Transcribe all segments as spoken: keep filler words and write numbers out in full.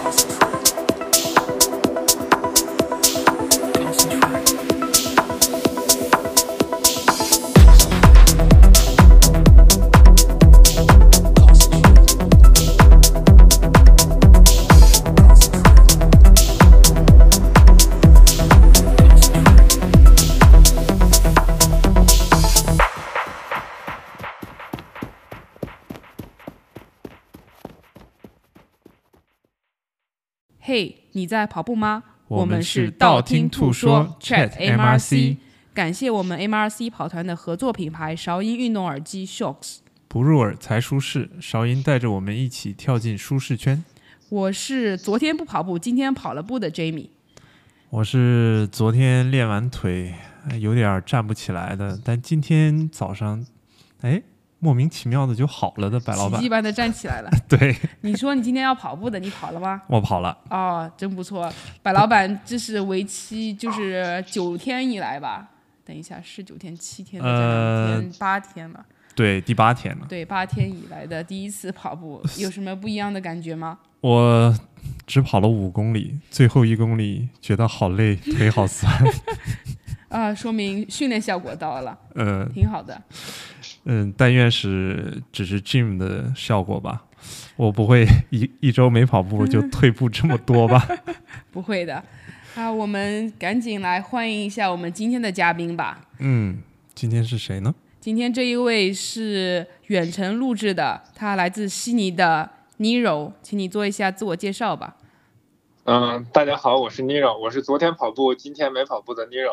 嘿，你在跑步吗？ 我们是道听途说 Chat M R C， 感谢我们 M R C 跑团的合作品牌韶音运动耳机 Shocks， 不入耳才舒适，韶音带着我们一起跳进舒适圈。 我是昨天不跑步今天跑了步的 Jamie， 我是昨天练完腿有点站不起来的，但今天早上哎莫名其妙的就好了的白老板， 奇迹般的站起来了。 对， 你说你今天要跑步的，你跑了吗？ 我跑了。 哦，真不错。白老板这是为期就是九天以来吧？等一下，是九天、七天、呃、两天、八天了。 对，第八天了。 对，八天以来的第一次跑步，有什么不一样的感觉吗？ 我只跑了五公里，最后一公里觉得好累，腿好酸。 啊，说明训练效果到了， 嗯、呃， 挺好的。 嗯，但愿是只是 gym 的效果吧，我不会一一周没跑步就退步这么多吧？ 不会的。啊，我们赶紧来欢迎一下我们今天的嘉宾吧。 嗯，今天是谁呢？ 今天这一位是远程录制的，他来自悉尼的 Nero， 请你做一下自我介绍吧。 嗯，大家好，我是 Nero， 我是昨天跑步今天没跑步的 Nero。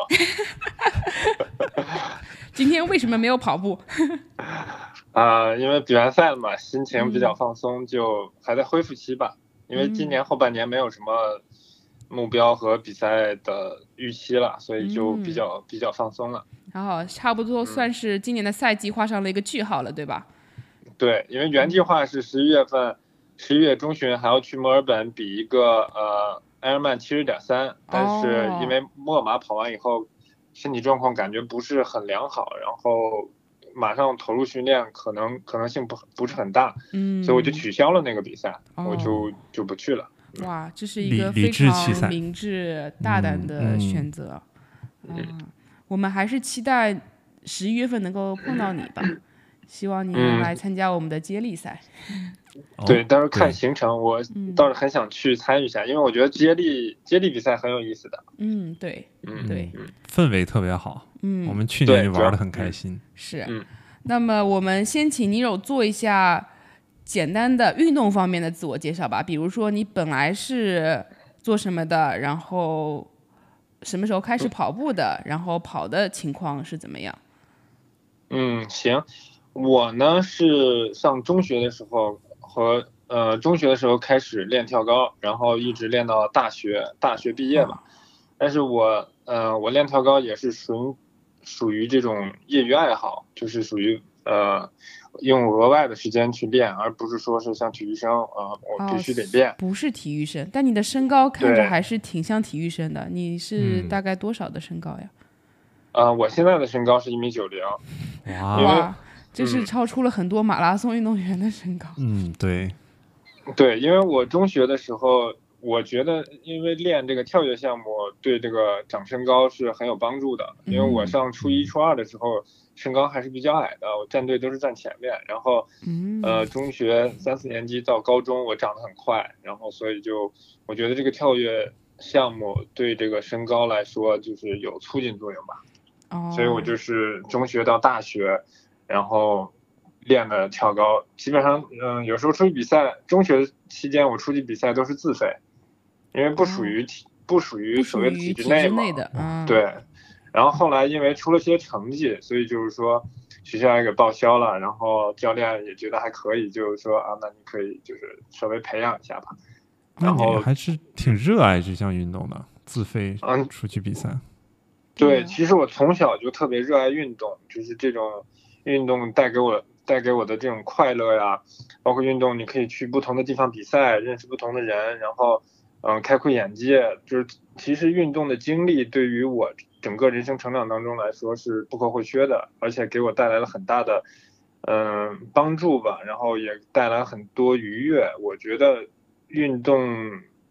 今天为什么没有跑步？ 啊、呃，因为比完赛了嘛，心情比较放松，嗯、就还在恢复期吧。因为今年后半年没有什么目标和比赛的预期了，所以就比较、嗯、比较放松了。 然后差不多算是今年的赛季画上了一个句号了，对吧？ 对，因为原计划是十一月份，十一月中旬还要去墨尔本比一个呃埃尔曼七十点三，但是因为墨马跑完以后。身体状况感觉不是很良好，然后马上投入训练可能可能性不不是很大，嗯，所以我就取消了那个比赛，哦、我就就不去了。 哇，这是一个非常明智大胆的选择。嗯，嗯嗯我们还是期待十一月份能够碰到你吧，希望你能来参加我们的接力赛。 嗯对，到时候看行程，我倒是很想去参与一下，因为我觉得接力接力比赛很有意思的。 嗯，对，嗯对， 氛围特别好。嗯，我们去年就玩得很开心。 是，嗯，那么我们先请Nero做一下简单的运动方面的自我介绍吧，比如说你本来是做什么的，然后什么时候开始跑步的，然后跑的情况是怎么样？ 嗯，行，我呢是上中学的时候。和呃中学的时候开始练跳高，然后一直练到大学，大学毕业吧。但是我呃我练跳高也是属属于这种业余爱好，就是属于呃用额外的时间去练，而不是说是像体育生啊、呃、我必须得练、哦。 不是体育生，但你的身高看着还是挺像体育生的。你是大概多少的身高呀？ 呃，我现在的身高是一米九零。 哇！这是超出了很多马拉松运动员的身高。 嗯，对， 对，因为我中学的时候，我觉得因为练这个跳跃项目对这个长身高是很有帮助的。因为我上初一、初二的时候身高还是比较矮的，我站队都是站前面，然后，呃，中学三四年级到高中我长得很快，然后所以就我觉得这个跳跃项目对这个身高来说就是有促进作用吧。哦，所以我就是中学到大学。然后练的跳高，基本上，嗯，有时候出去比赛，中学期间我出去比赛都是自费，因为不属于体，哦、不属于所谓的体制内嘛。 内的，嗯， 对。然后后来因为出了些成绩，所以就是说学校也给报销了，然后教练也觉得还可以，就是说啊，那你可以就是稍微培养一下吧。然后那你还是挺热爱这项运动的，自费出去比赛。 嗯、对，其实我从小就特别热爱运动，就是这种。运动带给我带给我的这种快乐呀，包括运动你可以去不同的地方比赛，认识不同的人，然后嗯、呃、开阔眼界，就是其实运动的经历对于我整个人生成长当中来说是不可或缺的，而且给我带来了很大的嗯、呃、帮助吧，然后也带来很多愉悦。我觉得运动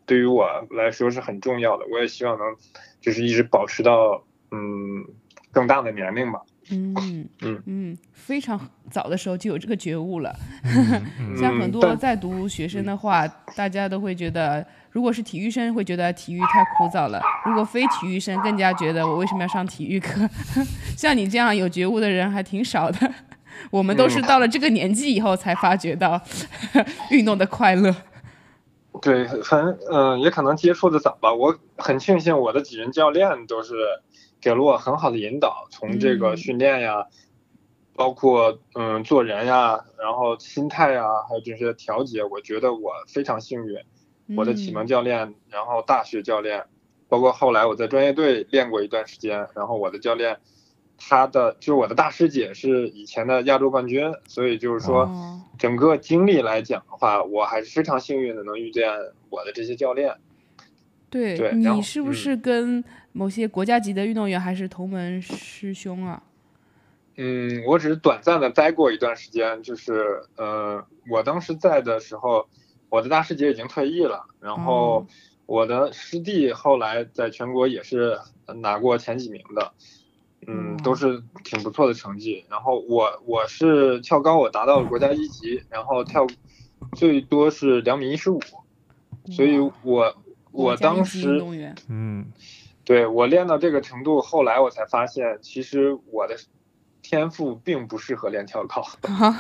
对于我来说是很重要的，我也希望能就是一直保持到嗯更大的年龄吧。 嗯嗯嗯，非常早的时候就有这个觉悟了。 嗯像很多嗯但在读学生的话，大家都会觉得，如果是体育生，会觉得体育太枯燥了；如果非体育生，更加觉得我为什么要上体育课？像你这样有觉悟的人还挺少的。我们都是到了这个年纪以后才发觉到运动的快乐。 对，很嗯，也可能接触的早吧。我很庆幸我的几任教练都是给了我很好的引导，从这个嗯训练呀，包括嗯做人呀，然后心态呀，还有这些调节，我觉得我非常幸运。我的启蒙嗯教练，然后大学教练，包括后来我在专业队练过一段时间，然后我的教练，他的就是我的大师姐是以前的亚洲冠军，所以就是说哦， 整个经历来讲的话，我还是非常幸运的能遇见我的这些教练。 对， 对，然后你是不嗯是跟某些国家级的运动员还是同门师兄啊？ 嗯，我只是短暂的待过一段时间，就是呃，我当时在的时候，我的大师姐已经退役了，然后哦我的师弟后来在全国也是拿过前几名的，嗯，都哇是挺不错的成绩。然后我我是跳高，我达到了国家一级，然后跳最多是两米一十五，所以哇， 我国我家一级运当时动员。 嗯对我练到这个程度，后来我才发现，其实我的天赋并不适合练跳高。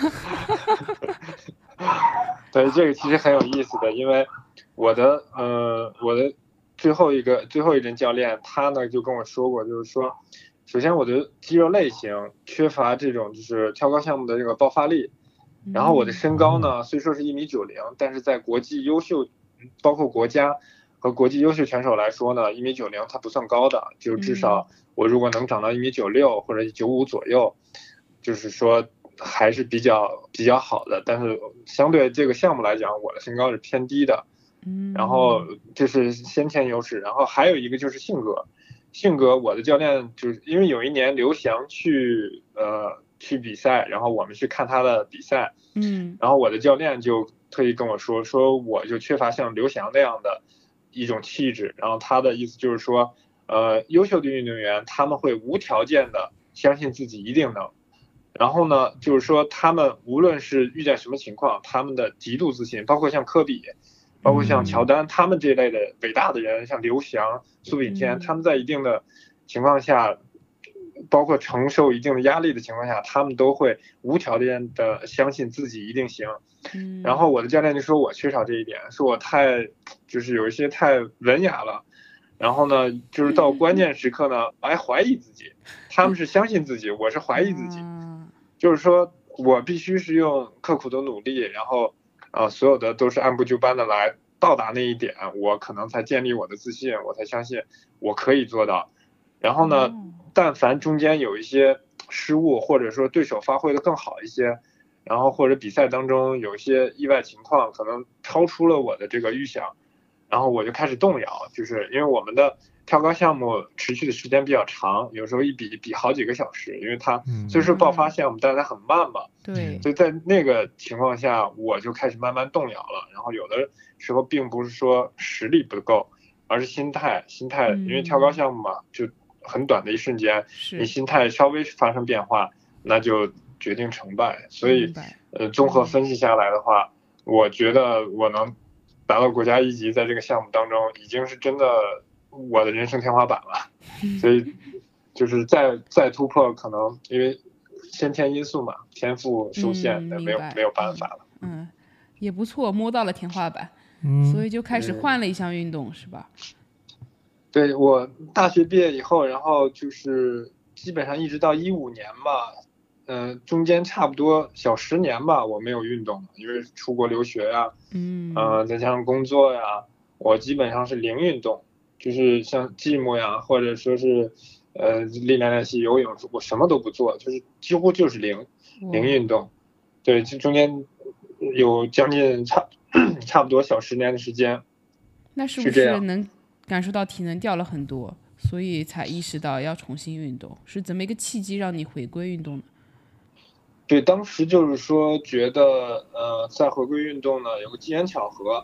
对，这个其实很有意思的，因为我的呃我的最后一个最后一任教练，他呢就跟我说过，就是说，首先我的肌肉类型缺乏这种就是跳高项目的这个爆发力，然后我的身高呢虽说是一米九零，但是在国际优秀，包括国家和国际优秀选手来说呢，一米九零它不算高的，就至少我如果能长到一米九六或者九五左右，就是说还是比较比较好的。但是相对这个项目来讲，我的身高是偏低的，然后这是先天优势，然后还有一个就是性格。性格，我的教练就是因为有一年刘翔去呃去比赛，然后我们去看他的比赛， 嗯然后我的教练就特意跟我说，说我就缺乏像刘翔那样的一种气质，然后他的意思就是说，呃，优秀的运动员他们会无条件的相信自己一定能，然后呢，就是说他们无论是遇见什么情况，他们的极度自信，包括像科比，包括像乔丹，他们这一类的伟大的人，像刘翔、苏炳添，他们在一定的情况下，包括承受一定的压力的情况下，他们都会无条件的相信自己一定行。然后我的教练就说我缺少这一点，说我太就是有一些太文雅了，然后呢，就是到关键时刻呢，还怀疑自己。他们是相信自己，我是怀疑自己，就是说我必须是用刻苦的努力，然后呃，所有的都是按部就班的来到达那一点，我可能才建立我的自信，我才相信我可以做到。然后呢，但凡中间有一些失误，或者说对手发挥的更好一些，然后或者比赛当中有一些意外情况，可能超出了我的这个预想，然后我就开始动摇，就是因为我们的跳高项目持续的时间比较长，有时候一比比好几个小时，因为它虽说爆发项目，但是它很慢嘛， 对， 所以在那个情况下，我就开始慢慢动摇了。然后有的时候并不是说实力不够，而是心态，心态，因为跳高项目嘛，就很短的一瞬间，你心态稍微发生变化，那就决定成败。所以，呃，综合分析下来的话，我觉得我能达到国家一级，在这个项目当中，已经是真的我的人生天花板了。所以，就是再再突破，可能因为先天因素嘛，天赋受限， 嗯、 没有没有办法了。 嗯，也不错，摸到了天花板， 嗯， 所以就开始换了一项运动，嗯、是吧？ 对，我大学毕业以后，然后就是基本上一直到一五年吧，嗯、呃，中间差不多小十年吧，我没有运动，因为出国留学呀， 嗯， 呃，再加上工作呀，我基本上是零运动，就是像寂寞呀，或者说是呃力量练习、游泳，我什么都不做，就是几乎就是零零运动。对，这中间有将近差差不多小十年的时间。 那是不是能感受到体能掉了很多，所以才意识到要重新运动？是怎么一个契机让你回归运动呢？ 对，当时就是说觉得呃，在回归运动呢，有个机缘巧合，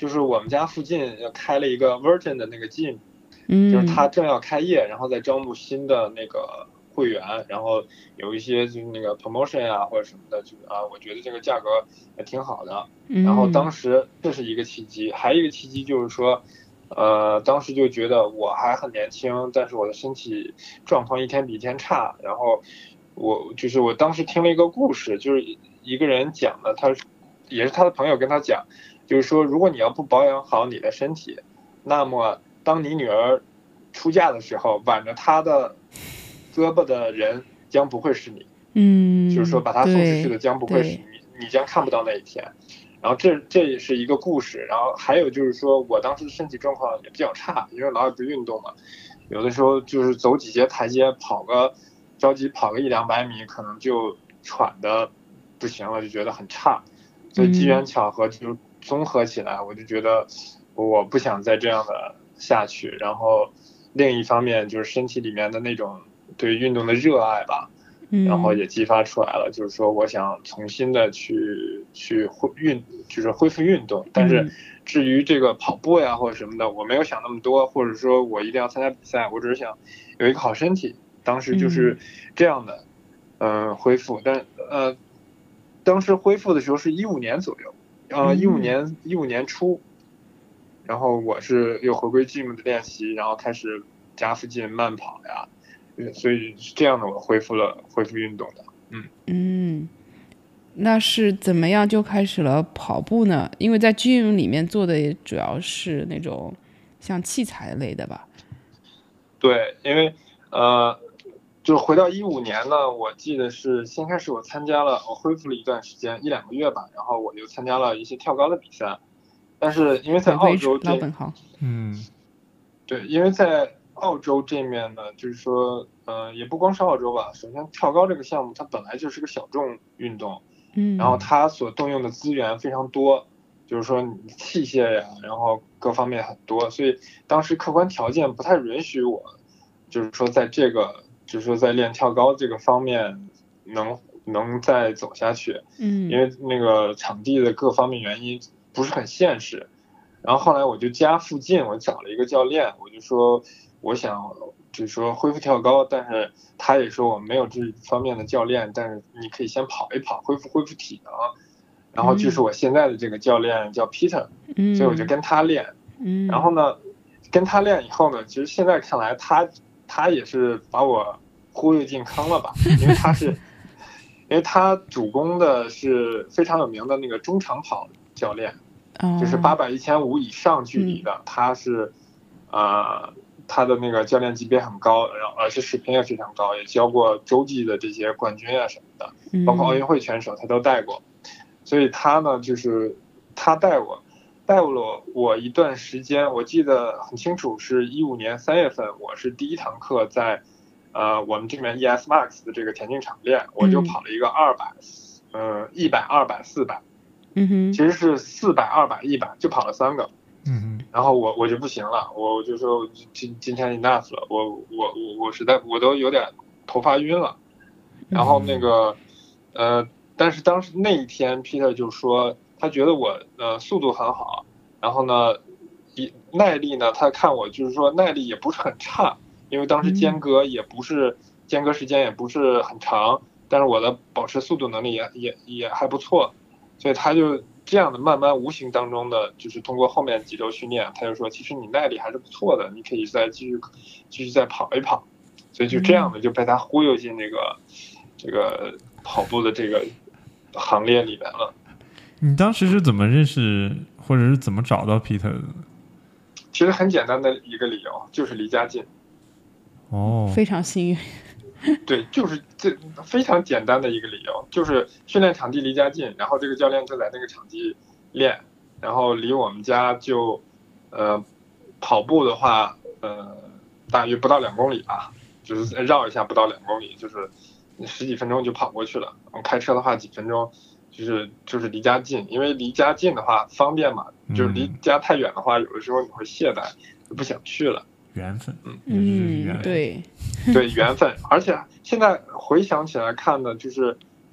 就是我们家附近开了一个 Virgin 的那个 gym， 嗯， 就是他正要开业，然后再招募新的那个会员，然后有一些就是那个 promotion 啊或者什么的，就是啊，我觉得这个价格也挺好的。然后当时这是一个契机，还有一个契机就是说，呃，当时就觉得我还很年轻，但是我的身体状况一天比一天差。然后我就是我当时听了一个故事，就是一个人讲的，他也是他的朋友跟他讲，就是说如果你要不保养好你的身体，那么当你女儿出嫁的时候，挽着她的胳膊的人将不会是你。 嗯， 就是说把她送出去的将不会是你，你将看不到那一天。然后这这也是一个故事。然后还有就是说我当时的身体状况也比较差，因为老也不运动嘛，有的时候就是走几节台阶，跑个着急跑个一两百米，可能就喘的不行了，就觉得很差。所以机缘巧合就综合起来，我就觉得我不想再这样的下去。然后另一方面就是身体里面的那种对运动的热爱吧，然后也激发出来了，就是说我想重新的去去恢运，就是恢复运动。但是至于这个跑步呀或者什么的，我没有想那么多，或者说我一定要参加比赛，我只是想有一个好身体。当时就是这样的，嗯、呃，恢复。但呃，当时恢复的时候是一五年左右，呃，一五年一五年初，然后我是又回归 gym 的练习，然后开始家附近慢跑呀。所以是这样的，我恢复了恢复运动的。嗯嗯，那是怎么样就开始了跑步呢？因为在 gym 里面做的也主要是那种像器材类的吧？ 对，因为呃，就回到一五年呢，我记得是先开始我参加了，我恢复了一段时间一两个月吧，然后我就参加了一些跳高的比赛。但是因为在澳洲这， 老本行， 嗯， 对，因为在澳洲这面呢，就是说，呃，也不光是澳洲吧。首先，跳高这个项目它本来就是个小众运动， 嗯， 然后它所动用的资源非常多，就是说你器械呀，然后各方面很多，所以当时客观条件不太允许我，就是说在这个，就是说在练跳高这个方面能能再走下去， 嗯， 因为那个场地的各方面原因不是很现实。然后后来我就家附近我找了一个教练，我就说我想就是说恢复跳高，但是他也说我没有这方面的教练，但是你可以先跑一跑，恢复恢复体能。然后就是我现在的这个教练叫 Peter，嗯，所以我就跟他练。嗯，然后呢，跟他练以后呢，其实现在看来他他也是把我忽悠进坑了吧，因为他是因为他主攻的是非常有名的那个中长跑教练。就是八百、一千五以上距离的，嗯、他是，呃，他的那个教练级别很高，然后而且水平也非常高，也教过洲际的这些冠军啊什么的，包括奥运会选手他都带过，所以他呢就是他带我，带了我一段时间，我记得很清楚，是一五年三月份，我是第一堂课在，呃，我们这边 E S Max 的这个田径场练，我就跑了一个二百，呃，一百、二百、四百。 嗯哼， 其实是四百、二百、一百，就跑了三个。 嗯哼， 然后我我就不行了，我就说今今天 enough 了，我我我我实在我都有点头发晕了。然后那个呃，但是当时那一天 Peter 就说他觉得我呃速度很好，然后呢，一耐力呢，他看我就是说耐力也不是很差，因为当时间隔也不是间隔时间也不是很长，但是我的保持速度能力也也也还不错。所以他就这样的慢慢无形当中的，就是通过后面几周训练，他就说其实你耐力还是不错的，你可以再继续继续再跑一跑。所以就这样的就被他忽悠进这个、嗯、这个跑步的这个行列里面了。 你当时是怎么认识或者是怎么找到 Peter 的？ 其实很简单的一个理由，就是离家近。 哦， 非常幸运。 对，就是这非常简单的一个理由，就是训练场地离家近，然后这个教练就在那个场地练，然后离我们家就，呃，跑步的话，呃，大约不到两公里吧，就是绕一下不到两公里，就是十几分钟就跑过去了。我开车的话几分钟，就是就是离家近，因为离家近的话方便嘛，就是离家太远的话，有的时候你会懈怠，就不想去了。 缘分， 嗯嗯，对， 对缘分，而且现在回想起来看呢，就是，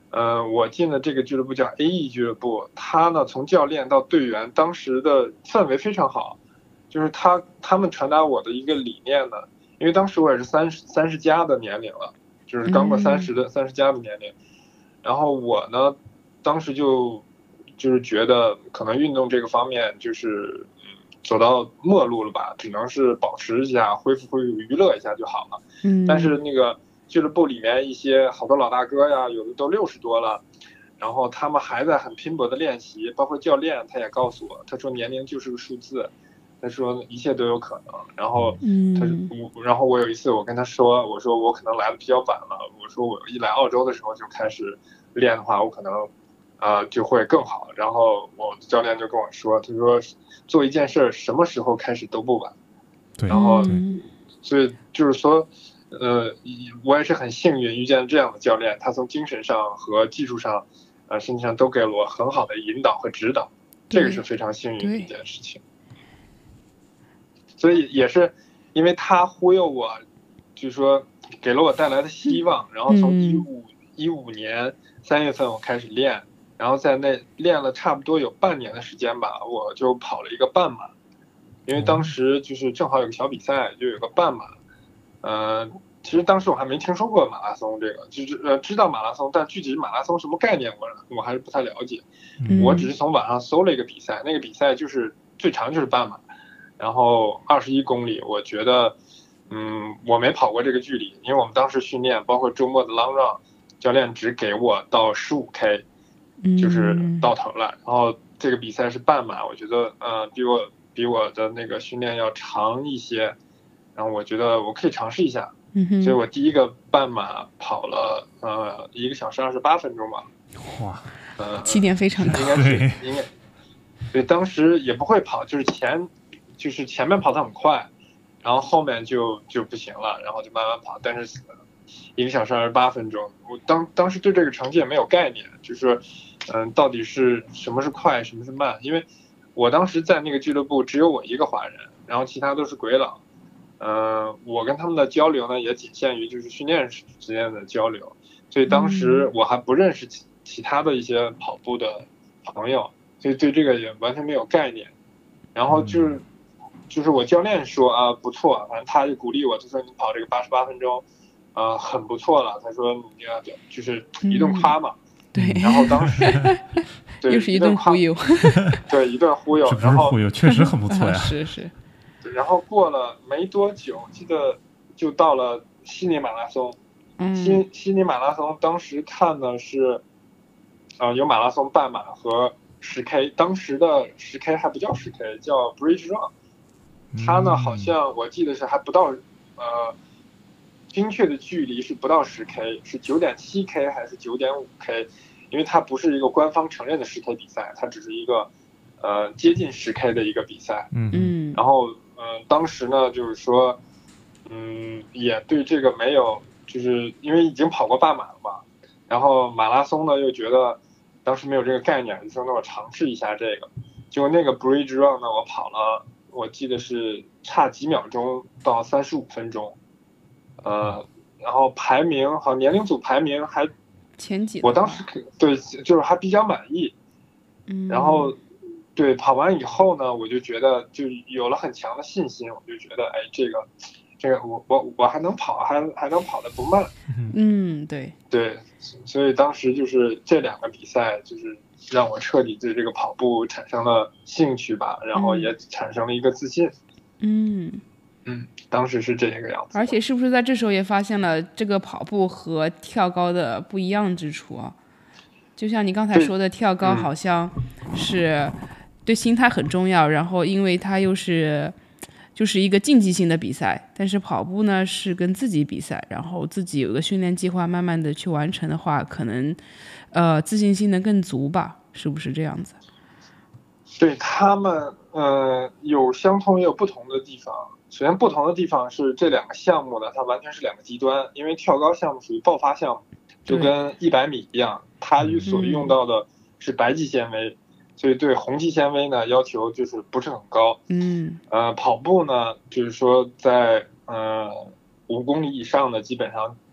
呃，我进的这个俱乐部叫 A E 俱乐部，他呢从教练到队员，当时的氛围非常好，就是他他们传达我的一个理念呢，因为当时我也是三十三十加的年龄了，就是刚过三十的三十加的年龄，然后我呢，当时就就是觉得可能运动这个方面就是嗯走到末路了吧，只能是保持一下，恢复恢复娱乐一下就好了。 嗯， 但是那个俱乐部里面一些好多老大哥呀，有的都六十多了，然后他们还在很拼搏的练习，包括教练他也告诉我，他说年龄就是个数字，他说一切都有可能。然后他我，然后我有一次我跟他说，我说我可能来的比较晚了，我说我一来澳洲的时候就开始练的话，我可能呃就会更好。然后我教练就跟我说，他说做一件事什么时候开始都不晚。 对， 然后嗯所以就是说。呃，我也是很幸运遇见这样的教练，他从精神上和技术上，呃，身体上都给了我很好的引导和指导，这个是非常幸运的一件事情。所以也是因为他忽悠我，就是说给了我带来的希望，然后从一五一五年三月份我开始练，然后在那练了差不多有半年的时间吧，我就跑了一个半马，因为当时就是正好有个小比赛，就有个半马。呃，其实当时我还没听说过马拉松这个，就是呃知道马拉松，但具体马拉松什么概念我我还是不太了解。 嗯、 我只是从网上搜了一个比赛，那个比赛就是最长就是半马，然后二十一公里。我觉得，嗯，我没跑过这个距离，因为我们当时训练，包括周末的 long run， 教练只给我到十五 K， 就是到头了。然后这个比赛是半马，我觉得呃比我比我的那个训练要长一些。然后我觉得我可以尝试一下， 嗯、 所以我第一个半马跑了呃一个小时二十八分钟吧。 哇， 呃， 起点非常高， 应该是应该，对，当时也不会跑，就是前就是前面跑得很快，然后后面就就不行了，然后就慢慢跑，但是一个小时二十八分钟，我当当时对这个成绩也没有概念，就是嗯、呃，到底是什么是快，什么是慢，因为我当时在那个俱乐部只有我一个华人，然后其他都是鬼佬。呃，我跟他们的交流呢，也仅限于就是训练之间的交流，所以当时我还不认识其其他的一些跑步的朋友，所以对这个也完全没有概念。然后就是，就是我教练说啊不错，反正他就鼓励我，就说你跑这个八十八分钟，啊、呃、很不错了。他说你要就是一顿夸嘛， 对。 然后当时对又是一顿忽悠， 对，一顿忽悠， 这不是忽悠，确实很不错呀。 是是。 然后过了没多久，记得就到了悉尼马拉松。 嗯， 悉悉尼马拉松当时看的是，呃，有马拉松半马和十 K， 当时的十 K 还不叫十 K， 叫 Bridge Run。它呢，好像我记得是还不到，呃，精确的距离是不到十 K， 是 九点七 K 还是 九点五 K， 因为它不是一个官方承认的十 K 比赛，它只是一个，呃，接近十 K 的一个比赛。 嗯嗯， 然后。嗯，当时呢，就是说，嗯，也对这个没有，就是因为已经跑过半马了嘛，然后马拉松呢又觉得当时没有这个概念，就说那我尝试一下这个，结果那个 Bridge Run 呢，我跑了，我记得是差几秒钟到三十五分钟，呃，然后排名好年龄组排名还前几， 我当时对就是还比较满意， 嗯， 然后。对，跑完以后呢，我就觉得就有了很强的信心，我就觉得，哎，这个，这个我我我还能跑，还还能跑得不慢。 嗯，对对，所以当时就是这两个比赛，就是让我彻底对这个跑步产生了兴趣吧，然后也产生了一个自信。 嗯嗯，当时是这个样子。 而且是不是在这时候也发现了这个跑步和跳高的不一样之处啊？就像你刚才说的，跳高好像是。对心态很重要，然后因为它又是就是一个竞技性的比赛，但是跑步呢是跟自己比赛，然后自己有个训练计划，慢慢的去完成的话，可能呃自信心能更足吧，是不是这样子？ 对，他们呃有相同也有不同的地方。首先不同的地方是这两个项目呢，它完全是两个极端，因为跳高项目属于爆发项目，就跟一百米一样，它所用到的是白肌纤维。嗯，所以对红肌纤维呢要求就是不是很高， 嗯， 呃，跑步呢就是说在呃五公里以上的基本上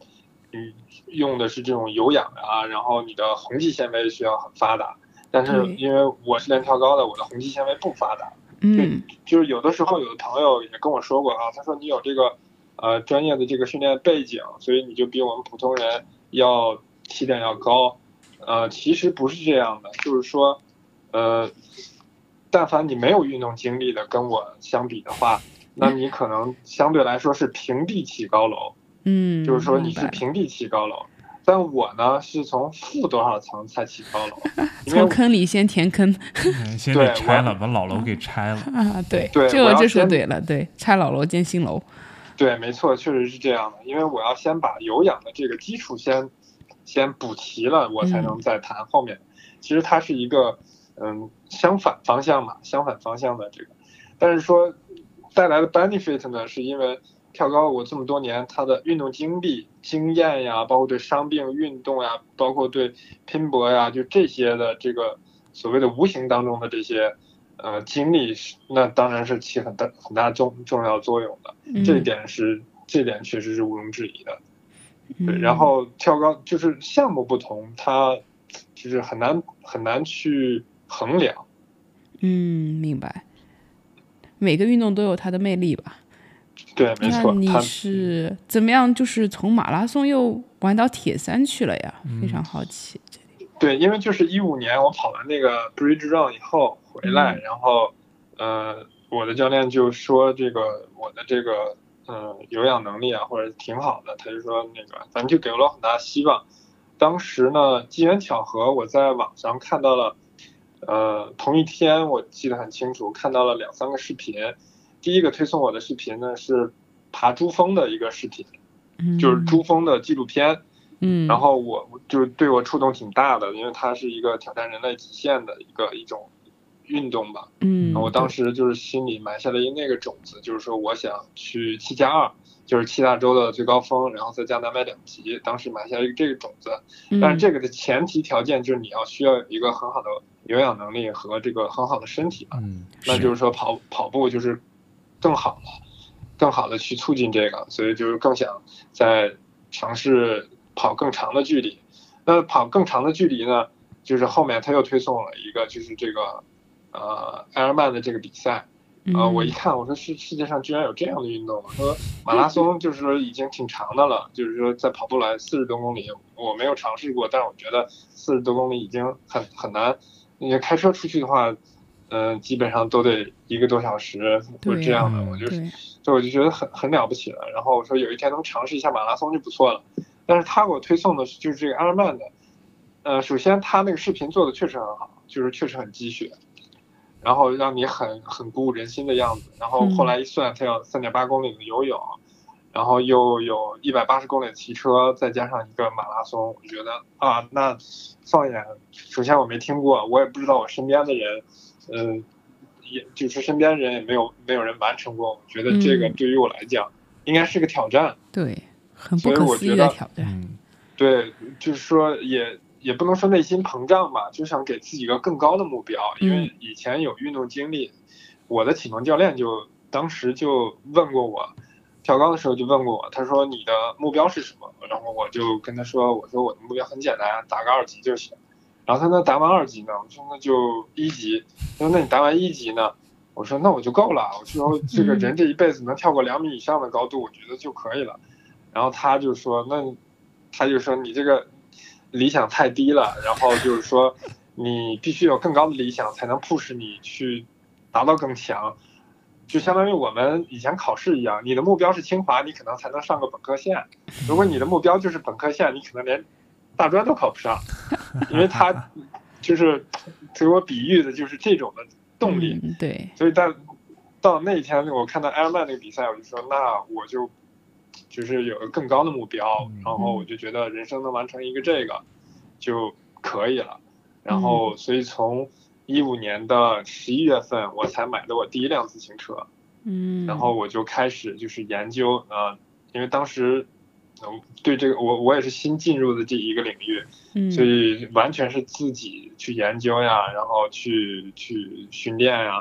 你用的是这种有氧啊，然后你的红肌纤维需要很发达，但是因为我是练跳高的，我的红肌纤维不发达。 嗯， 就就是有的时候有的朋友也跟我说过啊，他说你有这个呃专业的这个训练背景，所以你就比我们普通人要起点要高。呃，其实不是这样的，就是说，呃，但凡你没有运动经历的跟我相比的话，那你可能相对来说是平地起高楼。 嗯， 就是说你是平地起高楼，但我呢是从负多少层才起高楼？ 从坑里先填坑， 嗯、先给拆了，把老楼给拆了啊！对， 对， 这个就说对了，对，拆老楼建新楼。 对，没错，确实是这样的，因为我要先把有氧的这个基础先先补齐了，我才能再谈后面。嗯、其实它是一个嗯相反方向嘛，相反方向的这个，但是说带来的 benefit 呢，是因为跳高我这么多年，它的运动经历、经验呀，包括对伤病运动呀，包括对拼搏呀，就这些的这个所谓的无形当中的这些呃经历，那当然是起很大很大重重要作用的。 嗯、 这一点是这点确实是毋庸置疑的。对，然后跳高就是项目不同，它就是很难很难去衡量。 嗯，明白。每个运动都有它的魅力吧。 对，没错。 那你是怎么样？就是从马拉松又玩到铁三去了呀？ 嗯、 非常好奇。 对，因为就是一五年我跑完那个 Bridge Run 以后回来， 嗯、 然后呃，我的教练就说这个我的这个嗯、呃、有氧能力啊，或者挺好的，他就说那个咱们就给了我很大希望。当时呢，机缘巧合，我在网上看到了，呃，同一天我记得很清楚，看到了两三个视频。第一个推送我的视频呢是爬珠峰的一个视频， 嗯、 就是珠峰的纪录片。 嗯， 然后我就对我触动挺大的，因为它是一个挑战人类极限的一个一种运动吧。 嗯， 我当时就是心里埋下了一那个种子，就是说我想去七加二，就是七大洲的最高峰，然后再加南北两极。当时埋下了一个这个种子，但是这个的前提条件就是你要需要有一个很好的有氧能力和这个很好的身体吧。 嗯， 那就是说跑跑步就是更好了，更好的去促进这个，所以就是更想在尝试跑更长的距离。那跑更长的距离呢，就是后面他又推送了一个就是这个呃埃尔曼的这个比赛。呃，我一看，我说世世界上居然有这样的运动。我说马拉松就是说已经挺长的了，就是说在跑步来四十多公里，我没有尝试过，但是我觉得四十多公里已经很很难。你开车出去的话，嗯、呃，基本上都得一个多小时或者这样的，我就所以我就觉得很很了不起了。然后我说有一天能尝试一下马拉松就不错了。但是他给我推送的就是这个埃尔曼的，呃，首先他那个视频做的确实很好，就是确实很鸡血。然后让你很很鼓舞人心的样子，然后后来一算，它有三点八公里的游泳，然后又有一百八十公里的骑车，再加上一个马拉松，我觉得啊，那放眼，首先我没听过，我也不知道我身边的人，嗯、呃，也就是身边人也没有没有人完成过，我觉得这个对于我来讲，应该是个挑战， 对，很不可思议的挑战， 对，就是说也。也不能说内心膨胀吧，就想给自己一个更高的目标，因为以前有运动经历，我的体能教练就当时就问过我，跳高的时候就问过我，他说你的目标是什么？然后我就跟他说，我说我的目标很简单，打个二级就行。然后他说那打完二级呢？我说那就一级。他说那你打完一级呢？我说那我就够了。我说这个人这一辈子能跳过两米以上的高度，我觉得就可以了。然后他就说那，他就说你这个。理想太低了，然后就是说你必须有更高的理想才能 push 你去达到更强，就相当于我们以前考试一样，你的目标是清华，你可能才能上个本科线，如果你的目标就是本科线，你可能连大专都考不上，因为他就是给我比喻的就是这种的动力， 嗯、对， 所以到到那一天我看到埃尔曼那个比赛，我就说那我就就是有个更高的目标，然后我就觉得人生能完成一个这个就可以了。然后所以从一五年的十一月份我才买的我第一辆自行车， 嗯， 然后我就开始就是研究，呃，因为当时对这个我我也是新进入的这一个领域， 嗯， 所以完全是自己去研究呀，然后去去训练呀，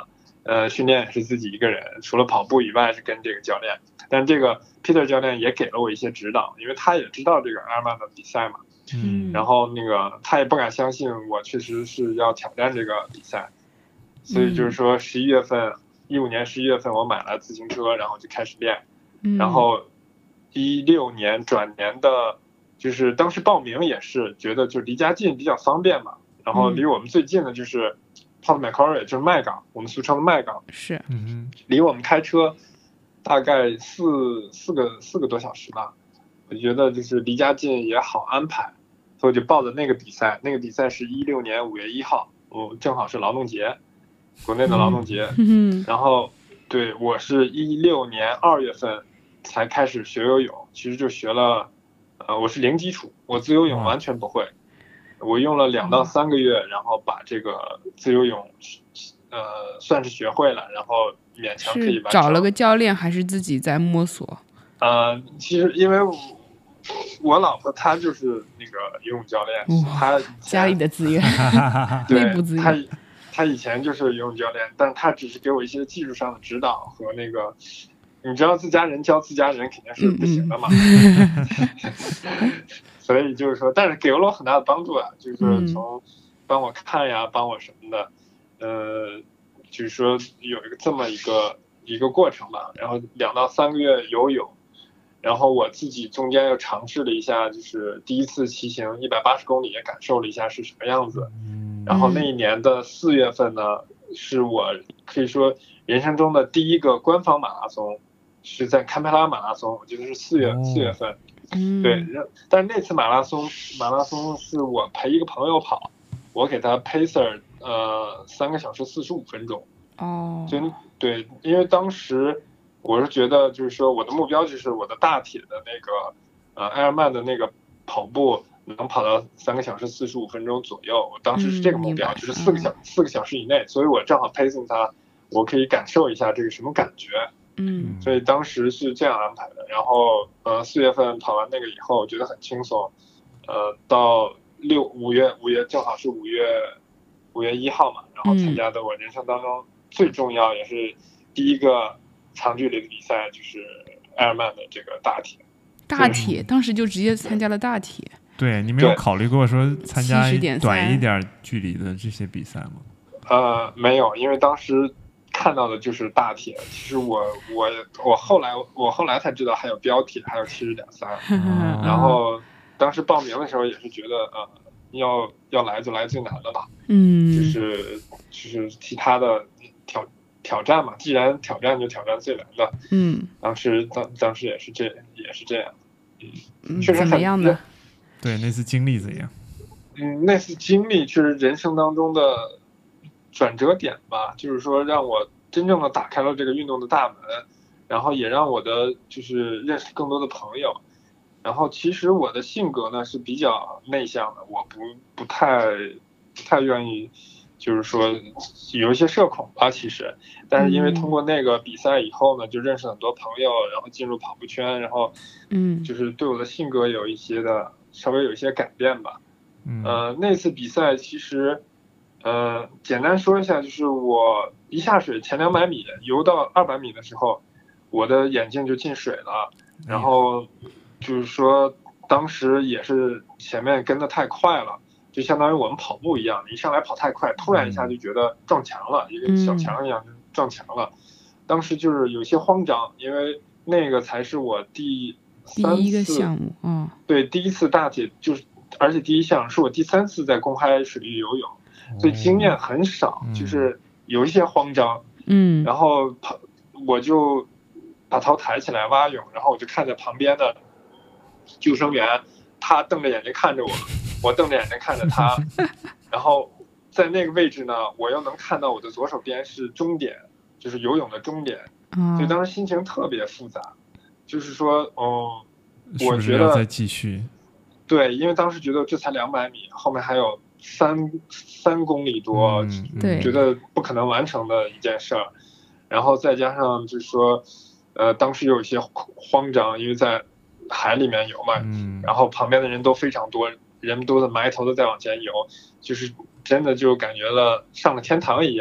呃，训练也是自己一个人，除了跑步以外是跟这个教练。但这个 Peter 教练也给了我一些指导，因为他也知道这个埃尔曼的比赛嘛。 嗯， 然后那个他也不敢相信我确实是要挑战这个比赛，所以就是说十一月份，一五年十一月份我买了自行车，然后就开始练， 嗯、 然后一六年转年的，就是当时报名也是觉得就离家近比较方便嘛，然后离我们最近的就是 Port Macquarie，就是麦港，我们俗称的麦港， 是， 嗯， 离我们开车大概四四个四个多小时吧，我觉得就是离家近也好安排。所以我就报的那个比赛，那个比赛是一六年五月一号，我正好是劳动节，国内的劳动节。 嗯、 然后，对我是一六年二月份才开始学游泳，其实就学了，呃，我是零基础，我自由泳完全不会，我用了两到三个月，然后把这个自由泳，呃，算是学会了，然后勉强可以完成。 是找了个教练，还是自己在摸索？ 呃，其实因为我。我老婆她就是那个游泳教练，她家里的资源，内部资源。 她她以前就是游泳教练，但是她只是给我一些技术上的指导和那个，你知道自家人教自家人肯定是不行的嘛。嗯、所以就是说，但是给了我很大的帮助啊，就是从帮我看呀，帮我什么的，呃，就是说有一个这么一个一个过程吧。然后两到三个月游泳。然后我自己中间又尝试了一下，就是第一次骑行一百八十公里，也感受了一下是什么样子。然后那一年的四月份呢，是我可以说人生中的第一个官方马拉松，是在堪培拉马拉松，我记得是四月四月份。对，但是那次马拉松马拉松是我陪一个朋友跑，我给他 pacer 呃三个小时四十五分钟。 哦。 就对，因为当时。我是觉得，就是说，我的目标就是我的大铁的那个，呃，埃尔曼的那个跑步能跑到三个小时四十五分钟左右。我当时是这个目标， 嗯、 就是四个小、嗯、四个小时以内，所以我正好 pacing 它，我可以感受一下这个什么感觉。 嗯， 所以当时是这样安排的。然后，呃，四月份跑完那个以后，我觉得很轻松。呃，到六五月五月正好是五月五月一号嘛，然后参加的我人生当中最重要也是第一个。长距离的比赛就是埃尔曼的这个大铁， 大铁当时就直接参加了大铁。 对，你没有考虑过说参加短一点距离的这些比赛吗？ 呃，没有，因为当时看到的就是大铁。其实我我我后来我后来才知道还有标铁，还有七十点三。然后当时报名的时候也是觉得，呃，要要来就来最难的吧。 嗯， 就是就是其他的挑。挑战嘛，既然挑战就挑战最难的。 嗯， 当时当当时也是这也是这样。 嗯，确实怎么样呢？ 对，那次经历怎样？ 嗯，那次经历确实人生当中的转折点吧，就是说让我真正的打开了这个运动的大门，然后也让我的就是认识更多的朋友。然后其实我的性格呢是比较内向的，我不不太不太愿意。就是说有一些社恐吧，其实，但是因为通过那个比赛以后呢，就认识很多朋友，然后进入跑步圈，然后， 嗯， 就是对我的性格有一些的稍微有一些改变吧。 嗯， 呃，那次比赛其实，呃，简单说一下，就是我一下水前两百米游到二百米的时候，我的眼镜就进水了，然后就是说当时也是前面跟得太快了。就相当于我们跑步一样，你一上来跑太快，突然一下就觉得撞墙了，一个小墙一样撞墙了。当时就是有些慌张，因为那个才是我第三次第一个项目，嗯， 对，第一次大铁，就是而且第一项是我第三次在公开水域游泳，所以经验很少，就是有一些慌张， 嗯， 然后跑我就把头抬起来蛙泳，然后我就看着旁边的救生员，他瞪着眼睛看着我。我瞪着眼睛看着他，然后在那个位置呢，我又能看到我的左手边是终点，就是游泳的终点，所以当时心情特别复杂，就是说，哦、嗯，我觉得再继续， 对，因为当时觉得这才两百米，后面还有三三公里多， 嗯对， 觉得不可能完成的一件事儿，然后再加上就是说，呃，当时有一些慌张，因为在海里面游嘛， 嗯， 然后旁边的人都非常多。人们都在埋头的在往前游，就是真的就感觉了上了天堂一样。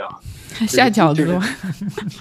下饺子、 就是，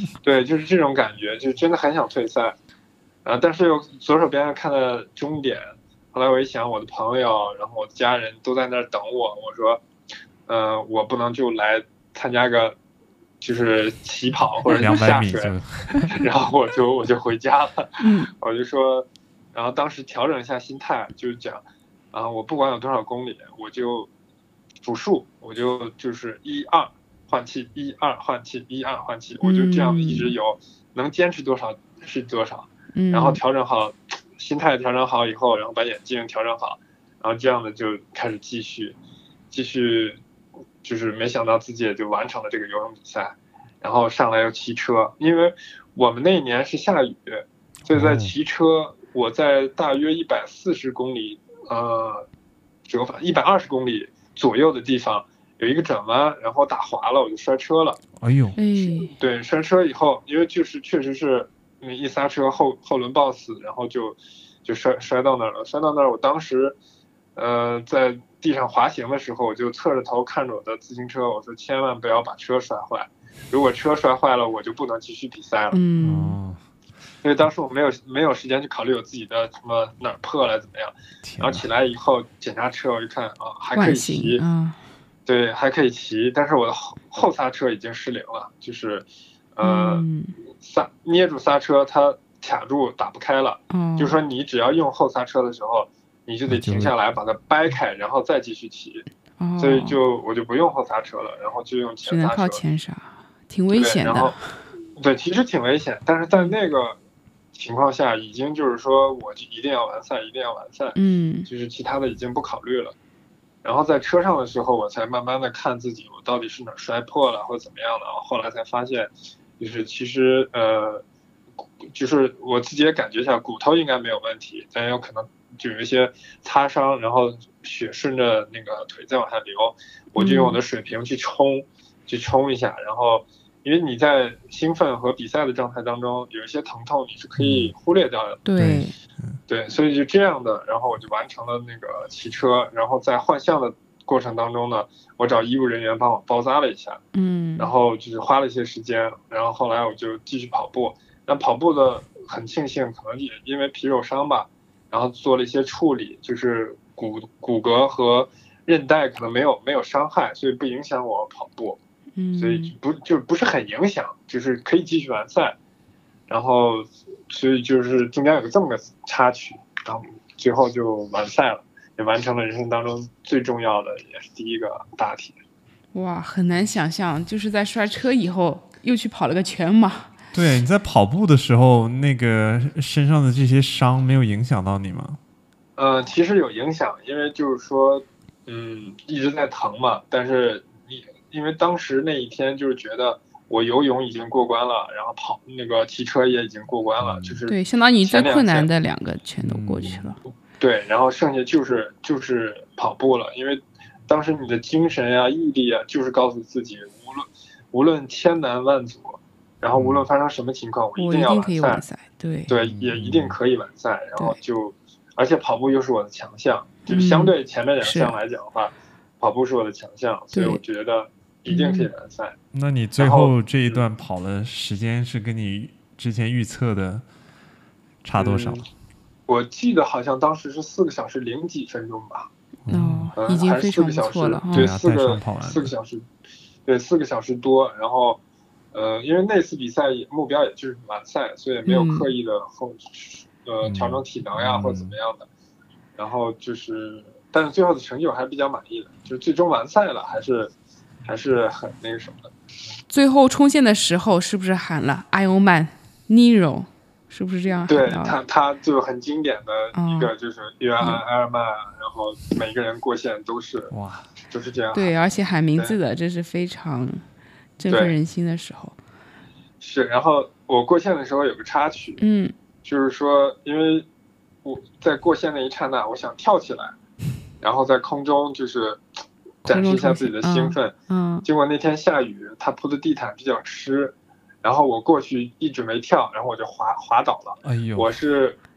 对，就是这种感觉，就真的很想退赛，啊，但是又左手边看的终点，后来我一想，我的朋友，然后我的家人都在那儿等我，我说，呃，我不能就来参加个，就是起跑或者下水，然后我就我就回家了， 嗯， 我就说，然后当时调整一下心态，就是讲，啊，我不管有多少公里，我就数数，我就就是一二换气，一二换气，一二换气，我就这样一直游，能坚持多少是多少。然后调整好心态，调整好以后，然后把眼镜调整好，然后这样的就开始继续，继续，就是没想到自己也就完成了这个游泳比赛，然后上来又骑车，因为我们那一年是下雨，所以在骑车，我在大约一百四十公里，呃，折返一百二十公里左右的地方有一个转弯，然后打滑了，我就摔车了。 哎呦， 对，摔车以后，因为就是确实是。一刹车后后轮抱死，然后就就摔摔到那儿了。摔到那儿，我当时，呃，在地上滑行的时候，我就侧着头看着我的自行车，我说千万不要把车摔坏。如果车摔坏了，我就不能继续比赛了。 嗯， 因为当时我没有没有时间去考虑我自己的什么哪儿破了怎么样。然后起来以后检查车，我一看啊，还可以骑， 嗯， 对，还可以骑，但是我的后后刹车已经失灵了，就是，呃。 嗯刹捏住刹车，它卡住打不开了。 哦， 就是说你只要用后刹车的时候，你就得停下来把它掰开，然后再继续骑。 哦， 所以就我就不用后刹车了，然后就用前刹车。 只能靠前刹，挺危险的。 对，其实挺危险，但是在那个情况下，已经就是说我就一定要完赛，一定要完赛。 嗯， 就是其他的已经不考虑了。然后在车上的时候，我才慢慢的看自己，我到底是哪摔破了或者怎么样的。然后后来才发现。就是其实呃，就是我自己也感觉一下，骨头应该没有问题，但有可能就有一些擦伤，然后血顺着那个腿再往下流，我就用我的水瓶去冲，嗯、去冲一下，然后因为你在兴奋和比赛的状态当中，有一些疼痛你是可以忽略掉的， 对， 对，所以就这样的，然后我就完成了那个骑车，然后在换向的过程当中呢，我找医务人员帮我包扎了一下， 嗯， 然后就是花了一些时间，然后后来我就继续跑步。那跑步的很庆幸，可能也因为皮肉伤吧，然后做了一些处理，就是骨骨骼和韧带可能没有没有伤害，所以不影响我跑步， 嗯， 所以不就不是很影响，就是可以继续完赛。然后所以就是中间有个这么个插曲，然后最后就完赛了。也完成了人生当中最重要的，也是第一个大题。 哇，很难想象，就是在摔车以后又去跑了个全马。 对，你在跑步的时候，那个身上的这些伤没有影响到你吗？ 呃，其实有影响，因为就是说，嗯，一直在疼嘛。但是你因为当时那一天就是觉得我游泳已经过关了，然后跑那个骑车也已经过关了，嗯、就是对，相当于最困难的两个全都过去了。 嗯对，然后剩下就是就是跑步了，因为当时你的精神啊、毅力啊，就是告诉自己，无论无论千难万阻，然后无论发生什么情况，我一定要完赛。 我一定可以完赛，对对，也一定可以完赛。然后就，而且跑步又是我的强项，就相对前面两项来讲的话，跑步是我的强项，所以我觉得一定可以完赛。 那你最后这一段跑的时间是跟你之前预测的差多少？ 嗯我记得好像当时是四个小时零几分钟吧， 哦，嗯、已经非常不错了。 对，四个四个小时，对，四个小时多。然后，呃，因为那次比赛目标也就是完赛，所以也没有刻意的后、嗯、呃调整体能呀、嗯、或者怎么样的。然后就是，但是最后的成绩我还是比较满意的，就是最终完赛了，还是还是很那个什么的。 最后冲线的时候是不是喊了 Iron Man Nero？是不是这样？ 对他，他就很经典的一个就是约翰埃尔曼，然后每个人过线都是哇， 就是这样。 对，而且喊名字的，这是非常振奋人心的时候。 是，然后我过线的时候有个插曲， 嗯， 就是说，因为我在过线那一刹那，我想跳起来，然后在空中就是展示一下自己的兴奋。 嗯， 结果那天下雨，它铺的地毯比较湿。然后我过去一直没跳，然后我就滑滑倒了。 哎呦！ 我是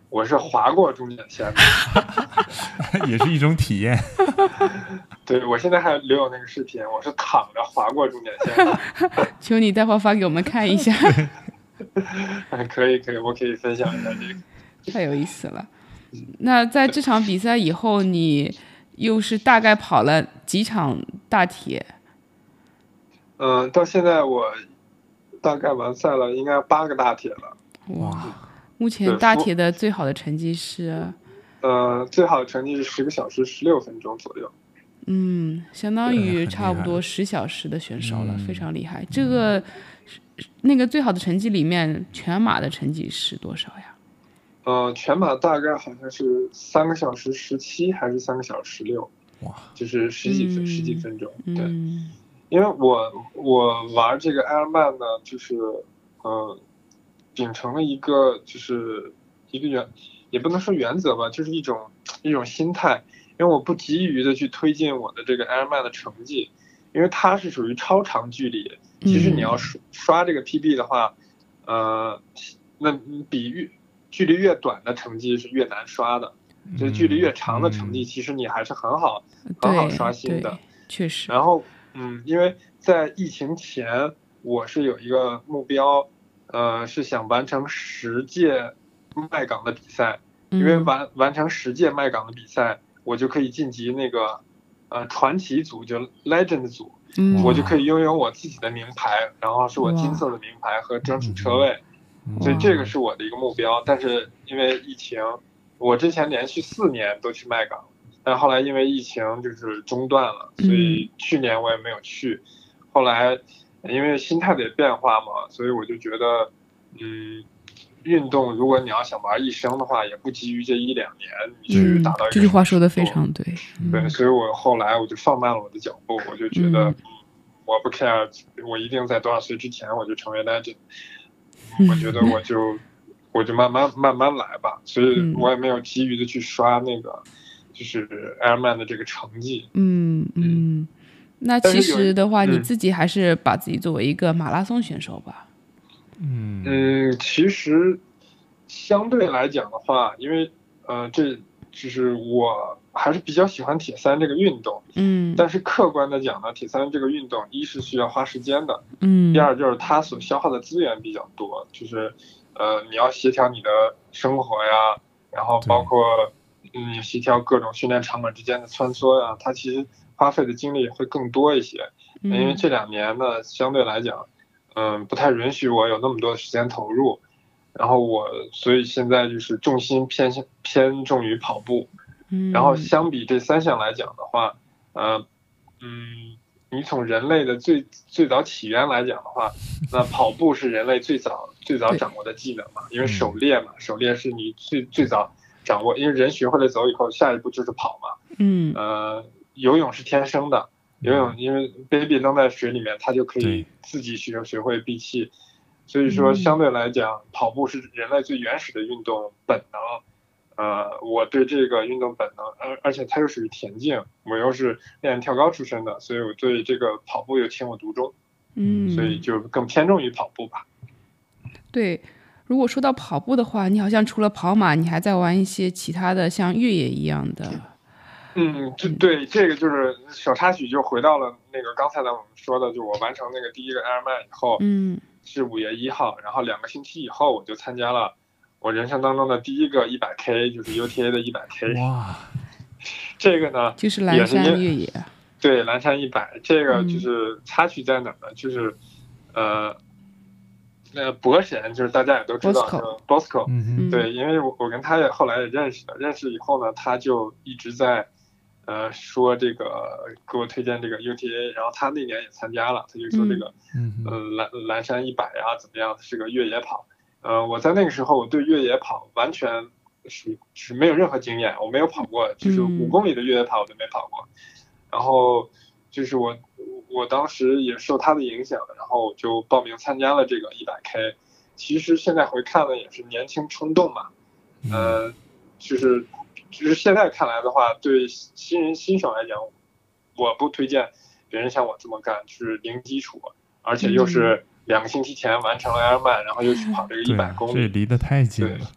我是划过终点线的， 也是一种体验。 对，我现在还留有那个视频，我是躺着划过终点线的。 求你待会儿发给我们看一下。 可以可以，我可以分享一下这个。 太有意思了。那在这场比赛以后，你又是大概跑了几场大铁？ 嗯、呃，到现在我大概完赛了，应该八个大铁了。 哇！目前大铁的最好的成绩是？ 呃，最好的成绩是十个小时十六分钟左右。 嗯，相当于差不多十小时的选手了，非常厉害。这个那个最好的成绩里面，全马的成绩是多少呀？ 呃，全马大概好像是三个小时十七还是三个小时十六， 哇， 就是十几分、 嗯、 十几分钟。对， 嗯、 因为我我玩这个 Ironman 呢，就是呃，秉承了一个就是一个原，也不能说原则吧，就是一种一种心态。因为我不急于的去推进我的这个 Ironman 的成绩，因为它是属于超长距离。其实你要刷刷这个 P B 的话，呃，那比越距离越短的成绩是越难刷的，就是距离越长的成绩，其实你还是很好、嗯、很好刷新的。 确实。 然后，嗯，因为在疫情前，我是有一个目标，呃，是想完成十届麦港的比赛，因为完完成十届麦港的比赛。我就可以晋级那个，呃，传奇组，就 Legend 组， 嗯、 我就可以拥有我自己的名牌，然后是我金色的名牌和专属车位，所以这个是我的一个目标。但是因为疫情，我之前连续四年都去麦港，但后来因为疫情就是中断了，所以去年我也没有去。后来因为心态的变化嘛，所以我就觉得，嗯。运动，如果你要想玩一生的话，也不急于这一两年你去达到一个、 嗯。这句话说的非常对。 嗯、对，所以我后来我就放慢了我的脚步，我就觉得，嗯，我不 care， 我一定在多少岁之前我就成为 legend。我觉得我就我就慢慢慢慢来吧，所以我也没有急于的去刷那个就是 Ironman 的这个成绩。 嗯嗯。那其实的话，你自己还是把自己作为一个马拉松选手吧。 嗯嗯，其实相对来讲的话，因为呃，这就是我还是比较喜欢铁三这个运动， 嗯， 但是客观的讲呢，铁三这个运动，一是需要花时间的， 嗯， 第二就是它所消耗的资源比较多，就是呃，你要协调你的生活呀，然后包括嗯，协调各种训练场馆之间的穿梭呀，它其实花费的精力会更多一些， 嗯、 因为这两年呢，相对来讲。嗯，不太允许我有那么多的时间投入，然后我所以现在就是重心偏偏重于跑步， 嗯， 然后相比这三项来讲的话，呃，嗯，你从人类的最最早起源来讲的话，那跑步是人类最早最早掌握的技能嘛，因为狩猎嘛，狩猎是你最最早掌握，因为人学会了走以后，下一步就是跑嘛， 嗯， 呃，游泳是天生的。游泳，因为 baby 扔在水里面，它就可以自己学学会闭气，所以说相对来讲，跑步是人类最原始的运动本能。呃，我对这个运动本能，而而且它又属于田径，我又是练跳高出身的，所以我对这个跑步又情有独钟。 嗯， 所以就更偏重于跑步吧。 对，如果说到跑步的话，你好像除了跑马，你还在玩一些其他的，像越野一样的。 嗯，这对这个就是小插曲，就回到了那个刚才咱们说的，就我完成那个第一个 Ironman 以后， 嗯， 是五月一号，然后两个星期以后我就参加了我人生当中的第一个一百 K， 就是 U T A 的一百 K。 哇， 这个呢， 就是蓝山越野。 对，蓝山一百，这个就是插曲在哪呢？嗯、就是呃，那博神就是大家也都知道，就 Bosco， 嗯、 对，因为我我跟他也后来也认识了，认识以后呢，他就一直在。呃，说这个给我推荐这个 U T A， 然后他那年也参加了，他就说这个， 嗯， 呃，蓝蓝山一百啊，怎么样，是个越野跑。呃，我在那个时候，我对越野跑完全是是没有任何经验，我没有跑过，就是五公里的越野跑我都没跑过。然后就是我我当时也受他的影响，然后就报名参加了这个一百 K。其实现在回看呢，也是年轻冲动嘛，呃，就是。就是现在看来的话，对新人新手来讲，我不推荐别人像我这么干，就是零基础，而且又是两个星期前完成了 Ironman，然后又去跑这个一百公里， 这离得太近了。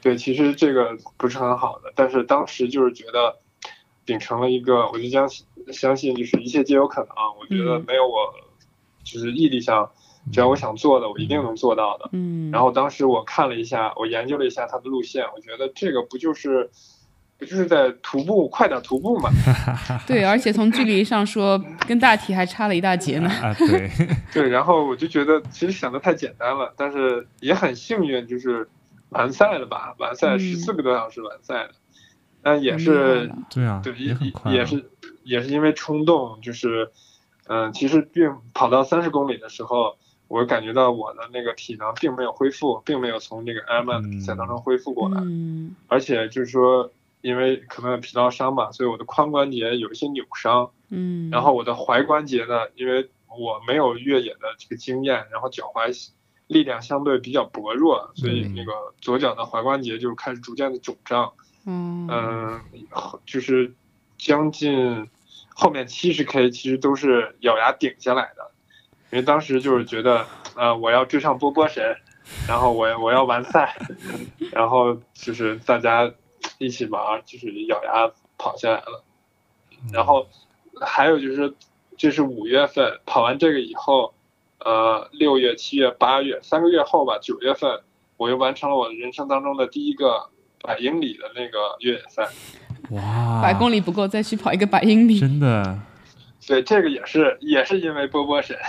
对，其实这个不是很好的，但是当时就是觉得秉承了一个，我就将相信就是一切皆有可能。我觉得没有我就是毅力上，只要我想做的，我一定能做到的。 嗯。 然后当时我看了一下，我研究了一下它的路线，我觉得这个不就是不就是在徒步快点徒步嘛？ 对，而且从距离上说，跟大体还差了一大截呢。 啊，对对，然后我就觉得其实想的太简单了，但是也很幸运，就是完赛了吧？完赛十四个多小时完赛的，但也是对啊， 对也很快， 也是也是因为冲动，就是嗯、呃，其实并跑到三十公里的时候，我感觉到我的那个体能并没有恢复，并没有从那个 Ironman 比赛当中恢复过来， 嗯， 而且就是说。因为可能疲劳伤吧，所以我的髋关节有一些扭伤， 嗯， 然后我的踝关节呢，因为我没有越野的这个经验，然后脚踝力量相对比较薄弱，所以那个左脚的踝关节就开始逐渐的肿胀， 嗯、 呃，就是将近后面七十 K 其实都是咬牙顶下来的，因为当时就是觉得，呃，我要追上波波神，然后我我要完赛，然后就是大家。一起玩，就是咬牙跑下来了。然后还有就是，这是五月份跑完这个以后，呃，六月、七月、八月三个月后吧，九月份我又完成了我人生当中的第一个百英里的那个越野赛。 哇！ 百公里不够，再去跑一个百英里。 真的。 对，这个也是也是因为波波神。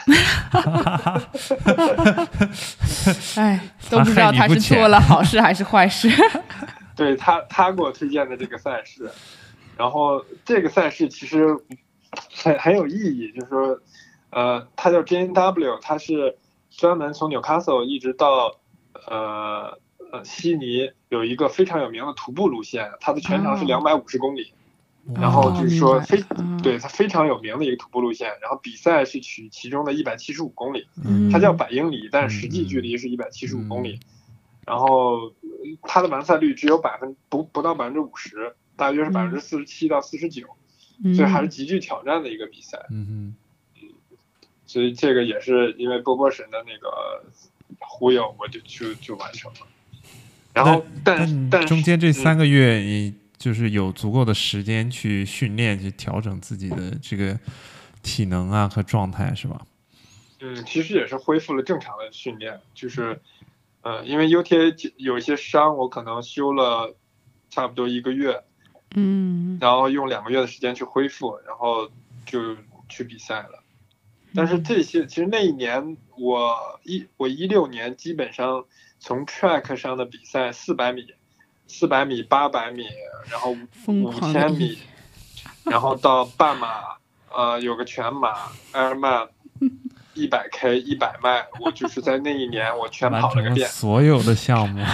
哎，都不知道他是做了好事还是坏事。 对他，他给我推荐的这个赛事，然后这个赛事其实很很有意义，就是说，呃，它叫 J N W， 它是专门从 Newcastle 一直到呃呃悉尼有一个非常有名的徒步路线，它的全长是两百五十公里， 哦、 然后就是说非、 哦、 对它非常有名的一个徒步路线，然后比赛是取其中的一百七十五公里， 嗯、 它叫百英里，但是实际距离是一百七十五公里。嗯然后它的完赛率只有百分不不到百分之五十，大约是百分之四十七到四十九，所以还是极具挑战的一个比赛。 嗯嗯，所以这个也是因为波波神的那个忽悠，我就就就完成了。然后但但中间这三个月，你就是有足够的时间去训练，去调整自己的这个体能啊和状态，是吧？ 嗯，其实也是恢复了正常的训练，就是。呃，因为 U T A 有一些伤，我可能休了差不多一个月， 嗯， 然后用两个月的时间去恢复，然后就去比赛了。但是这些其实那一年我一我一六年基本上从 track 上的比赛四百米、四百米、八百米，然后五千米，然后到半马，呃，有个全马、Ironman。一百 K 一百迈，我就是在那一年我全跑了个遍， 所有的项目。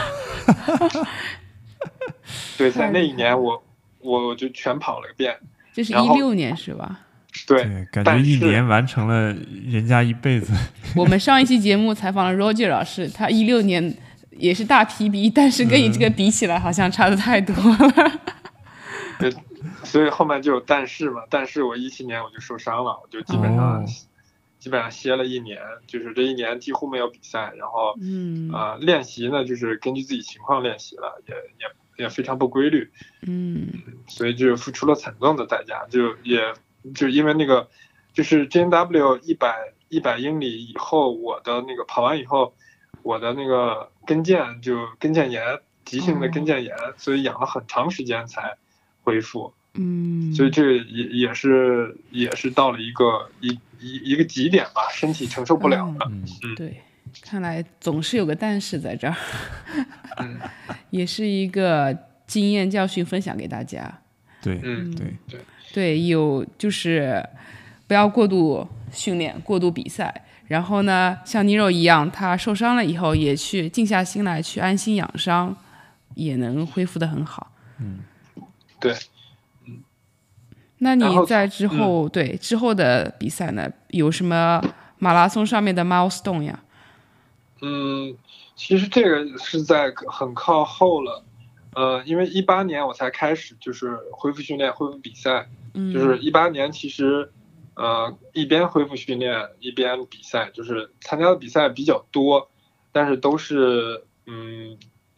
对，在那一年我我就全跑了个遍。 这是一六年是吧？ 对， 对，感觉一年完成了人家一辈子。 我们上一期节目采访了 Roger 老师，他一六年也是大 P B， 但是跟你这个比起来，好像差的太多了。 对，所以后面就有但是嘛，但是我一七年我就受伤了，我就基本上。 哦基本上歇了一年，就是这一年几乎没有比赛，然后， 嗯， 呃，练习呢就是根据自己情况练习了，也也也非常不规律， 嗯， 所以就付出了惨重的代价，就也就因为那个，就是 J N W 一百一百英里以后，我的那个跑完以后，我的那个跟腱就跟腱炎，急性的跟腱炎，哦、所以养了很长时间才恢复。 嗯， 所以这也也是也是到了一个一一一个极点吧，身体承受不了了。 嗯，嗯对，看来总是有个但是在这儿， 嗯、 也是一个经验教训分享给大家。 对， 嗯， 对对对，有就是不要过度训练、过度比赛，然后呢，像尼肉一样，他受伤了以后也去静下心来，去安心养伤，也能恢复得很好。 嗯， 对。 那你在之后、嗯、对之后的比赛呢，有什么马拉松上面的 milestone 呀？ 嗯，其实这个是在很靠后了，呃，因为一八年我才开始就是恢复训练、恢复比赛， 嗯、 就是一八年其实呃一边恢复训练一边比赛，就是参加的比赛比较多，但是都是嗯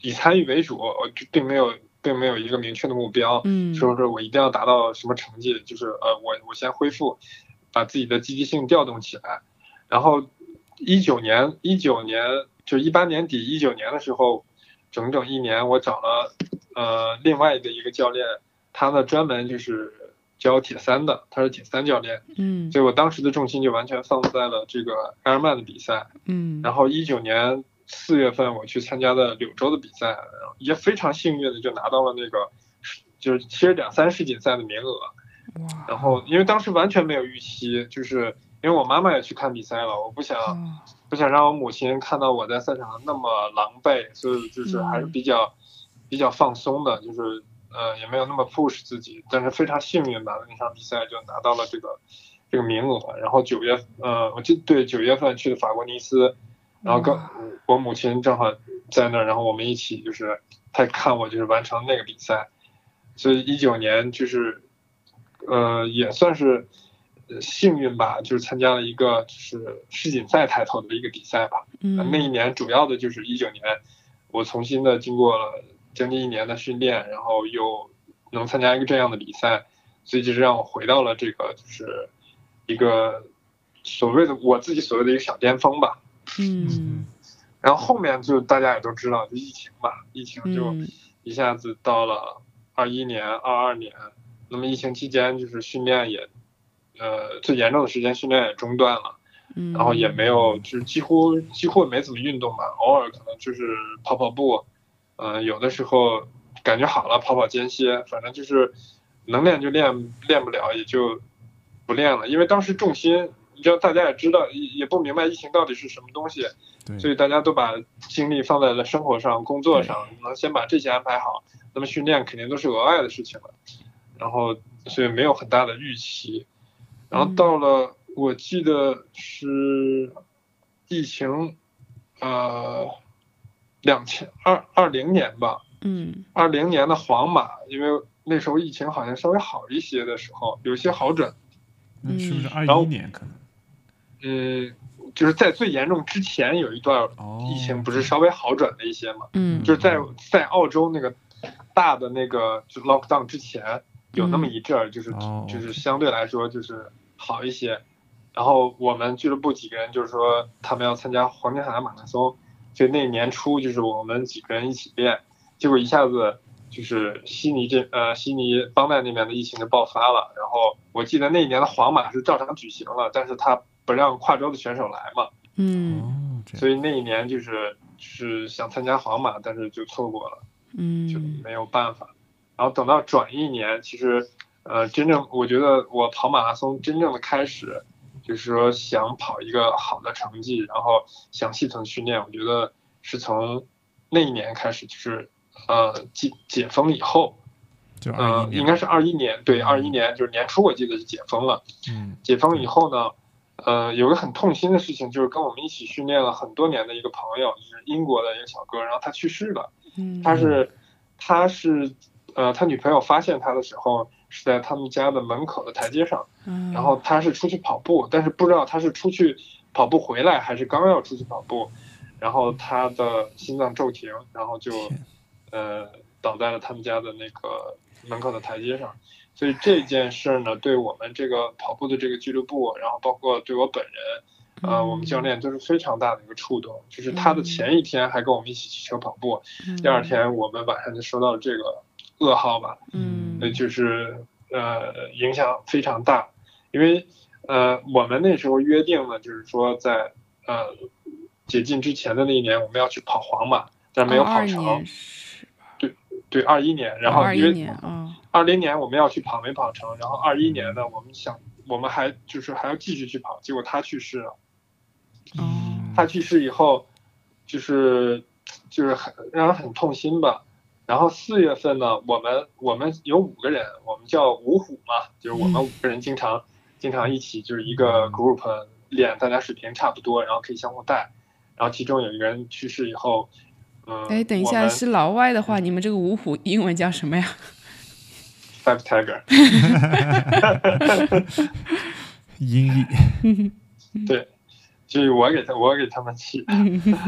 以参与为主，我就并没有并没有一个明确的目标， 嗯， 说是我一定要达到什么成绩，就是呃我我先恢复，把自己的积极性调动起来。然后一九年一九年就一八年底一九年的时候，整整一年我找了呃另外的一个教练，他呢专门就是教铁三的，他是铁三教练， 嗯， 所以我当时的重心就完全放在了这个埃尔曼的比赛， 嗯， 然后一九年四月份我去参加的柳州的比赛，也非常幸运的就拿到了那个就是七十点三世锦赛的名额，然后因为当时完全没有预期，就是因为我妈妈也去看比赛了，我不想、哦、不想让我母亲看到我在赛场上那么狼狈，所以就是还是比较、嗯、比较放松的，就是呃也没有那么 push 自己，但是非常幸运吧，那场比赛就拿到了这个这个名额。然后九月呃我记对九月份去的法国尼斯，然后跟我母亲正好在那儿，然后我们一起就是她看我就是完成那个比赛，所以一九年就是呃也算是幸运吧，就是参加了一个就是世锦赛抬头的一个比赛吧。 嗯， 那一年主要的就是一九年，我重新的经过了将近一年的训练，然后又能参加一个这样的比赛，所以就是让我回到了这个就是一个所谓的我自己所谓的一个小巅峰吧。 嗯， 然后后面就大家也都知道，就疫情吧，疫情就一下子到了二一年、二二年，那么疫情期间就是训练也。呃，最严重的时间训练也中断了， 嗯， 然后也没有，就是几乎几乎没怎么运动吧，偶尔可能就是跑跑步，呃，有的时候感觉好了跑跑间歇，反正就是能练就练，练不了也就不练了，因为当时重心，你知道大家也知道，也也不明白疫情到底是什么东西，所以大家都把精力放在了生活上、工作上，能先把这些安排好，那么训练肯定都是额外的事情了，然后所以没有很大的预期。然后到了，我记得是疫情，呃，两千二二零年吧， 嗯， 二零年的皇马，因为那时候疫情好像稍微好一些的时候，有些好转。 嗯，是不是二一年可能？ 嗯，就是在最严重之前有一段疫情，不是稍微好转了一些嘛？ 嗯， 就是在在澳洲那个大的那个就 lockdown 之前，有那么一阵儿，就是、 嗯、 就是相对来说就是好一些。然后我们俱乐部几个人就是说他们要参加黄金海岸马拉松，所以那年初就是我们几个人一起练，结果一下子就是悉尼这呃悉尼邦代那边的疫情就爆发了。然后我记得那一年的皇马是照常举行了，但是他不让跨州的选手来嘛， 嗯， 所以那一年就是是想参加皇马，但是就错过了， 嗯， 就没有办法。然后等到转一年，其实呃真正我觉得我跑马拉松真正的开始。就是说想跑一个好的成绩，然后想系统训练，我觉得是从那一年开始，就是呃解解封以后， 就呃应该是二一年，对，二一年就是年初我记得是解封了， 嗯， 解封以后呢，呃有个很痛心的事情，就是跟我们一起训练了很多年的一个朋友，就是英国的一个小哥，然后他去世了， 嗯， 他是他是呃他女朋友发现他的时候。是在他们家的门口的台阶上，然后他是出去跑步，但是不知道他是出去跑步回来还是刚要出去跑步，然后他的心脏骤停，然后就呃倒在了他们家的那个门口的台阶上。所以这件事呢，对我们这个跑步的这个俱乐部，然后包括对我本人，呃，我们教练都是非常大的一个触动。就是他的前一天还跟我们一起骑车跑步，第二天我们晚上就收到了这个噩耗吧， 嗯， 呃，就是呃影响非常大，因为呃我们那时候约定呢，就是说在呃解禁之前的那一年我们要去跑皇马，但没有跑成。 哦、 对对，二一年，然后因为二零年我们要去跑没跑成，然后二一年呢我们想我们还就是还要继续去跑，结果他去世了。 哦， 他去世以后，就是就是很让人很痛心吧。然后四月份呢，我们我们有五个人，我们叫五虎嘛，就是我们五个人经常、嗯、经常一起就是一个 group 练，大家水平差不多，然后可以相互带。然后其中有一个人去世以后，嗯， 哎，等一下，是老外的话，你们这个五虎英文叫什么呀 ？Five Tiger 。 英译。 对， 就是我给他我给他们起的，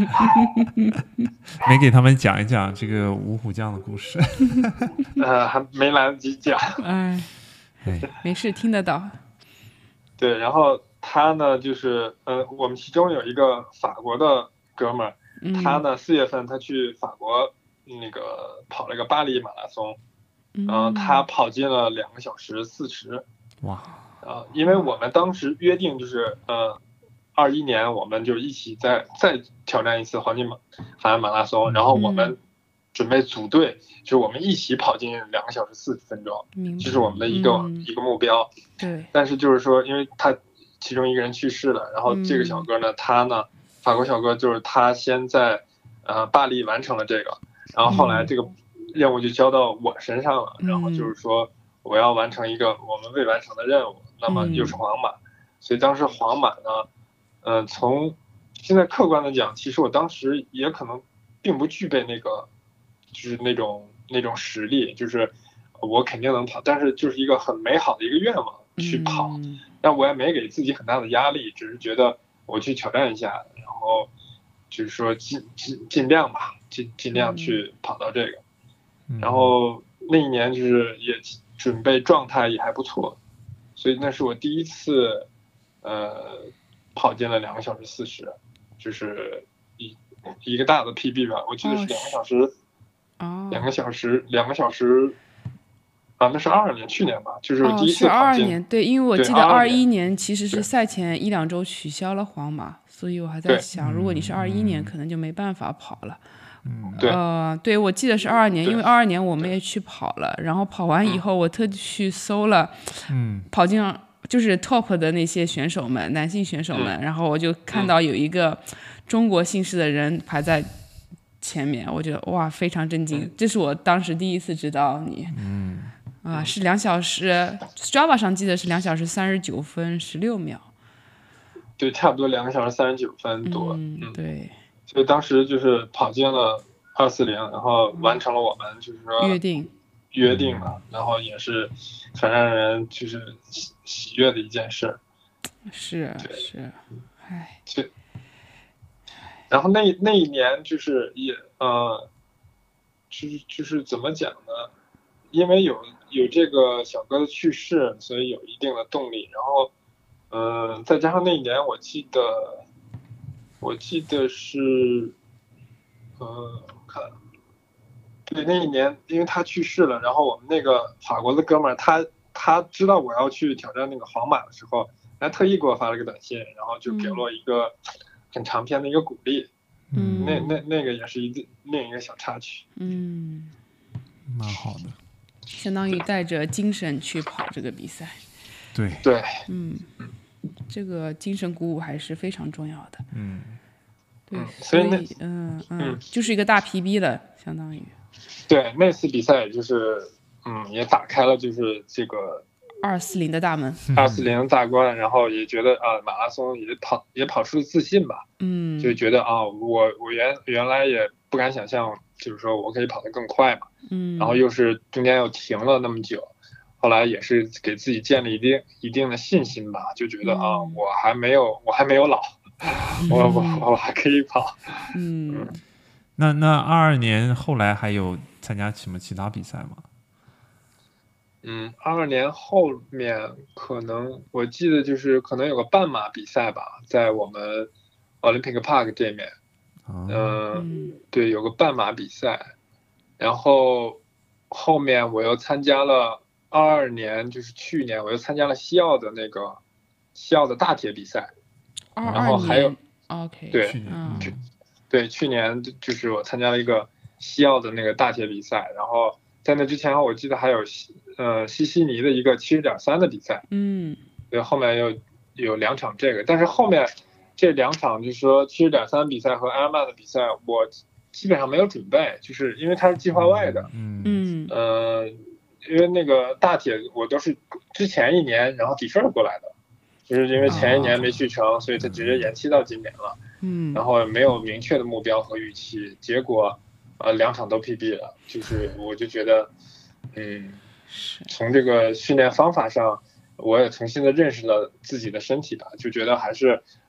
没给他们讲一讲这个五虎将的故事。 呃，还没来得及讲。 哎， 哎， 没事，听得到。 对，然后他呢，就是呃，我们其中有一个法国的哥们儿， 嗯， 他呢四月份他去法国那个跑了个巴黎马拉松， 嗯， 然后他跑进了两个小时四十。 哇， 呃，因为我们当时约定就是呃，二一年我们就一起再再挑战一次黄金马海岸马拉松，然后我们准备组队，就是我们一起跑进两个小时四十分钟， 明白这是我们的一个、 嗯、 一个目标。 对， 但是就是说，因为他其中一个人去世了，然后这个小哥呢， 嗯、 他呢，法国小哥就是他先在呃巴黎完成了这个，然后后来这个任务就交到我身上了， 嗯、 然后就是说我要完成一个我们未完成的任务，那么又是皇马，嗯、所以当时皇马呢，嗯、呃，从现在客观的讲，其实我当时也可能并不具备那个，就是那种那种实力，就是我肯定能跑，但是就是一个很美好的一个愿望去跑， 嗯、 但我也没给自己很大的压力，只是觉得我去挑战一下，然后就是说尽尽尽量吧，尽尽量去跑到这个， 嗯、 然后那一年就是也准备状态也还不错，所以那是我第一次，呃，跑进了两个小时四十，就是一一个大的 P B 吧，我记得是两个小时， 哦， 两个小时，两个小时。啊，那是二二年，去年吧，就是第一次跑进。二二进。 年，对，因为我记得二一年其实是赛前一两周取消了皇马，所以我还在想，如果你是二一年，可能就没办法跑了。 嗯， 对， 呃，对，我记得是二二年，因为二二年我们也去跑了，然后跑完以后，我特地去搜了， 嗯， 跑进就是 top 的那些选手们，男性选手们， 嗯、 然后我就看到有一个中国姓氏的人排在前面，我觉得哇，非常震惊，这是我当时第一次知道你。 嗯。 啊，是两小时 ，Strava 上记得是两小时三十九分十六秒， 对，差不多两个小时三十九分多， 嗯，嗯对， 所以当时就是跑进了二四零，然后完成了我们就是说约定约定了，然后也是很让人就是喜喜悦的一件事， 是是，唉， 对，然后那那一年就是也呃，就是就是怎么讲呢？因为有有这个小哥的去世，所以有一定的动力。然后，嗯、呃，再加上那一年，我记得，我记得是，嗯、呃，我看，对，那一年，因为他去世了，然后我们那个法国的哥们儿，他他知道我要去挑战那个皇马的时候，还特意给我发了个短信，然后就给了我一个很长篇的一个鼓励。 嗯， 那那那个也是一另一个小插曲。 嗯， 蛮好的。 相当于带着精神去跑这个比赛， 对对， 嗯，这个精神鼓舞还是非常重要的， 嗯， 对， 嗯、所以那嗯嗯， 嗯就是一个大 P B 了，相当于， 对，那次比赛就是嗯也打开了就是这个二四零的大门， 二四零大关，然后也觉得啊马拉松也跑也跑出自信吧， 嗯， 就觉得啊我我原原来也不敢想象，就是说我可以跑得更快嘛。 嗯， 然后又是中间又停了那么久，后来也是给自己建立一定一定的信心吧，就觉得、 嗯、 啊，我还没有我还没有老， 嗯、 我我我还可以跑。 嗯， 嗯那那二二年后来还有参加什么其他比赛吗？ 嗯，二二年后面可能我记得就是可能有个半马比赛吧，在我们 Olympic Park 这面， 哦、 呃、 嗯， 对，有个半马比赛。然后后面我又参加了二二年，就是去年我又参加了西奥的那个西奥的大铁比赛， 二然后还有 OK 对， 嗯， 对，去年就是我参加了一个西奥的那个大铁比赛，然后在那之前我记得还有西呃西西尼的一个七十点三的比赛， 嗯， 对，后面有有两场这个，但是后面这两场就是说七十点三比赛和埃尔曼的比赛我基本上没有准备，就是因为它是计划外的， 嗯嗯， 呃，因为那个大铁我都是之前一年然后抵分过来的，就是因为前一年没去成，所以它直接延期到今年了， 嗯， 然后没有明确的目标和预期，结果呃两场都 P B 了，就是我就觉得，嗯，从这个训练方法上，我也重新的认识了自己的身体吧，就觉得还是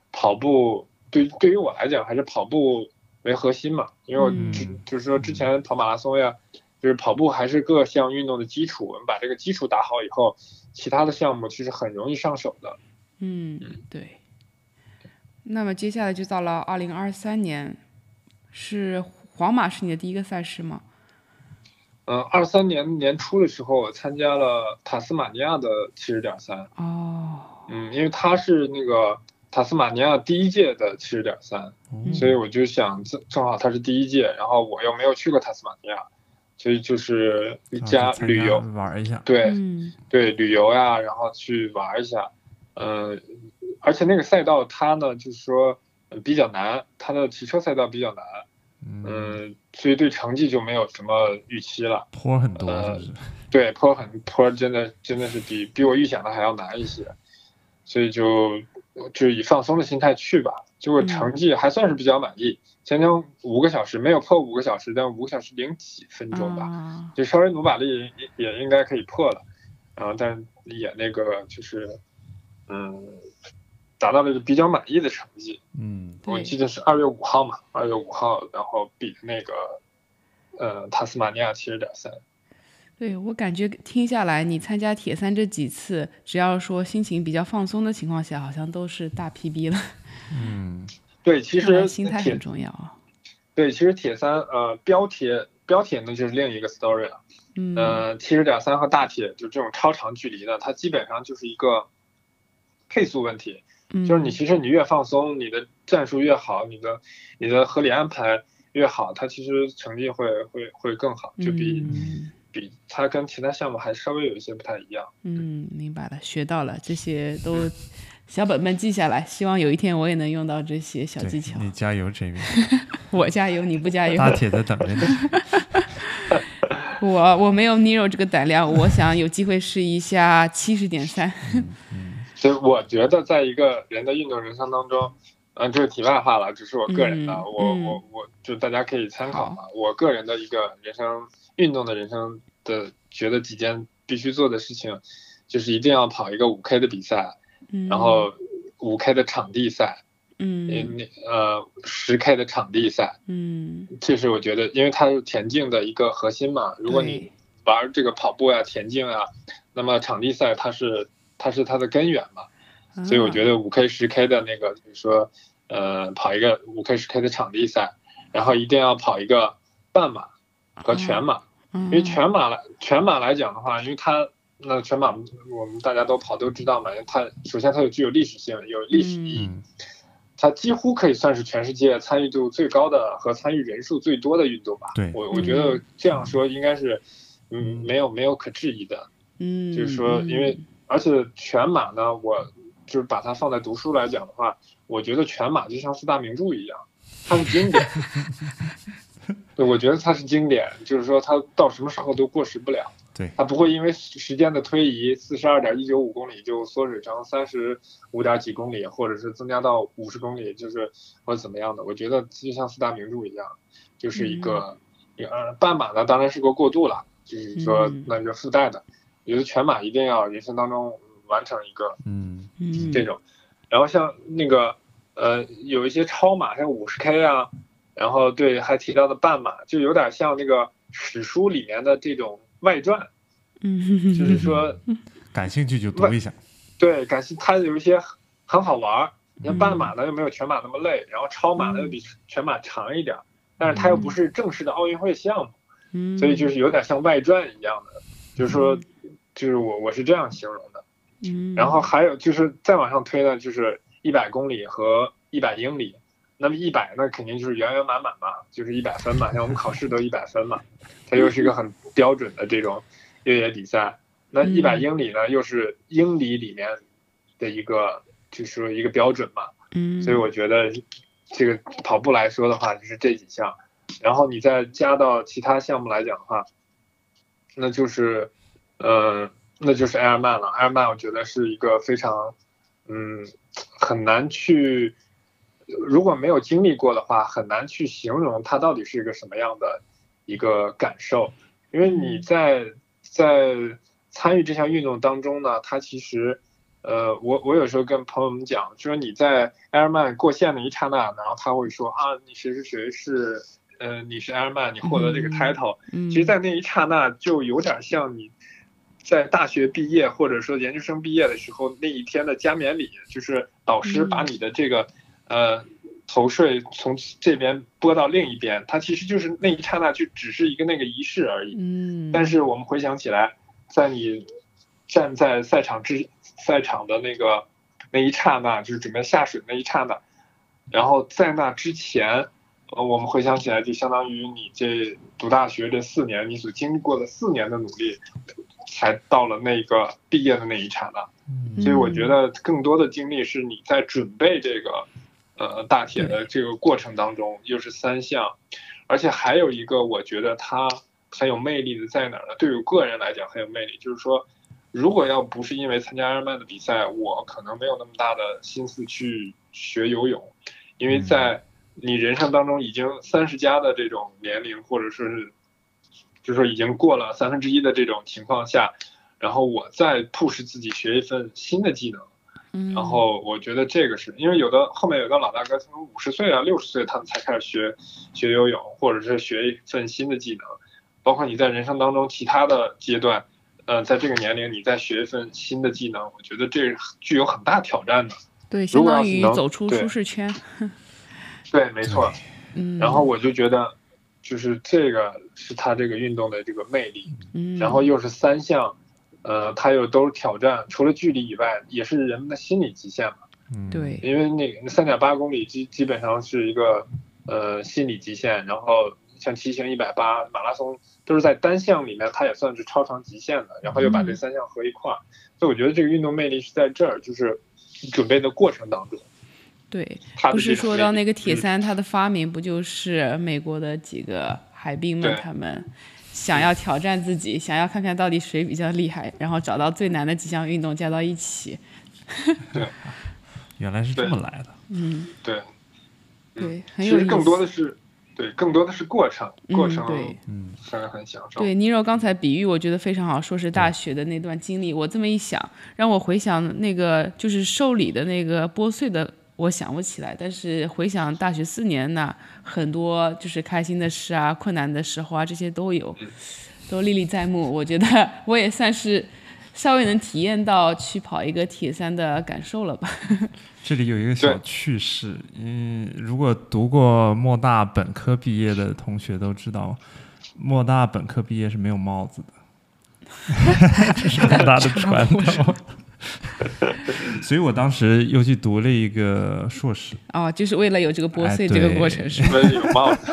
跑步对对于我来讲还是跑步为核心嘛，因为我嗯之就是说之前跑马拉松呀，就是跑步还是各项运动的基础，我们把这个基础打好以后，其他的项目其实很容易上手的。 嗯，对。那么接下来就到了二零二三年，是皇马是你的第一个赛事吗？ 嗯，二三年年初的时候，我参加了塔斯马尼亚的七十点三。 哦， 嗯，因为它是那个塔斯马尼亚第一届的七十点三，所以我就想正正好它是第一届，然后我又没有去过塔斯马尼亚，所以就是加旅游玩一下。 对、 嗯、 对，旅游呀，然后去玩一下。嗯、呃，而且那个赛道它呢，就是说比较难，它的骑车赛道比较难。嗯、呃，所以对成绩就没有什么预期了。 坡很多，是不是？ 呃、对，坡很坡真的真的是比比我预想的还要难一些，所以就就以放松的心态去吧。结果成绩还算是比较满意，前程五个小时没有破五个小时，但五个小时零几分钟吧， 啊、 就稍微努把力也也应该可以破了。然后但也那个就是嗯。达到了一个比较满意的成绩， 嗯， 我记得是二月五号嘛，二月五号，然后比那个，呃，塔斯马尼亚七十点三。 对，我感觉听下来，你参加铁三这几次，只要说心情比较放松的情况下，好像都是大 P B 了。 嗯， 对，其实心态很重要啊。 对，其实铁三，呃，标铁标铁呢就是另一个 story 了。 嗯。 呃，七十点三和大铁就这种超长距离的，它基本上就是一个配速问题。就是你其实你越放松，你的战术越好，你的你的合理安排越好，它其实成绩会会会更好，就比、 嗯、 比它跟其他项目还稍微有一些不太一样。 嗯，明白了，学到了，这些都小本本记下来，希望有一天我也能用到这些小技巧。 你加油，这边我加油，你不加油？ 打铁的等着你。 我我没有 Niro 这个胆量，我想有机会试一下七十点三。 所以我觉得，在一个人的运动人生当中，嗯，这是题外话了，只是我个人的， 嗯、 我我我就大家可以参考嘛。我个人的一个人生运动的人生的，觉得几件必须做的事情，就是一定要跑一个五 K 的比赛， 嗯、 然后五 K 的场地赛， 嗯， 呃，十 K 的场地赛， 嗯， 这是我觉得，因为它是田径的一个核心嘛。如果你玩这个跑步呀、田径啊，那么场地赛它是。它是它的根源嘛，所以我觉得五 K、十 K 的那个，就是说，呃，跑一个五 K、十 K 的场地赛，然后一定要跑一个半马和全马，因为全马来全马来讲的话，因为它那全马我们大家都跑都知道嘛，它首先它有具有历史性，有历史意义，它几乎可以算是全世界参与度最高的和参与人数最多的运动吧。 对， 我我觉得这样说应该是，嗯，没有没有可质疑的， 嗯， 就是说因为。而且全马呢，我就是把它放在读书来讲的话，我觉得全马就像四大名著一样，它是经典。对，我觉得它是经典，就是说它到什么时候都过时不了。 对， 它不会因为时间的推移，四十二点一九五公里就缩水成三十五点几公里，或者是增加到五十公里，就是或者怎么样的。我觉得就像四大名著一样，就是一个，嗯、呃，半马呢当然是个过渡了，就是说那个附带的。我觉得全马一定要人生当中完成一个， 嗯嗯， 这种，然后像那个呃有一些超马，像五十 K 啊，然后对还提到的半马，就有点像那个史书里面的这种外传， 嗯， 就是说感兴趣就读一下， 对，感兴它有一些很好玩，你看半马呢又没有全马那么累，然后超马呢又比全马长一点，但是它又不是正式的奥运会项目， 嗯， 所以就是有点像外传一样的，就是说。就是我我是这样形容的， 嗯， 然后还有就是再往上推呢，就是一百公里和一百英里，那么一百呢肯定就是圆圆满满嘛，就是一百分嘛，像我们考试都一百分嘛，它又是一个很标准的这种越野比赛。那一百英里呢又是英里里面的一个就是说一个标准嘛， 嗯， 所以我觉得这个跑步来说的话就是这几项，然后你再加到其他项目来讲的话，那就是。呃，那就是 Ironman 了。Ironman 我觉得是一个非常，嗯，很难去，如果没有经历过的话，很难去形容它到底是一个什么样的一个感受。因为你在在参与这项运动当中呢，它其实呃，我我有时候跟朋友们讲，就说你在埃尔曼过线的一刹那，然后他会说啊，你谁谁谁是，呃，你是埃尔曼，你获得这个 title，、 嗯、 其实，在那一刹那就有点像你在大学毕业或者说研究生毕业的时候那一天的加冕礼，就是导师把你的这个、嗯、呃头税从这边拨到另一边，它其实就是那一刹那就只是一个那个仪式而已。 嗯， 但是我们回想起来，在你站在赛场之赛场的那个那一刹那，就是准备下水那一刹那，然后在那之前，呃，我们回想起来，就相当于你这读大学这四年，你所经历过的四年的努力，才到了那个毕业的那一刹那。 嗯、 所以我觉得更多的经历是你在准备这个呃大铁的这个过程当中，又是三项，而且还有一个我觉得它很有魅力的在哪儿呢？对于个人来讲很有魅力，就是说，如果要不是因为参加埃尔曼的比赛，我可能没有那么大的心思去学游泳，因为在你人生当中已经三十加的这种年龄，或者说是，就是说已经过了三分之一的这种情况下，然后我再 push 自己学一份新的技能。然后我觉得这个是因为有的后面有的老大哥从五十岁啊六十岁他们才开始学学游泳，或者是学一份新的技能，包括你在人生当中其他的阶段，呃，在这个年龄你再学一份新的技能，我觉得这具有很大挑战的。 对，相当于走出舒适圈。 对，对没错。 嗯。 然后我就觉得，就是这个是他这个运动的这个魅力。 嗯。 然后又是三项。呃，它又都是挑战，除了距离以外，也是人们的心理极限嘛。 嗯， 对。 因为那个三点八公里基基本上是一个呃心理极限，然后像骑行一百八、马拉松都是在单项里面，它也算是超长极限的，然后又把这三项合一块儿、嗯，所以我觉得这个运动魅力是在这儿，就是准备的过程当中。 对，不是说到那个铁三，它的发明不就是美国的几个海兵们他们。想要挑战自己，想要看看到底谁比较厉害，然后找到最难的几项运动加到一起。 对， 原来是这么来的。 嗯， 对， 对，很有意思。 其实更多的是，对，更多的是过程，过程， 对， 嗯，让人很享受。 对，尼柔刚才比喻我觉得非常好，说是大学的那段经历。我这么一想，让我回想那个就是受理的那个拨穗的。我想不起来，但是回想大学四年呢，很多就是开心的事啊、困难的时候啊，这些都有，都历历在目。我觉得我也算是稍微能体验到去跑一个铁三的感受了吧。 这里有一个小趣事，嗯，如果读过莫大本科毕业的同学都知道，莫大本科毕业是没有帽子的，这是莫大的传统。所以我当时又去读了一个硕士。 哦，就是为了有这个拨穗这个过程，是吧？有帽子，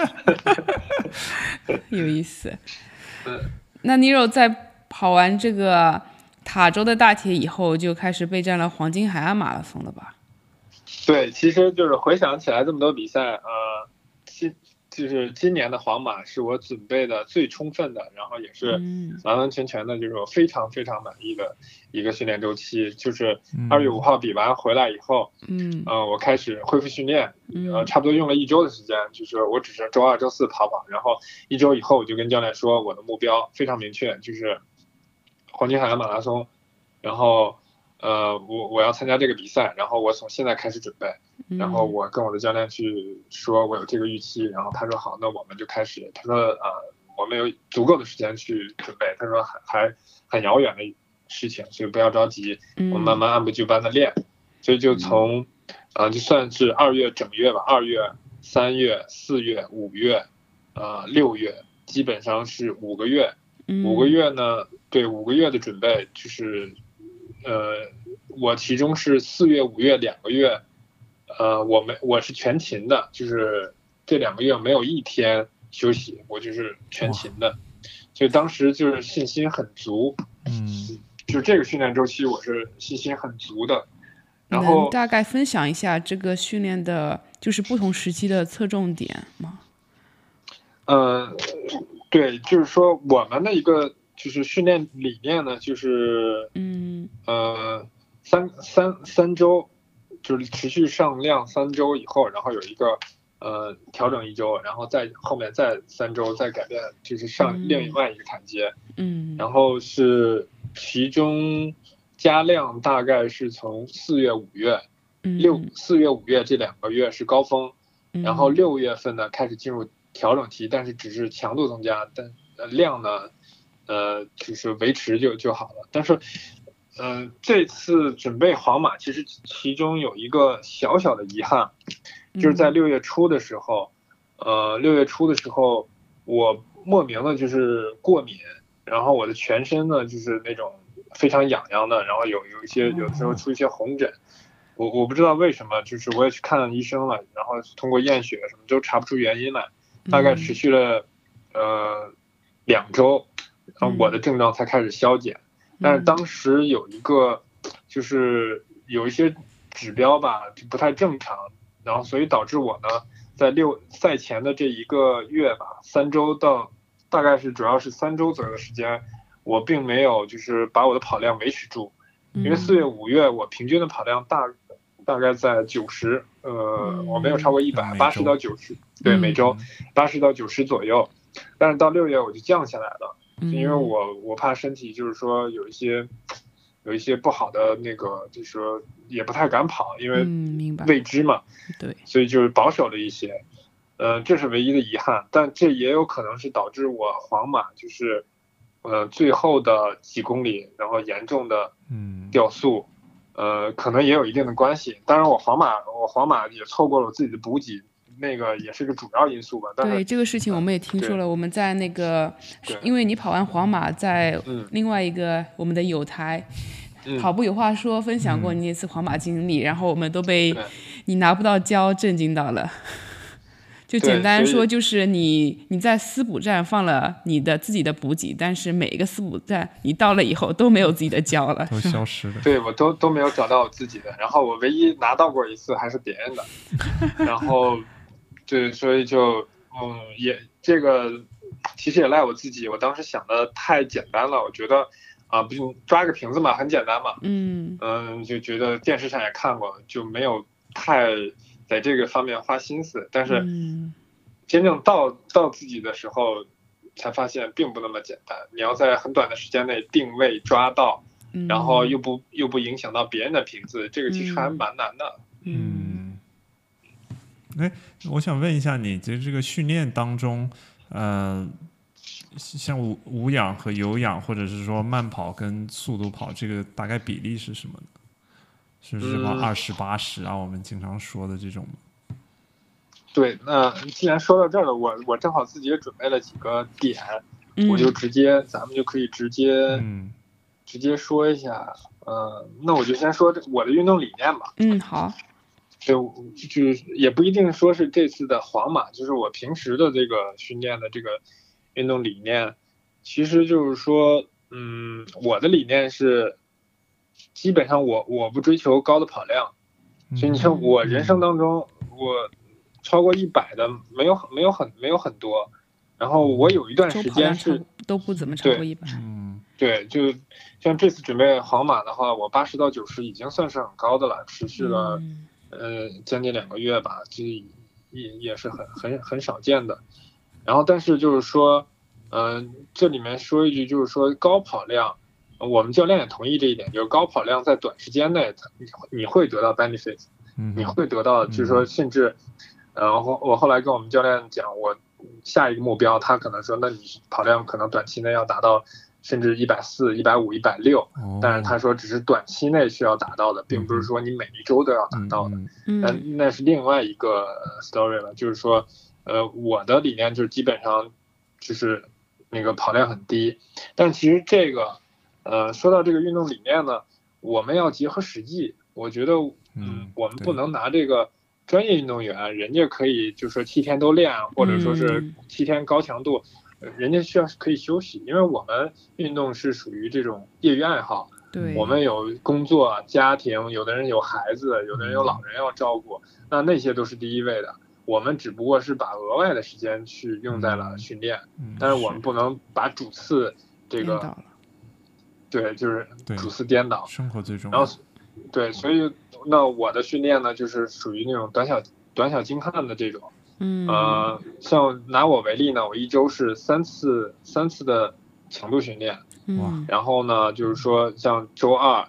有意思。那尼柔在跑完这个塔州的大铁以后，就开始备战了黄金海岸马拉松了吧？ 对，其实就是回想起来这么多比赛，呃，今就是今年的黄马是我准备的最充分的，然后也是完完全全的，就是我非常非常满意的一个训练周期。就是二月五号比完回来以后， 嗯， 呃，我开始恢复训练，呃，差不多用了一周的时间，就是我只是周二、周四跑跑，然后一周以后我就跟教练说，我的目标非常明确，就是黄金海岸马拉松，然后。呃，我我要参加这个比赛，然后我从现在开始准备，然后我跟我的教练去说，我有这个预期，然后他说好，那我们就开始。他说呃，我们有足够的时间去准备，他说还还很遥远的事情，所以不要着急，我们慢慢按部就班的练。所以就从，呃，就算是二月整月吧，二月、三月、四月、五月，呃，六月，基本上是五个月。五个月呢，对，五个月的准备就是。呃，我其中是四月、五月两个月，呃，我没我是全勤的，就是这两个月没有一天休息，我就是全勤的，所以当时就是信心很足， 嗯， 就是这个训练周期我是信心很足的。然后能大概分享一下这个训练的，就是不同时期的侧重点吗？ 呃，对，就是说我们的一个。就是训练理念呢，就是嗯呃三三三周，就是持续上量三周以后，然后有一个呃调整一周，然后再后面再三周再改变，就是上另外一个台阶。 嗯， 然后是其中加量大概是从四月五月，六四月五月这两个月是高峰，然后六月份呢开始进入调整期，但是只是强度增加，但量呢，呃，就是维持就就好了。但是，嗯、呃，这次准备皇马，其实其中有一个小小的遗憾，就是在六月初的时候，呃，六月初的时候，我莫名的就是过敏，然后我的全身呢就是那种非常痒痒的，然后有有一些有的时候出一些红疹。我我不知道为什么，就是我也去看医生了，然后通过验血什么都查不出原因来，大概持续了、嗯、呃两周，然后我的症状才开始消减。嗯、但是当时有一个就是有一些指标吧就不太正常，然后所以导致我呢在六赛前的这一个月吧，三周到大概是主要是三周左右的时间，我并没有就是把我的跑量维持住，因为四月五月我平均的跑量大。大概在九十，呃，我没有超过一百，八十到九十，对，每周八十到九十左右。但是到六月我就降下来了，因为我我怕身体就是说有一些有一些不好的那个，就是说也不太敢跑，因为未知嘛， 对， 所以就是保守了一些。呃，这是唯一的遗憾，但这也有可能是导致我皇马就是呃最后的几公里，然后严重的掉速。呃，可能也有一定的关系。当然，我皇马，我皇马也错过了我自己的补给，那个也是个主要因素吧。但是对这个事情，我们也听说了。我们在那个，因为你跑完皇马，在另外一个、嗯、我们的友台、嗯、跑步有话说分享过你那次皇马经历，嗯、然后我们都被你拿不到胶震惊到了。就简单说，就是你你在私补站放了你的自己的补给，但是每一个私补站你到了以后都没有自己的胶了， 都消失了。 对，我都都没有找到我自己的，然后我唯一拿到过一次还是别人的，然后对，所以就嗯也这个其实也赖我自己，我当时想的太简单了，我觉得啊不就抓个瓶子嘛，很简单嘛， 嗯嗯就觉得电视上也看过，就没有太。在这个方面花心思，但是真正到到自己的时候，才发现并不那么简单。你要在很短的时间内定位抓到， 嗯、 然后又不又不影响到别人的瓶子，这个其实还蛮难的。 嗯，哎，我想问一下你，在这个训练当中，呃，像无无氧和有氧，或者是说慢跑跟速度跑，这个大概比例是什么呢？是什么二十八十啊？我们经常说的这种。 对，那既然说到这儿了，我我正好自己也准备了几个点， 嗯、 我就直接咱们就可以直接、 嗯、 直接说一下。呃，那我就先说我的运动理念吧。 嗯，好。 就就是也不一定说是这次的皇马，就是我平时的这个训练的这个运动理念，其实就是说，嗯，我的理念是。基本上我我不追求高的跑量，所以你像我人生当中，我超过一百的没有没有很没有很多，然后我有一段时间是都不怎么超过一百， 嗯，对，就像这次准备皇马的话，我八十到九十已经算是很高的了，持续了、嗯、呃将近两个月吧，这也也是很很很少见的。然后但是就是说，嗯、呃，这里面说一句，就是说高跑量。我们教练也同意这一点，就是高跑量在短时间内，你会得到 benefits，、嗯、你会得到，就是说，甚至，呃，我我后来跟我们教练讲，我下一个目标，他可能说，那你跑量可能短期内要达到甚至一百四、一百五、一百六，但是他说只是短期内需要达到的，并不是说你每一周都要达到的， 嗯、 那那是另外一个 story 了，就是说，呃，我的理念就是基本上就是那个跑量很低，但其实这个。呃，说到这个运动理念呢，我们要结合实际。我觉得，嗯，我们不能拿这个专业运动员，人家可以就是说七天都练，或者说是七天高强度， 嗯、 人家需要可以休息，因为我们运动是属于这种业余爱好。 对， 我们有工作、家庭，有的人有孩子，有的人有老人要照顾，那那些都是第一位的。我们只不过是把额外的时间去用在了训练， 嗯、 但是我们不能把主次这个。对，就是主次颠倒， 生活最重要。 然后，对，所以那我的训练呢，就是属于那种短小短小精悍的这种。 嗯。 呃，像拿我为例呢，我一周是三次三次的强度训练。 哇。 然后呢，就是说像周二，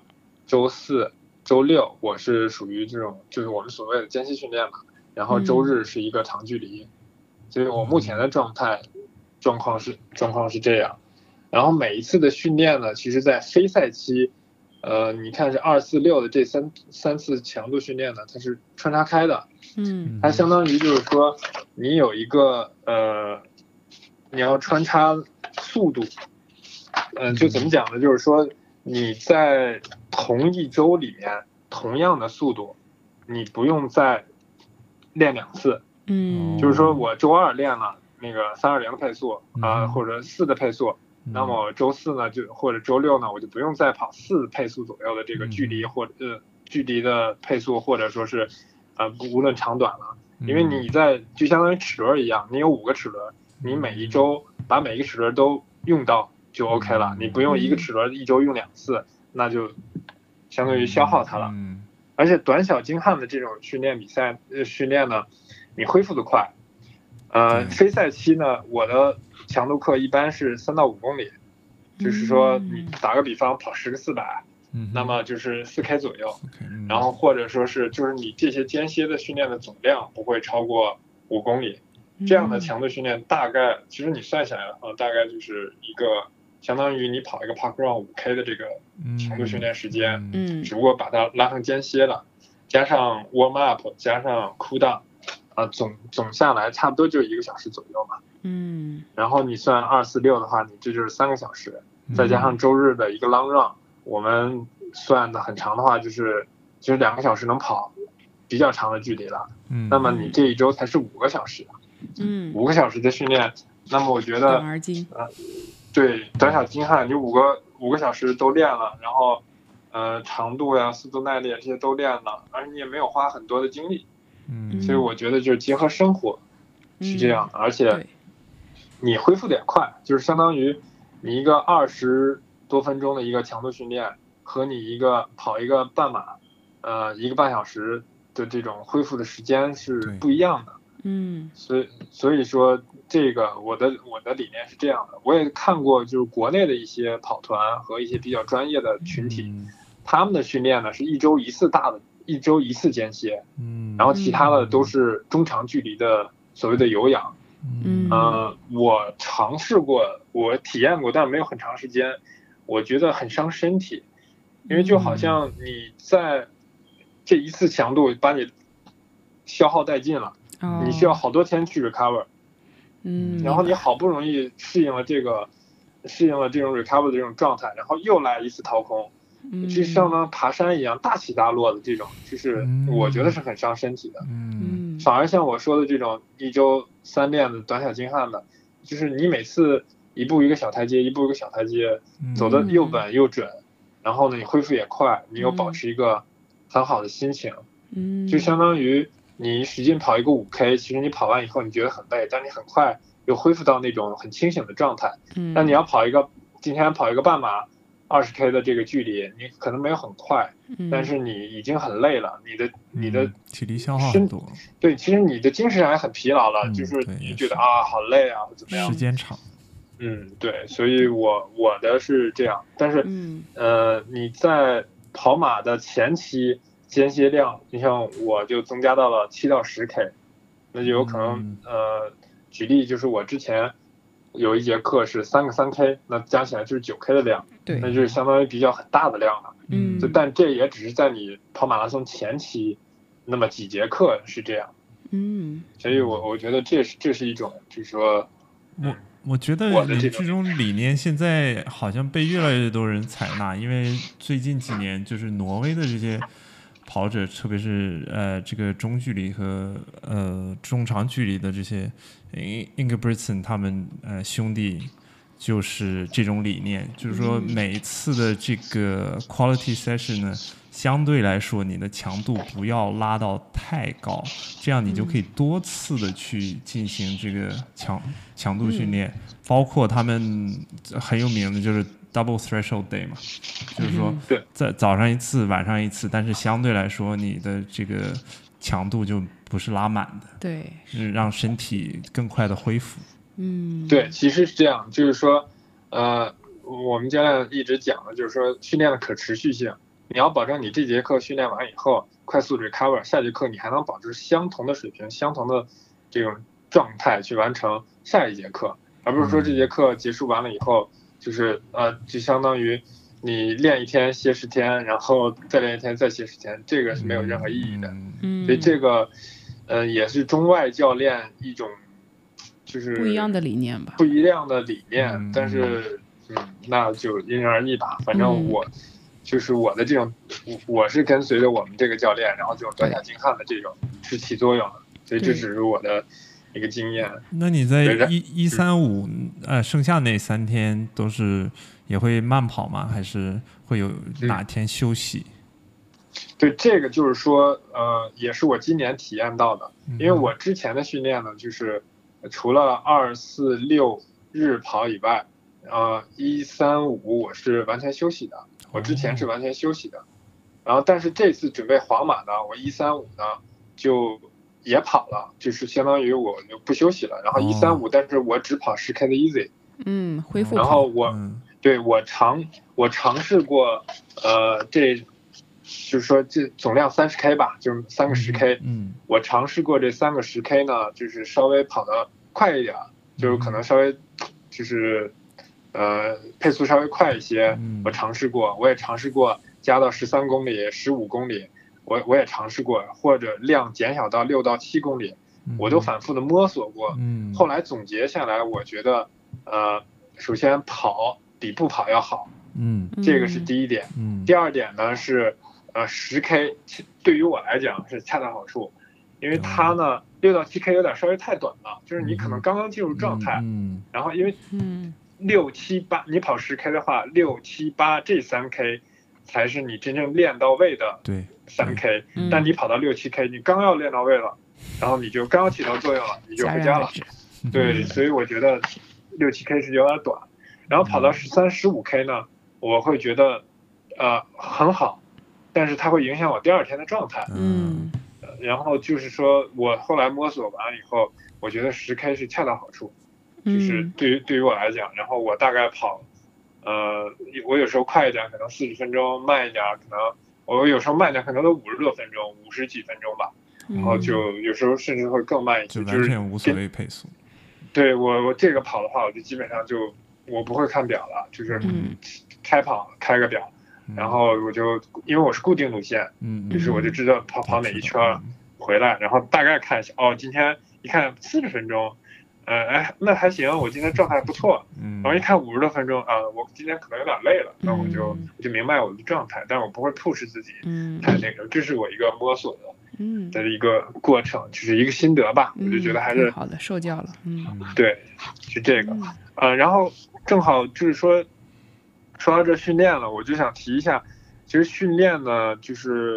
周四、周六我是属于这种就是我们所谓的间歇训练嘛，然后周日是一个长距离，所以我目前的状态状况是状况是这样。然后每一次的训练呢，其实在非赛期，呃，你看是二四六的这三三次强度训练呢，它是穿插开的， 嗯， 它相当于就是说你有一个呃，你要穿插速度，嗯、呃，就怎么讲呢？就是说你在同一周里面同样的速度，你不用再练两次， 嗯， 就是说我周二练了那个三二零的配速啊、呃， 嗯或者四的配速。那么周四呢，就或者周六呢，我就不用再跑四配速左右的这个距离，或者呃距离的配速，或者说是，呃无论长短了，因为你在就相当于齿轮一样，你有五个齿轮，你每一周把每一个齿轮都用到就 OK 了，你不用一个齿轮一周用两次，那就相当于消耗它了。而且短小精悍的这种训练比赛呃训练呢，你恢复的快，呃非赛期呢，我的强度课一般是三到五公里，就是说你打个比方跑十个四百，那么就是四 K 左右，然后或者说是就是你这些间歇的训练的总量不会超过五公里，这样的强度训练大概其实你算下来的话，大概就是一个相当于你跑一个 park run 五 K 的这个强度训练时间， 嗯， 只不过把它拉成间歇了，加上 warm up 加上 cool down，啊，总总下来差不多就一个小时左右嘛。 嗯， 然后你算二四六的话，你这就是三个小时，再加上周日的一个 long run，我们算的很长的话，就是其实两个小时能跑比较长的距离了。嗯，那么你这一周才是五个小时， 嗯， 五个小时的训练，那么我觉得， 短而精， 呃，对，短小精悍，你五个五个小时都练了，然后，呃，长度呀、速度耐力这些都练了，而你也没有花很多的精力，嗯，所以我觉得就是结合生活是这样的， 嗯、 而且。你恢复得快，就是相当于你一个二十多分钟的一个强度训练和你一个跑一个半马，呃，一个半小时的这种恢复的时间是不一样的。 嗯， 所以所以说这个我的我的理念是这样的，我也看过就是国内的一些跑团和一些比较专业的群体，嗯、他们的训练呢是一周一次大的一周一次间歇，嗯，然后其他的都是中长距离的所谓的有氧。嗯，呃，我尝试过，我体验过，但没有很长时间，我觉得很伤身体，因为就好像你在这一次强度把你消耗殆尽了，哦、你需要好多天去 recover， 嗯，然后你好不容易适应了这个，适应了这种 recover 的这种状态，然后又来一次掏空，嗯，就像呢爬山一样大起大落的这种，就是我觉得是很伤身体的，嗯，反而像我说的这种一周三练的短小精悍的，就是你每次一步一个小台阶，一步一个小台阶，走的又稳又准，嗯、然后呢你恢复也快，你又保持一个很好的心情，嗯，就相当于你使劲跑一个五 K， 其实你跑完以后你觉得很累，但你很快又恢复到那种很清醒的状态，嗯，但你要跑一个今天跑一个半马二十 K 的这个距离，你可能没有很快，嗯、但是你已经很累了，你的你的、嗯、 体力消耗很多， 对，其实你的精神上也很疲劳了，嗯、就是你觉得啊好累啊或怎么样， 时间长， 嗯，对，所以我我的是这样，但是、嗯、呃你在跑马的前期间歇量，你像我就增加到了七到十 K， 那就有可能、嗯、呃举例就是我之前。有一节课是三个三 K， 那加起来就是九 K 的量， 对， 那就是相当于比较很大的量了。嗯，但这也只是在你跑马拉松前期，那么几节课是这样。嗯，所以我我觉得这是这是一种，就是说， 我我觉得你这种理念现在好像被越来越多人采纳，因为最近几年就是挪威的这些跑者，特别是呃这个中距离和呃中长距离的这些。Ingebrigtsen 他们呃兄弟就是这种理念，就是说每一次的这个 quality session 呢，相对来说你的强度不要拉到太高，这样你就可以多次的去进行这个强强度训练，包括他们很有名的就是 double threshold day 嘛，就是说在早上一次晚上一次，但是相对来说你的这个强度就不是拉满的， 对， 是让身体更快的恢复。 嗯，对，其实是这样，就是说，呃，我们教练一直讲的，就是说训练的可持续性。 你要保证你这节课训练完以后快速 recover， 下节课你还能保持相同的水平、相同的这种状态去完成下一节课，而不是说这节课结束完了以后，就是呃，就相当于你练一天歇十天，然后再练一天再歇十天，这个是没有任何意义的。 嗯， 所以这个，呃，也是中外教练一种就是不一样的理念吧， 不一样的理念， 嗯、 但是嗯，那就因人而异吧。反正我。嗯就是我的这种，我是跟随着我们这个教练，然后这种端下精悍的这种是起作用的，所以这只是我的一个经验。 那你在一一三五呃剩下那三天都是也会慢跑吗？还是会有哪天休息？ 嗯、对，这个就是说，呃，也是我今年体验到的，因为我之前的训练呢，就是除了二四六日跑以外，呃，一三五我是完全休息的。我之前是完全休息的，然后但是这次准备皇马呢，我一三五呢就也跑了，就是相当于我就不休息了。然后一三五，但是我只跑十 K 的 easy， 嗯，恢复跑。 然后我， 嗯、 对我尝我尝试过，呃，这就是说这总量三十 K 吧，就是三个十 K， 嗯， 我尝试过这三个十 K 呢，就是稍微跑得快一点，就是可能稍微就是。呃，配速稍微快一些，我尝试过，我也尝试过加到十三公里、十五公里，我我也尝试过，或者量减小到六到七公里，我都反复的摸索过。 嗯， 后来总结下来，我觉得，呃，首先跑比不跑要好， 嗯， 这个是第一点。 嗯， 第二点呢是，呃，十 K 对于我来讲是恰到好处，因为它呢六到七 K 有点稍微太短了，就是你可能刚刚进入状态， 嗯， 然后因为嗯。 六七八，你跑十 K 的话，六七八这三 K 才是你真正练到位的三 K。但你跑到六七 K，你刚要练到位了，然后你就刚要起到作用了，你就回家了。对，所以我觉得六七 K 是有点短。然后跑到十三、十五 K 呢，我会觉得呃很好，但是它会影响我第二天的状态。 嗯。 然后就是说我后来摸索完了以后，我觉得十 K 是恰到好处。就是对于对于我来讲，然后我大概跑，呃，我有时候快一点，可能四十分钟；慢一点，可能我有时候慢一点，可能都五十多分钟，五十几分钟吧。然后就有时候甚至会更慢一些， 就完全无所谓配速。 对我我这个跑的话，我就基本上就我不会看表了，就是开跑开个表，然后我就因为我是固定路线， 嗯， 就是我就知道跑跑哪一圈回来，然后大概看一下，哦，今天一看四十分钟。呃，哎，那还行，我今天状态不错。 嗯， 然后一看五十多分钟啊，我今天可能有点累了，那我就我就明白我的状态，但我不会 push 自己， 嗯， 太那个，这是我一个摸索的， 嗯， 的一个过程，就是一个心得吧。我就觉得还是好的，受教了，嗯， 对，是这个，呃，然后正好就是说，说到这训练了，我就想提一下，其实训练呢，就是。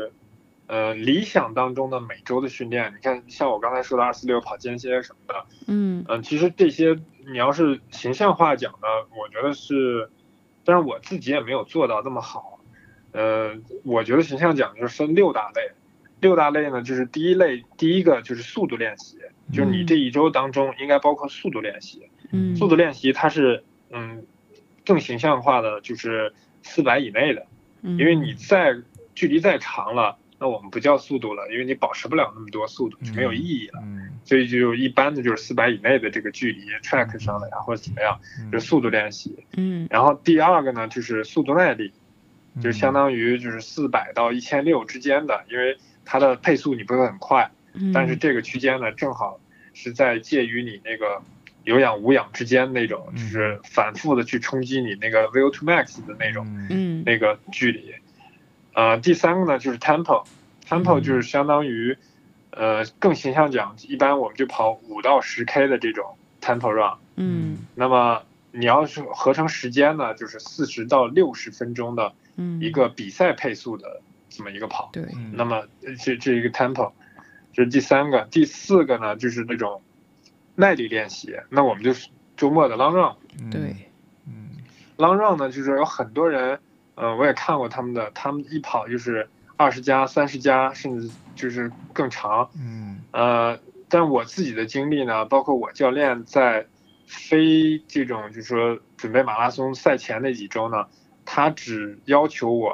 呃，理想当中的每周的训练，你看，像我刚才说的二四六跑间歇什么的， 嗯嗯、呃，其实这些你要是形象化讲呢，我觉得是，但是我自己也没有做到那么好。呃，我觉得形象讲就是分六大类，六大类呢，就是第一类，第一个就是速度练习，就是你这一周当中应该包括速度练习。 嗯， 速度练习它是嗯更形象化的，就是四百以内的，因为你再距离再长了。那我们不叫速度了，因为你保持不了那么多速度，就没有意义了。 嗯， 所以就一般的就是四百以内的这个距离 track 上的呀，或者怎么样，就是速度练习。 嗯， 然后第二个呢，就是速度耐力，就相当于就是四百到一千六之间的，因为它的配速你不会很快，但是这个区间呢，正好是在介于你那个有氧无氧之间那种，就是反复的去冲击你那个 V O 二 max 的那种， 嗯， 那个距离。呃，第三个呢就是 tempo，tempo 就是相当于，呃，更形象讲，一般我们就跑五到十 K 的这种 tempo run， 嗯， 那么你要是合成时间呢，就是四十到六十分钟的一个比赛配速的这么一个跑， 对， 那么这这一个 tempo， 这是第三个，第四个呢就是那种耐力练习，那我们就是周末的 long run， 对， 嗯 ，long run 呢就是有很多人。嗯、呃，我也看过他们的，他们一跑就是二十加、三十加，甚至就是更长。 嗯， 呃，但我自己的经历呢，包括我教练在非这种就是说准备马拉松赛前那几周呢，他只要求我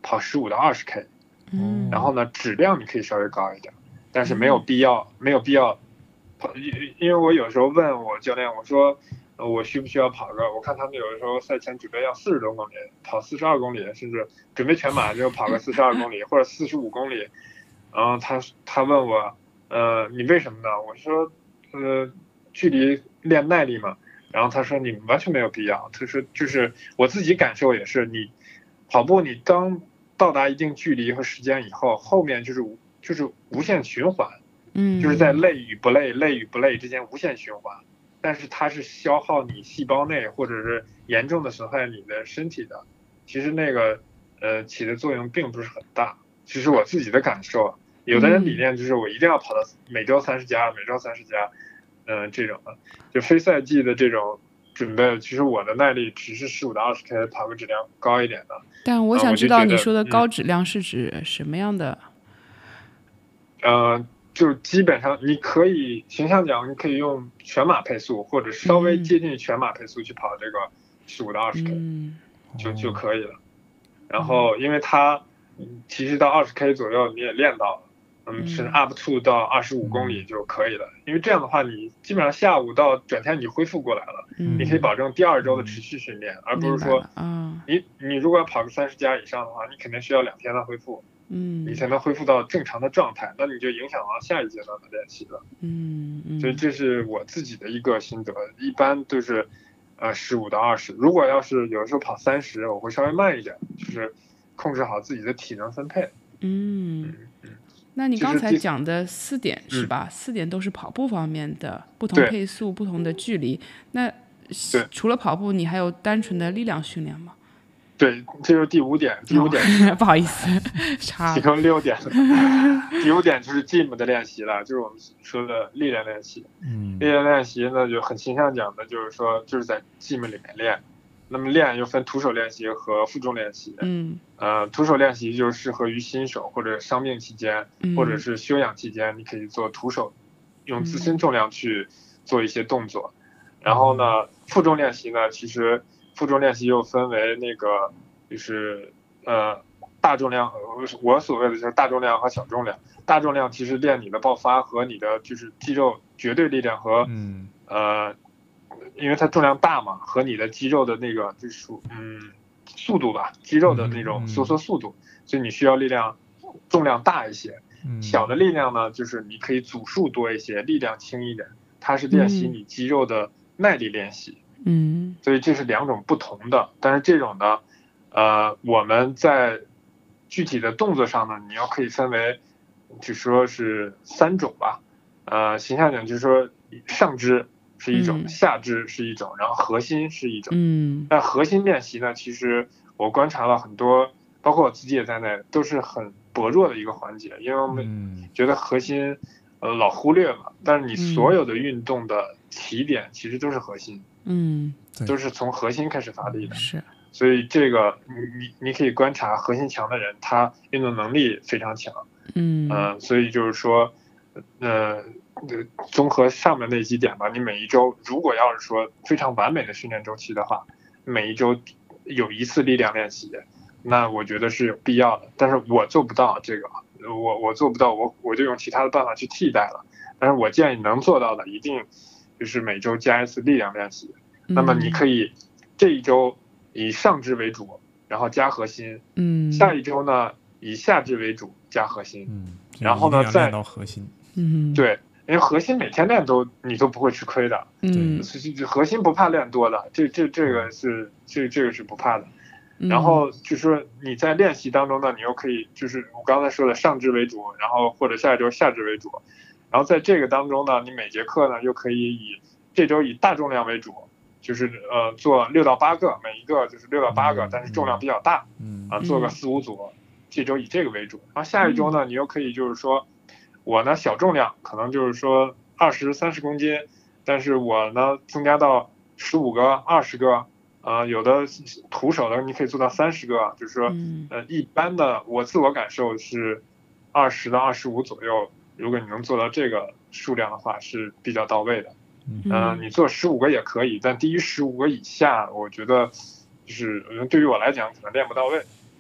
跑十五到二十 K， 嗯， 然后呢质量你可以稍微高一点，但是没有必要、嗯、没有必要跑，因为我有时候问我教练，我说呃我需不需要跑个，我看他们有的时候赛前准备要四十多公里，跑四十二公里，甚至准备全马就跑个四十二公里或者四十五公里，然后他他问我呃你为什么呢？我说呃距离练耐力嘛，然后他说你完全没有必要，他说就是我自己感受也是，你跑步你刚到达一定距离和时间以后，后面就是就是无限循环， 嗯， 就是在累与不累、累与不累之间无限循环，但是它是消耗你细胞内或者是严重的损害你的身体的，其实那个呃起的作用并不是很大，其实我自己的感受，有的人理念就是我一定要跑到每周三十加，每周三十加，嗯、呃，这种的，就非赛季的这种准备，其实我的耐力只是十五到二十 K， 跑个质量高一点的。 但我想知道你说的高嗯、 质量是指什么样的？ 呃，就基本上你可以形象讲，你可以用全马配速或者稍微接近全马配速去跑这个十五到二十 K， 嗯， 就就可以了。然后因为它其实到二十 K 左右你也练到了，嗯，是 up to 到二十五公里就可以了。因为这样的话，你基本上下午到转天你恢复过来了， 嗯， 你可以保证第二周的持续训练，而不是说， 嗯， 你你如果要跑个三十加以上的话，你肯定需要两天的恢复。 嗯， 你才能恢复到正常的状态，那你就影响到下一阶段的练习了。 嗯嗯， 所以这是我自己的一个心得，一般都是，呃，十五到二十。如果要是有的时候跑三十，我会稍微慢一点，就是控制好自己的体能分配。 嗯嗯，那你刚才讲的四点是吧？四点都是跑步方面的，不同配速、不同的距离。那除了跑步，你还有单纯的力量训练吗？ 对，这就是第五点。第五点、 哦、不好意思，差其中六点。第五点就是 G Y M 的练习了，就是我们说的力量练习。 嗯， 力量练习呢，就很形象讲的，就是说就是在 G Y M 里面练。那么练又分徒手练习和负重练习。 嗯， 呃，徒手练习就适合于新手或者伤病期间， 嗯、 或者是休养期间，你可以做徒手，用自身重量去做一些动作。嗯、然后呢，负重练习呢，其实。负重练习又分为那个就是呃大重量，我所谓的就是大重量和小重量。大重量其实练你的爆发和你的就是肌肉绝对力量和嗯呃，因为它重量大嘛，和你的肌肉的那个就是嗯速度吧，肌肉的那种收缩速度，所以你需要力量重量大一些。小的力量呢，就是你可以组数多一些，力量轻一点，它是练习你肌肉的耐力练习。 嗯， 所以这是两种不同的，但是这种呢，呃，我们在具体的动作上呢，你要可以分为，就说是三种吧，呃，形象讲就是说上肢是一种， 嗯、 下肢是一种，然后核心是一种。 嗯， 那核心练习呢，其实我观察了很多，包括我自己也在内，都是很薄弱的一个环节，因为我们觉得核心呃老忽略了，但是你所有的运动的起点其实都是核心。 嗯， 都是从核心开始发力的， 是， 所以这个你你你可以观察核心强的人，他运动能力非常强， 嗯， 呃，所以就是说，呃，综合上面那几点吧，你每一周如果要是说非常完美的训练周期的话，每一周有一次力量练习，那我觉得是有必要的，但是我做不到这个，我我做不到，我我就用其他的办法去替代了，但是我建议能做到的一定。就是每周加一次力量练习，那么你可以这一周以上肢为主，然后加核心， 嗯， 下一周呢以下肢为主加核心， 嗯， 然后呢再练到核心， 嗯， 对，因为核心每天练都你都不会吃亏的， 嗯， 核心不怕练多的，这这这个是这这个是不怕的，然后就是说你在练习当中呢，你又可以就是我刚才说的上肢为主，然后或者下一周下肢为主。然后在这个当中呢，你每节课呢又可以以这周以大重量为主，就是呃做六到八个，每一个就是六到八个，但是重量比较大， 嗯啊做个四五组，这周以这个为主。然后下一周呢，你又可以就是说，我呢小重量可能就是说二十三十公斤，但是我呢增加到十五个、二十个，呃有的徒手的你可以做到三十个，就是说呃一般的我自我感受是二十到二十五左右。如果你能做到这个数量的话，是比较到位的。嗯、呃，你做十五个也可以，但低于十五个以下，我觉得就是对于我来讲可能练不到位。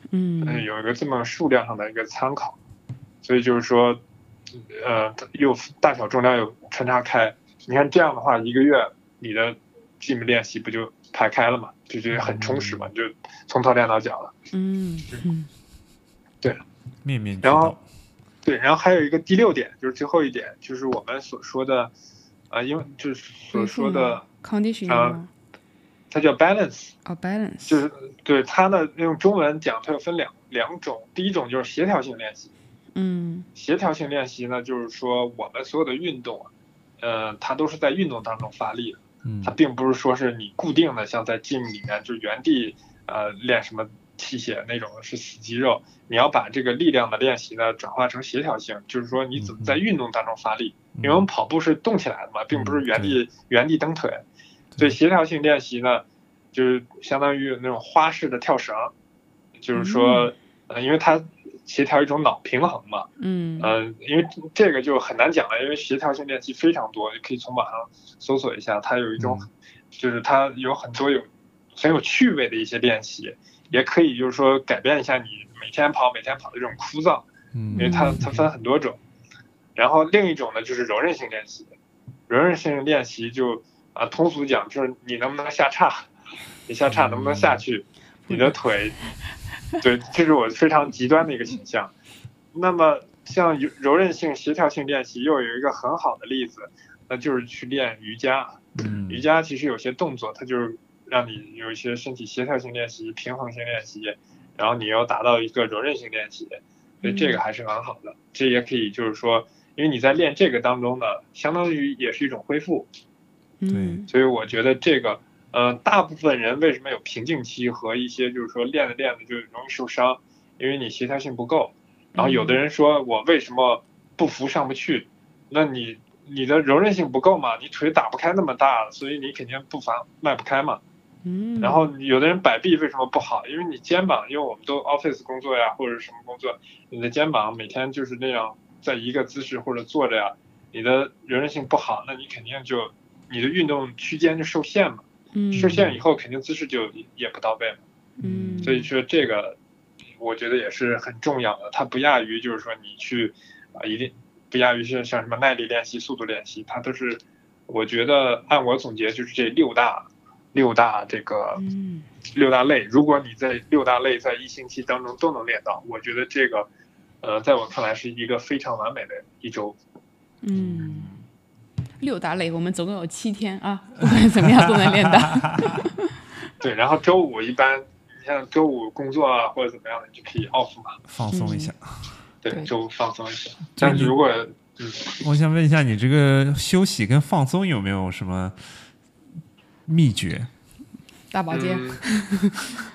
嗯， 呃有一个这么数量上的一个参考，所以就是说，呃，又大小重量又穿插开，你看这样的话，一个月你的 gym 练习不就排开了嘛，就觉得很充实嘛，就从头练到脚了。 嗯嗯， 对， 面面俱然后到。 对，然后还有一个第六点，就是最后一点，就是我们所说的，啊、因为就是所说的 conditioning 呃吗？ 它叫 balance， 哦，balance， 就是对它呢用中文讲，它又分两两种，第一种就是协调性练习。 嗯协调性练习呢，就是说我们所有的运动啊，呃，它都是在运动当中发力的， 嗯它并不是说是你固定的，像在 gym 里面就原地呃练什么器械那种是死肌肉，你要把这个力量的练习呢转化成协调性，就是说你怎么在运动当中发力，因为我们跑步是动起来的嘛，并不是原地原地蹬腿，所以协调性练习呢，就是相当于那种花式的跳绳，就是说，呃，因为它协调一种脑平衡嘛， 嗯嗯、因为这个就很难讲了，因为协调性练习非常多，你可以从网上搜索一下，它有一种，就是它有很多有很有趣味的一些练习，也可以就是说改变一下你每天跑每天跑的这种枯燥，因为它它分很多种，然后另一种呢就是柔韧性练习，柔韧性练习就啊通俗讲就是你能不能下叉，你下叉能不能下去，你的腿。对，这是我非常极端的一个倾向。那么像柔柔韧性、协调性练习又有一个很好的例子，那就是去练瑜伽。 嗯， 瑜伽其实有些动作，它就是让你有一些身体协调性练习、平衡性练习，然后你要达到一个柔韧性练习，所以这个还是很好的。这也可以就是说，因为你在练这个当中呢，相当于也是一种恢复。 对， 所以我觉得这个。呃，大部分人为什么有瓶颈期和一些就是说练着练着就容易受伤，因为你协调性不够。然后有的人说我为什么不服上不去？那你你的柔韧性不够嘛，你腿打不开那么大，所以你肯定步伐迈不开嘛。 嗯。 然后有的人摆臂为什么不好？因为你肩膀，因为我们都 office 工作呀，或者什么工作，你的肩膀每天就是那样在一个姿势或者坐着呀，你的柔韧性不好，那你肯定就你的运动区间就受限嘛。受限以后肯定姿势就也不到位嘛， 嗯， 所以说这个我觉得也是很重要的，它不亚于就是说你去啊、呃、一定不亚于像像什么耐力练习、速度练习，它都是我觉得按我总结就是这六大六大这个、嗯、六大类，如果你在六大类在一星期当中都能练到，我觉得这个呃在我看来是一个非常完美的一周。 嗯。六大类，我们总共有七天啊，不管怎么样都能练到。 对，然后周五一般，你像周五工作啊或者怎么样的，你就可以 off 嘛， 放松一下。 嗯、对，周五放松一下。但是如果，嗯， 我想问一下，你这个休息跟放松有没有什么秘诀？ 大保健。 嗯、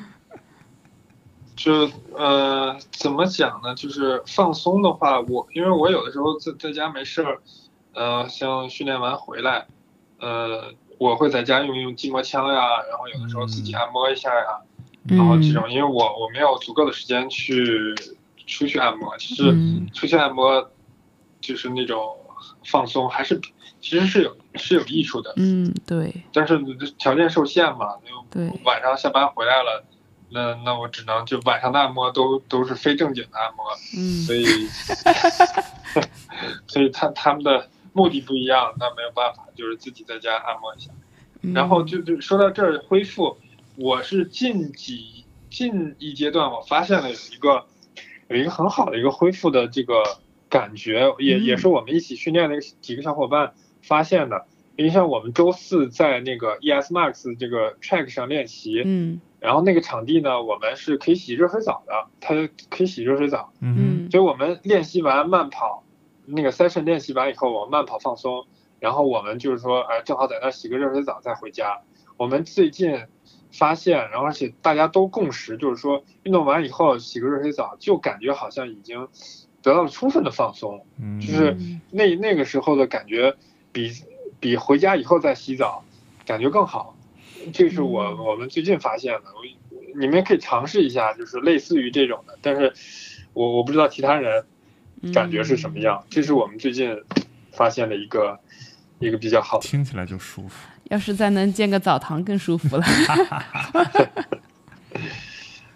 就呃，怎么讲呢？就是放松的话，我因为我有的时候在在家没事儿。呃，像训练完回来，呃，我会在家用用筋膜枪呀，然后有的时候自己按摩一下呀， 嗯、 然后这种，因为我我没有足够的时间去出去按摩，其实出去按摩就是那种放松，还是其实是有是有益处的。 嗯，对。 但是条件受限嘛， 对， 晚上下班回来了，那那我只能就晚上的按摩都都是非正经的按摩， 嗯， 所以所以他他们的。目的不一样，那没有办法，就是自己在家按摩一下。 嗯、 然后就就说到这儿恢复，我是近几近一阶段我发现了有一个有一个很好的一个恢复的这个感觉，也、嗯、也是我们一起训练的几个小伙伴发现的。因为像我们周四在那个 E S Max 这个 track 上练习， 嗯， 然后那个场地呢，我们是可以洗热水澡的，它可以洗热水澡， 嗯， 所以我们练习完慢跑。那个 session 练习完以后，我们慢跑放松，然后我们就是说，哎，正好在那洗个热水澡再回家。我们最近发现，然后而且大家都共识，就是说运动完以后洗个热水澡，就感觉好像已经得到了充分的放松， 嗯， 就是那那个时候的感觉比比回家以后再洗澡感觉更好。这是我我们最近发现的，你们可以尝试一下，就是类似于这种的，但是我我不知道其他人。感觉是什么样？这是我们最近发现的一个一个比较好的， 听起来就舒服。 要是再能建个澡堂更舒服了。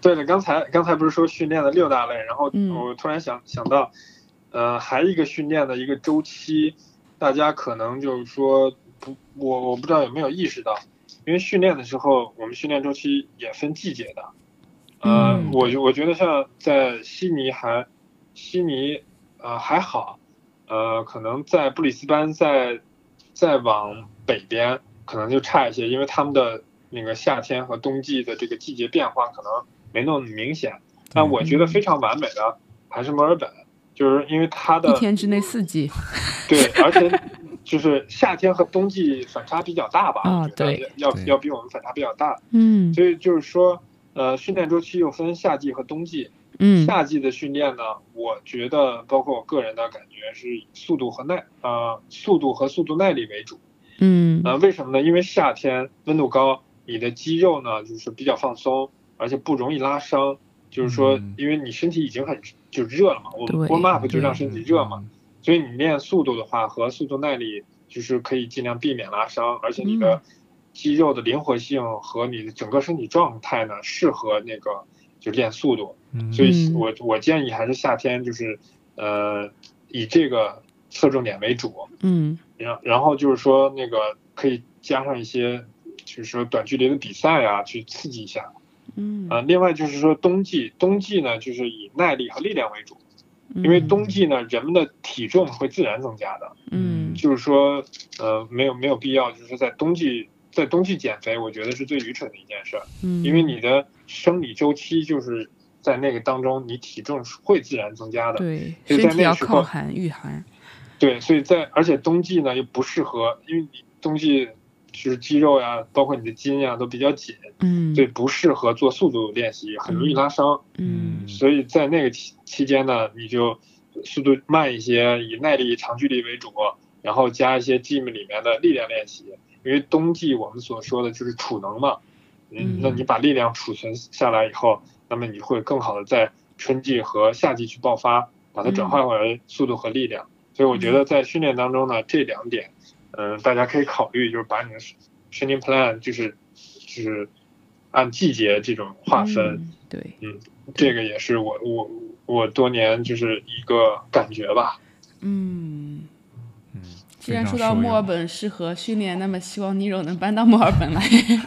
对了，刚才刚才不是说训练的六大类，然后嗯我突然想想到，呃，还一个训练的一个周期，大家可能就是说不，我我不知道有没有意识到，因为训练的时候，我们训练周期也分季节的。呃， 嗯我我觉得像在悉尼还悉尼呃还好，呃，可能在布里斯班再再往北边可能就差一些，因为他们的那个夏天和冬季的这个季节变化可能没那么明显。但我觉得非常完美的还是墨尔本，就是因为它的一天之内四季。 对，而且就是夏天和冬季反差比较大吧， 啊我觉得对对要要比我们反差比较大， 嗯所以就是说，呃，训练周期又分夏季和冬季。 嗯夏季的训练呢，我觉得包括我个人的感觉是以速度和耐呃速度和速度耐力为主。 嗯呃，为什么呢？因为夏天温度高，你的肌肉呢就是比较放松，而且不容易拉伤。就是说嗯， 因为你身体已经很就热了嘛，我们对 warm up 就对让身体热嘛，所以你练速度的话和速度耐力就是可以尽量避免拉伤，而且你的肌肉的灵活性和你的整个身体状态呢适合那个就练速度。 嗯所以嗯我我建议还是夏天就是呃以这个侧重点为主。 嗯然然后就是说那个可以加上一些就是说短距离的比赛啊，去刺激一下。 嗯呃，另外就是说冬季，冬季呢就是以耐力和力量为主，因为冬季呢人们的体重会自然增加的。 嗯就是说呃没有没有必要就是在冬季在冬季减肥，我觉得是最愚蠢的一件事， 嗯因为你的生理周期就是在那个当中，你体重是会自然增加的。 对， 所以身体要在那个时候抗寒御寒。 对，所以在而且冬季呢又不适合，因为你冬季就是肌肉呀，包括你的筋呀都比较紧， 嗯所以不适合做速度练习，很容易拉伤。 嗯所以在那个期期间呢，你就速度慢一些，以耐力、长距离为主，然后加一些 gym 里面的力量练习。因为冬季我们所说的就是储能嘛，嗯，那你把力量储存下来以后，那么你会更好的在春季和夏季去爆发，把它转换为速度和力量。所以我觉得在训练当中呢，这两点，嗯、呃，大家可以考虑，就是把你的 training plan 就是就是按季节这种划分。 嗯对， 嗯，这个也是我我我多年就是一个感觉吧。 嗯嗯， 既然说到墨尔本适合训练，那么希望Nero能搬到墨尔本来。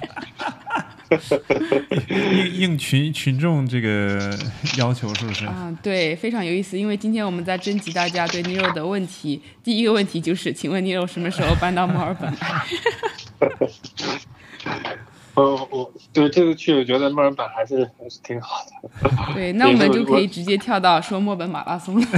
应应群群众这个要求是不是？ 啊，对，非常有意思。因为今天我们在征集大家对 Nero 的问题，第一个问题就是，请问 Nero 什么时候搬到墨尔本来？ 呃，我对这次去，我觉得墨尔本还是还是挺好的。 对，那我们就可以直接跳到说墨尔本马拉松了。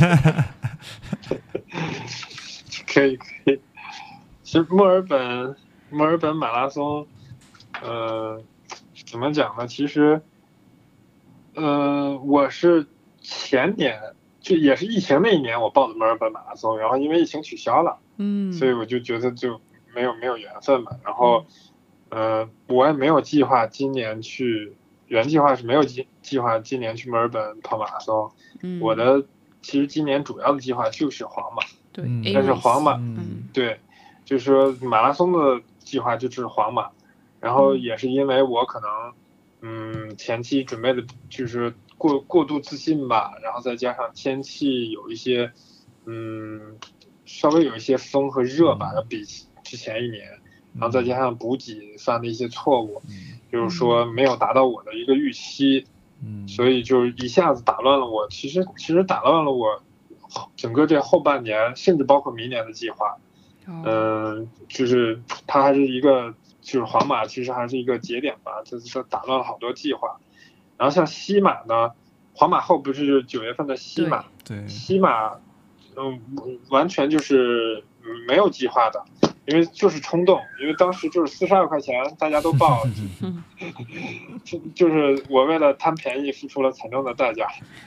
可以可以。其实墨尔本墨尔本马拉松。呃，怎么讲呢？其实，呃，我是前年就也是疫情那一年我报的墨尔本马拉松，然后因为疫情取消了， 嗯， 所以我就觉得就没有没有缘分嘛。然后，呃，我也没有计划今年去，原计划是没有计计划今年去墨尔本跑马拉松。 嗯， 我的其实今年主要的计划就是皇马， 对， 但是皇马， 嗯， 对，就是说马拉松的计划就是皇马。然后也是因为我可能，嗯，前期准备的就是过过度自信吧，然后再加上天气有一些，嗯，稍微有一些风和热吧，要比之前一年，然后再加上补给犯的一些错误，就是说没有达到我的一个预期， 嗯， 所以就一下子打乱了我，其实其实打乱了我整个这后半年，甚至包括明年的计划，嗯，就是它还是一个。就是皇马其实还是一个节点吧，就是说打乱了好多计划。然后像西马呢，皇马后不是九月份的西马， 对， 西马，嗯，完全就是没有计划的，因为就是冲动，因为当时就是四十二块钱大家都报，就就是我为了贪便宜付出了惨重的代价。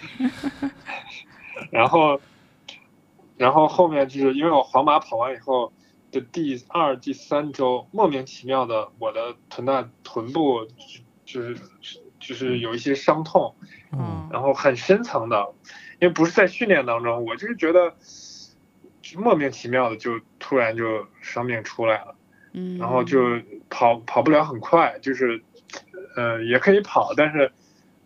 然后，然后后面就是因为我皇马跑完以后。的第二、第三周，莫名其妙的，我的臀大臀部就是就是有一些伤痛， 嗯， 然后很深层的，因为不是在训练当中，我就是觉得莫名其妙的就突然就伤病出来了， 嗯， 然后就跑跑不了很快，就是呃也可以跑，但是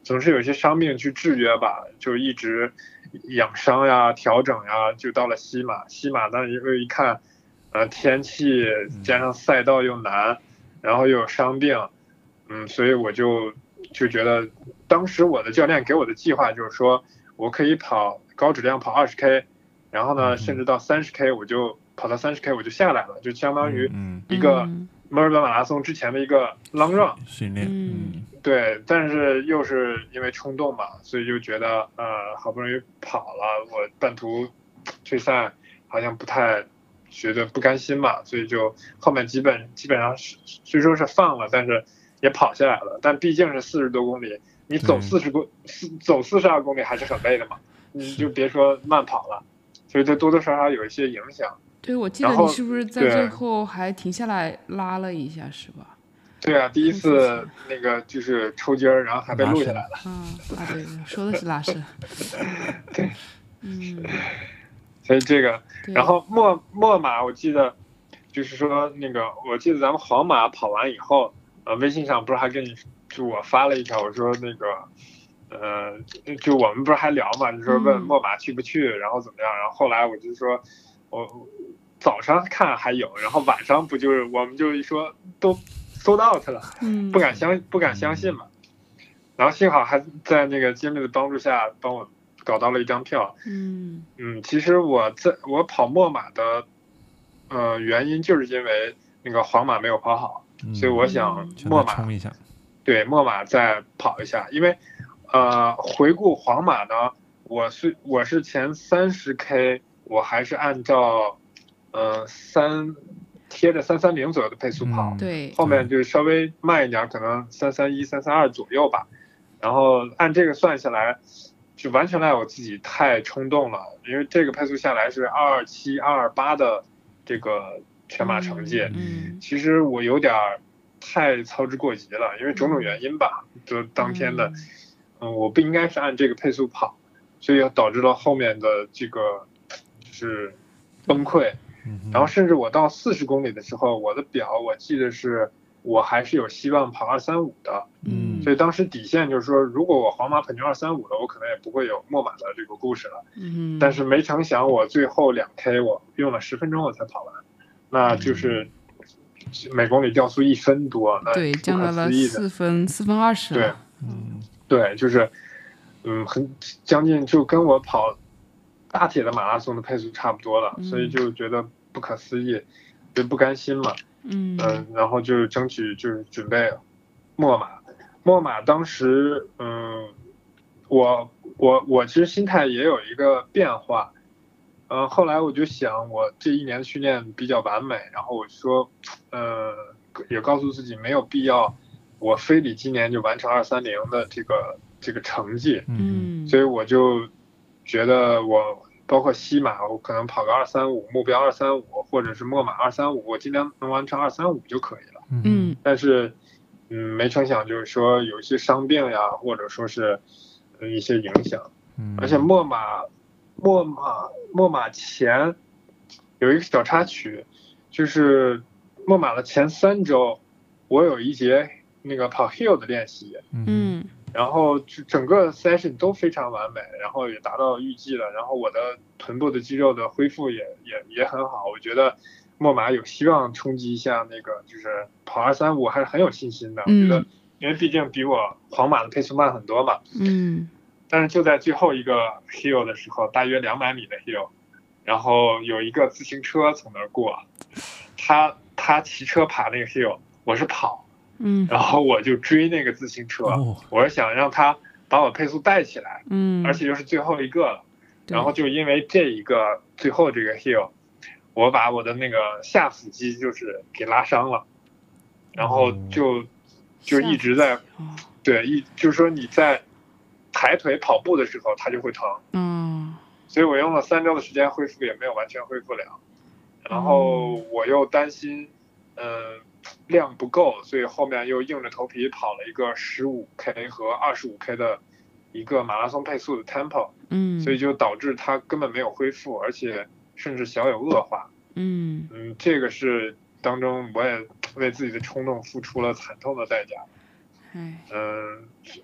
总是有些伤病去制约吧，就一直养伤呀、调整呀，就到了西马。西马那因为一看，呃，天气加上赛道又难，然后又有伤病，嗯，所以我就就觉得，当时我的教练给我的计划就是说，我可以跑高质量跑二十 K， 然后呢，甚至到三十 K 我就跑到三十 K 我就下来了，就相当于一个墨尔本马拉松之前的一个 long run 训练，嗯， 对，但是又是因为冲动嘛，所以就觉得呃，好不容易跑了，我半途退赛好像不太觉得不甘心嘛，所以就后面基本基本上是虽说是放了，但是也跑下来了。但毕竟是四十多公里，你走四十公四走四十二公里还是很累的嘛，你就别说慢跑了，所以这多多少少有一些影响。 对，我记得你是不是在最后还停下来拉了一下，是吧？ 对啊，第一次那个就是抽筋儿，然后还被录下来了。 嗯啊，对，说的是拉伸。 对， 嗯。 所以这个，然后墨墨马，我记得就是说那个，我记得咱们黄马跑完以后，呃，微信上不是还跟你就我发了一条，我说那个，呃，就我们不是还聊嘛，就说问墨马去不去，然后怎么样，然后后来我就说，我早上看还有，然后晚上不就是我们就说都sold out了，不敢相不敢相信嘛，然后幸好还在那个经理的帮助下帮我搞到了一张票。 嗯嗯，其实我在我跑墨马的呃原因就是因为那个黄马没有跑好， 嗯、 所以我想墨马冲一下， 对墨马再跑一下，因为呃回顾黄马呢，我是我是前三十 K 我还是按照呃三贴着三三零左右的配速跑， 嗯、对， 后面就稍微慢一点，可能三三一三三二左右吧，然后按这个算下来。就完全赖我自己太冲动了，因为这个配速下来是二二七、二二八的这个全马成绩， 嗯嗯、 其实我有点太操之过急了，因为种种原因吧，就当天的，嗯，我不应该是按这个配速跑，所以导致了后面的这个就是崩溃，然后甚至我到四十公里的时候，我的表我记得是。我还是有希望跑二三五的， 嗯， 所以当时底线就是说，如果我黄马跑进二三五了，我可能也不会有墨马的这个故事了。 嗯， 但是没成想我最后两 K 我用了十分钟我才跑完，那就是每公里掉速一分多，那对，降到了四分四分二十。 对，嗯，对，就是嗯很将近就跟我跑大铁的马拉松的配速差不多了， 嗯、 所以就觉得不可思议，就不甘心嘛。 嗯、 呃、然后就争取就是准备墨马，墨马当时嗯，我我我其实心态也有一个变化，嗯、呃，后来我就想我这一年的训练比较完美，然后我说，呃，也告诉自己没有必要，我非得今年就完成二三零的这个这个成绩， 嗯， 所以我就觉得我。包括西马，我可能跑个二三五，目标二三五，或者是墨马二三五，我尽量能完成二三五就可以了。 嗯， 但是，嗯，没成想就是说有一些伤病呀，或者说是一些影响。 嗯， 而且墨马，墨马，墨马前有一个小插曲，就是墨马的前三周，我有一节那个跑 hill 的练习。 嗯。 然后整个 session 都非常完美，然后也达到预计了，然后我的臀部的肌肉的恢复也也也很好，我觉得墨马有希望冲击一下那个就是跑二三五还是很有信心的， 嗯、 我觉得因为毕竟比我黄马的配速慢很多嘛， 嗯， 但是就在最后一个 hill 的时候，大约两百米的 hill， 然后有一个自行车从那儿过，他他骑车爬那个 hill， 我是跑。 嗯， 然后我就追那个自行车， 哦、 我是想让他把我配速带起来， 嗯， 而且又是最后一个了，然后就因为这一个最后这个 hill， 我把我的那个下腹肌就是给拉伤了，然后就、嗯、就一直在，对，一就是说你在抬腿跑步的时候它就会疼， 嗯， 所以我用了三周的时间恢复也没有完全恢复了，然后我又担心，嗯。呃量不够，所以后面又硬着头皮跑了一个 十五 K 和 二十五 K 的一个马拉松配速的 tempo， 嗯， 所以就导致它根本没有恢复，而且甚至小有恶化。 嗯嗯，这个是当中我也为自己的冲动付出了惨痛的代价。 嗯、 呃，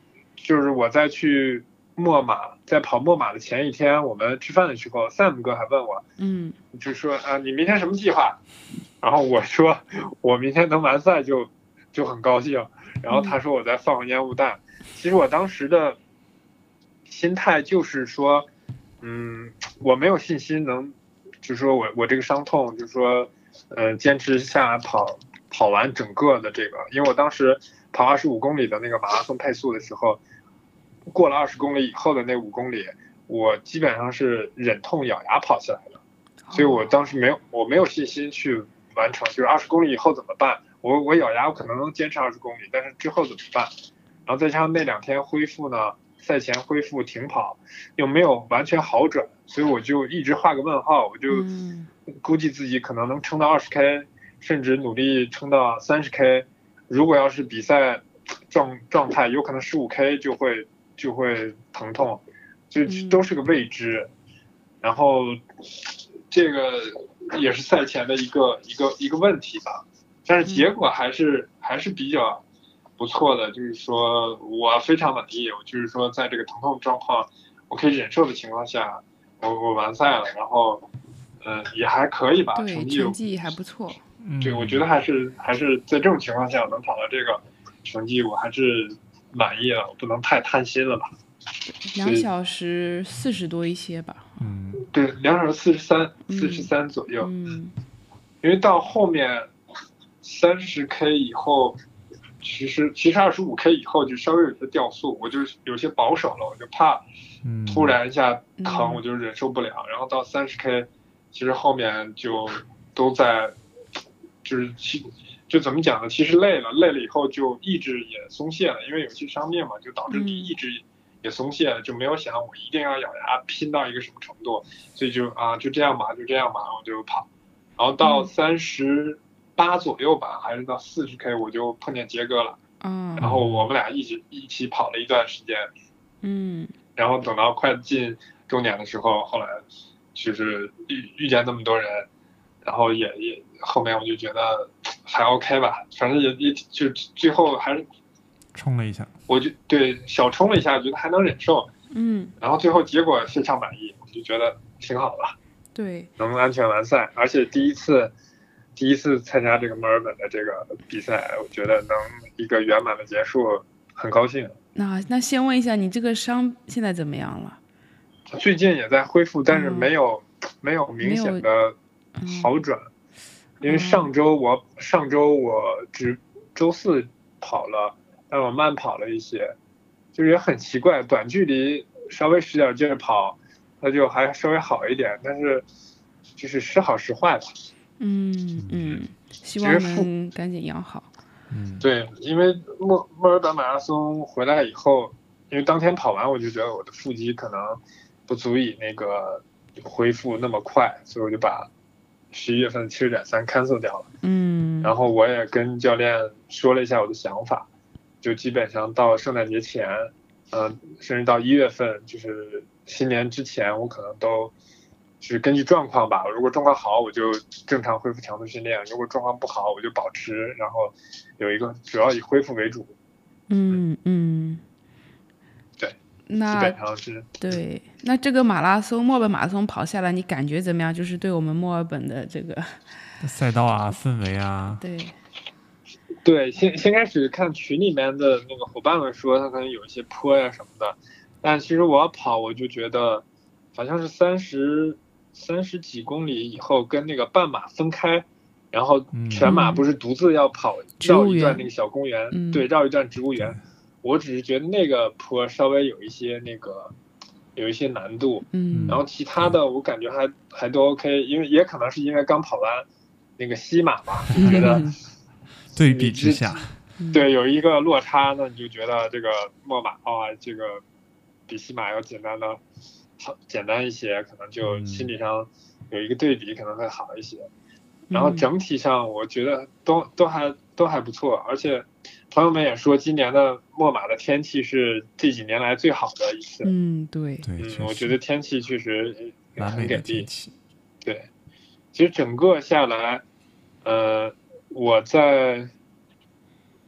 就是我在去墨马，在跑墨马的前一天，我们吃饭的时候，Sam 哥还问我， 嗯， 就说啊，你明天什么计划？然后我说我明天能完赛就就很高兴。然后他说我在放烟雾弹。其实我当时的心态就是说，嗯，我没有信心能，就是说我我这个伤痛，就是说，呃，坚持下来跑跑完整个的这个，因为我当时跑二十五公里的那个马拉松配速的时候，过了二十公里以后的那五公里，我基本上是忍痛咬牙跑下来的，所以我当时没有我没有信心去完成，就是二十公里以后怎么办？我我咬牙我可能能坚持二十公里，但是之后怎么办？然后再加上那两天恢复呢，赛前恢复停跑又没有完全好转，所以我就一直画个问号，我就估计自己可能能撑到二十 K， 甚至努力撑到三十 K。如果要是比赛状状态，有可能十五 K 就会就会疼痛，就都是个未知。然后这个也是赛前的一个一个一个问题吧。但是结果还是还是比较不错的，就是说我非常满意。我就是说，在这个疼痛状况我可以忍受的情况下，我我完赛了，然后，嗯、呃，也还可以吧， 对， 成绩成绩还不错。 对，我觉得还是还是在这种情况下能跑到这个成绩，我还是满意了，我不能太贪心了吧。 两小时四十多一些吧。 嗯， 对，两小时四十三，四十三左右。 嗯， 因为到后面三十 K 以后，其实其实二十五 K 以后就稍微有些掉速，我就有些保守了，我就怕突然一下坑，我就忍受不了。嗯、然后到三十 K， 其实后面就都在，就是其就怎么讲呢？其实累了，累了以后就意志也松懈了，因为有些伤病嘛，就导致你意志也松懈了，就没有想我一定要咬牙拼到一个什么程度，所以就啊就这样吧，就这样吧，我就跑。然后到三十八左右吧，还是到四十 K， 我就碰见杰哥了。 嗯。 然后我们俩一起一起跑了一段时间。 嗯。 然后等到快进终点的时候，后来就是遇遇见那么多人，然后也也后面我就觉得还 OK 吧，反正也也就最后还是冲了一下。 我就对小冲了一下，觉得还能忍受。 嗯。 然后最后结果非常满意，我就觉得挺好的。 对， 能安全完赛，而且第一次，第一次参加这个墨尔本的这个比赛，我觉得能一个圆满的结束，很高兴。 那那先问一下，你这个伤现在怎么样了？ 最近也在恢复，但是没有、嗯、没有明显的好转，嗯、因为上周我上周我只周四跑了，但我慢跑了一些，就是也很奇怪，短距离稍微使点劲跑。那就还稍微好一点，但是就是时好时坏吧。 嗯嗯，希望能赶紧养好。 嗯， 对，因为墨墨尔本马拉松回来以后，因为当天跑完我就觉得我的腹肌可能不足以那个恢复那么快，所以我就把十一月份七十点三 cancel 掉了。 嗯， 然后我也跟教练说了一下我的想法，就基本上到圣诞节前，嗯、呃，甚至到一月份，就是新年之前，我可能都是根据状况吧。如果状况好，我就正常恢复强度训练；如果状况不好，我就保持，然后有一个主要以恢复为主。 嗯嗯， 对， 那基本上是对。那这个马拉松，墨尔本马拉松跑下来，你感觉怎么样？就是对我们墨尔本的这个赛道啊，氛围啊， 对。 对，先先开始看群里面的那个伙伴们说，他可能有一些坡呀什么的。但其实我要跑，我就觉得好像是三十三十几公里以后跟那个半马分开，然后全马不是独自要跑、嗯、绕一段那个小公园， 嗯、 对，绕一段植物园、嗯。我只是觉得那个坡稍微有一些那个有一些难度， 嗯， 然后其他的我感觉还还都 OK， 因为也可能是因为刚跑完那个西马吧，就觉得对比之下， 对有一个落差，那你就觉得这个墨马啊，这个。比西马要简单的好简单一些，可能就心理上有一个对比可能会好一些。嗯、然后整体上我觉得都都还都还不错，而且朋友们也说今年的墨马的天气是这几年来最好的一次。 嗯，对， 对， 嗯，我觉得天气确实很给力。对，其实整个下来，呃，我在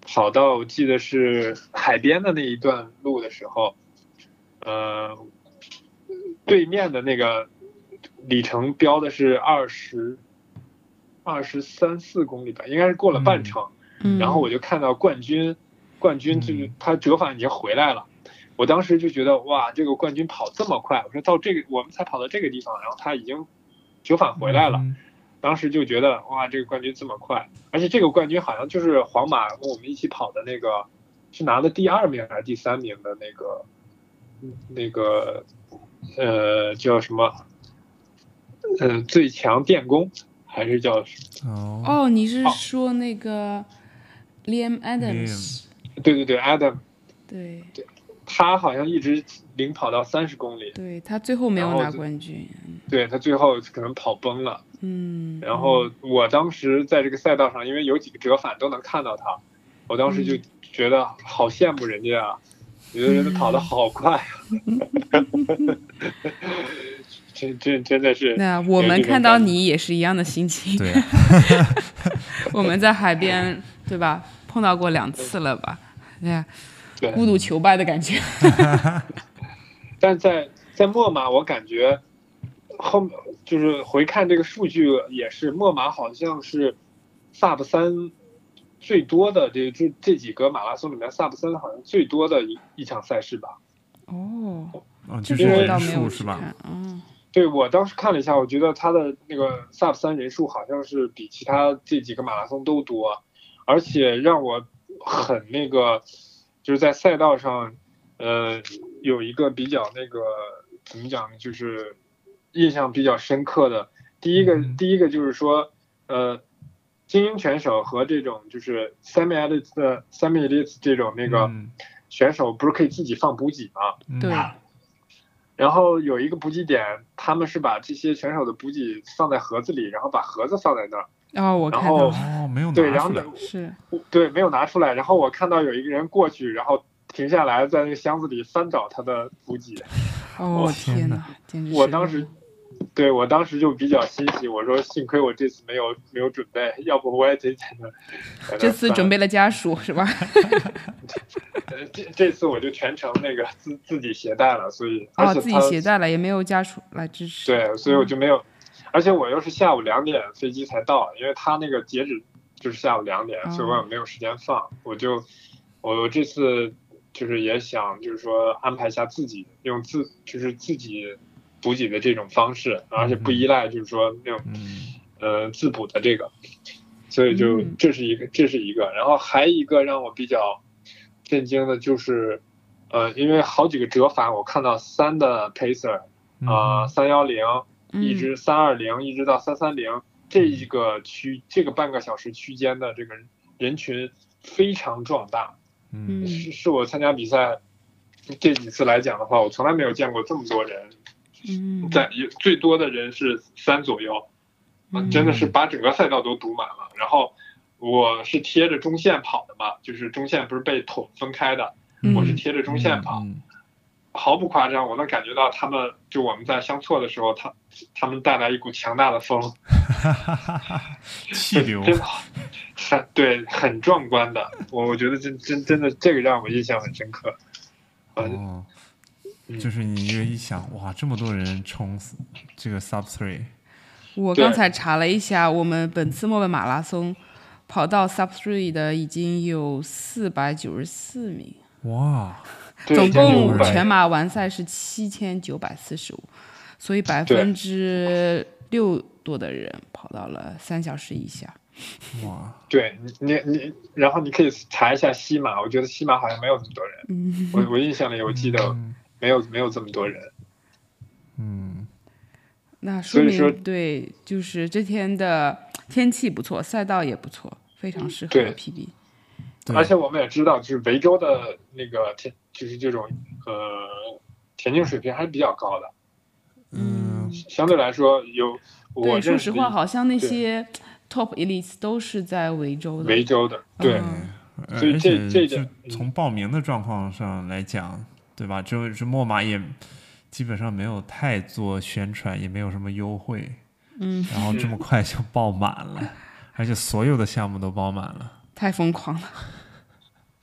跑到我记得是海边的那一段路的时候，呃，对面的那个里程标的是二十二十三四公里吧，应该是过了半程。 嗯、 然后我就看到冠军，冠军就是他折返已经回来了。我当时就觉得哇，这个冠军跑这么快，我说到这个我们才跑到这个地方，然后他已经折返回来了。 嗯、 当时就觉得哇，这个冠军这么快，而且这个冠军好像就是皇马跟我们一起跑的那个，是拿了第二名还是第三名的那个，那个呃叫什么？呃，最强电工还是叫哦哦，你是说那个 Liam Adams？ 对对对 ，Adam。 对对。他好像一直领跑到三十公里， 对他最后没有拿冠军， 对他最后可能跑崩了， 嗯， 然后我当时在这个赛道上，因为有几个折返都能看到他，我当时就觉得好羡慕人家啊，觉得人家跑得好快啊，这这真的是。 那我们看到你也是一样的心情， 对、啊， 我们在海边对吧，碰到过两次了吧，对呀。孤独求败的感觉。 但在在墨马，我感觉后就是回看这个数据也是，墨马好像是 sub 三最多的这这这几个马拉松里面 sub 三好像最多的一一场赛事吧。 哦， 哦，就是人数是吧？ 嗯， 对，我当时看了一下，我觉得他的那个 sub 三人数好像是比其他这几个马拉松都多，而且让我很那个。就是在赛道上，呃，有一个比较那个怎么讲呢？就是印象比较深刻的。第一个， 嗯、 第一个就是说，呃，精英选手和这种就是 semi elite 的 semi elite 这种那个选手，不是可以自己放补给吗？ 对、 嗯。然后有一个补给点，他们是把这些选手的补给放在盒子里，然后把盒子放在那儿。 哦，我看到哦，没有拿对，然后是， 对，没有拿出来。然后我看到有一个人过去，然后停下来，在那个箱子里翻找他的补给。 哦天哪！ 我当时，对我当时就比较欣喜，我说幸亏我这次没有没有准备，要不我也得在那。 这次准备了家属是吧？ 这这次我就全程那个自自己携带了，所以哦自己携带了，也没有家属来支持。 对，所以我就没有。嗯，而且我又是下午两点飞机才到，因为他那个截止就是下午两点，所以我也没有时间放。我就我这次就是也想就是说安排一下自己用自就是自己补给的这种方式，而且不依赖就是说那种呃自补的这个，所以就这是一个这是一个，然后还一个让我比较震惊的就是呃因为好几个折返我看到三的 pacer 啊三幺零。一直三二零一直到三三零这一个区这个半个小时区间的这个人群非常壮大， 嗯， 是是我参加比赛这几次来讲的话，我从来没有见过这么多人， 嗯， 在最多的人是三左右， 嗯， 真的是把整个赛道都堵满了。然后我是贴着中线跑的嘛，就是中线不是被桶分开的， 嗯， 我是贴着中线跑。 嗯， 毫不夸张，我能感觉到他们就我们在相错的时候，他他们带来一股强大的风， 气流， 真很对，很壮观的。我我觉得真真真的这个让我印象很深刻。 哦，就是你这个一想，哇，这么多人冲死这个 sub three。 我刚才查了一下，我们本次墨尔本马拉松跑到 sub three 的已经有四百九十四名。 哇！ 总共全马完赛是七千九百四十五，所以百分之六多的人跑到了三小时以下。 哇！ 对你你，然后你可以查一下西马，我觉得西马好像没有这么多人。 嗯， 我我印象里我记得没有、嗯、没有这么多人。 嗯， 那说明对，就是这天的天气不错，赛道也不错，非常适合 P B。 而且我们也知道，就是维州的那个田，就是这种呃田径水平还是比较高的。 嗯， 相对来说有我对，说实话，好像那些 top elites 都是在维州的。 维州的，对。 嗯、 所以这这就从报名的状况上来讲，对吧？就是墨马也基本上没有太做宣传，也没有什么优惠。 嗯。 然后这么快就爆满了，而且所有的项目都爆满了。 太疯狂了，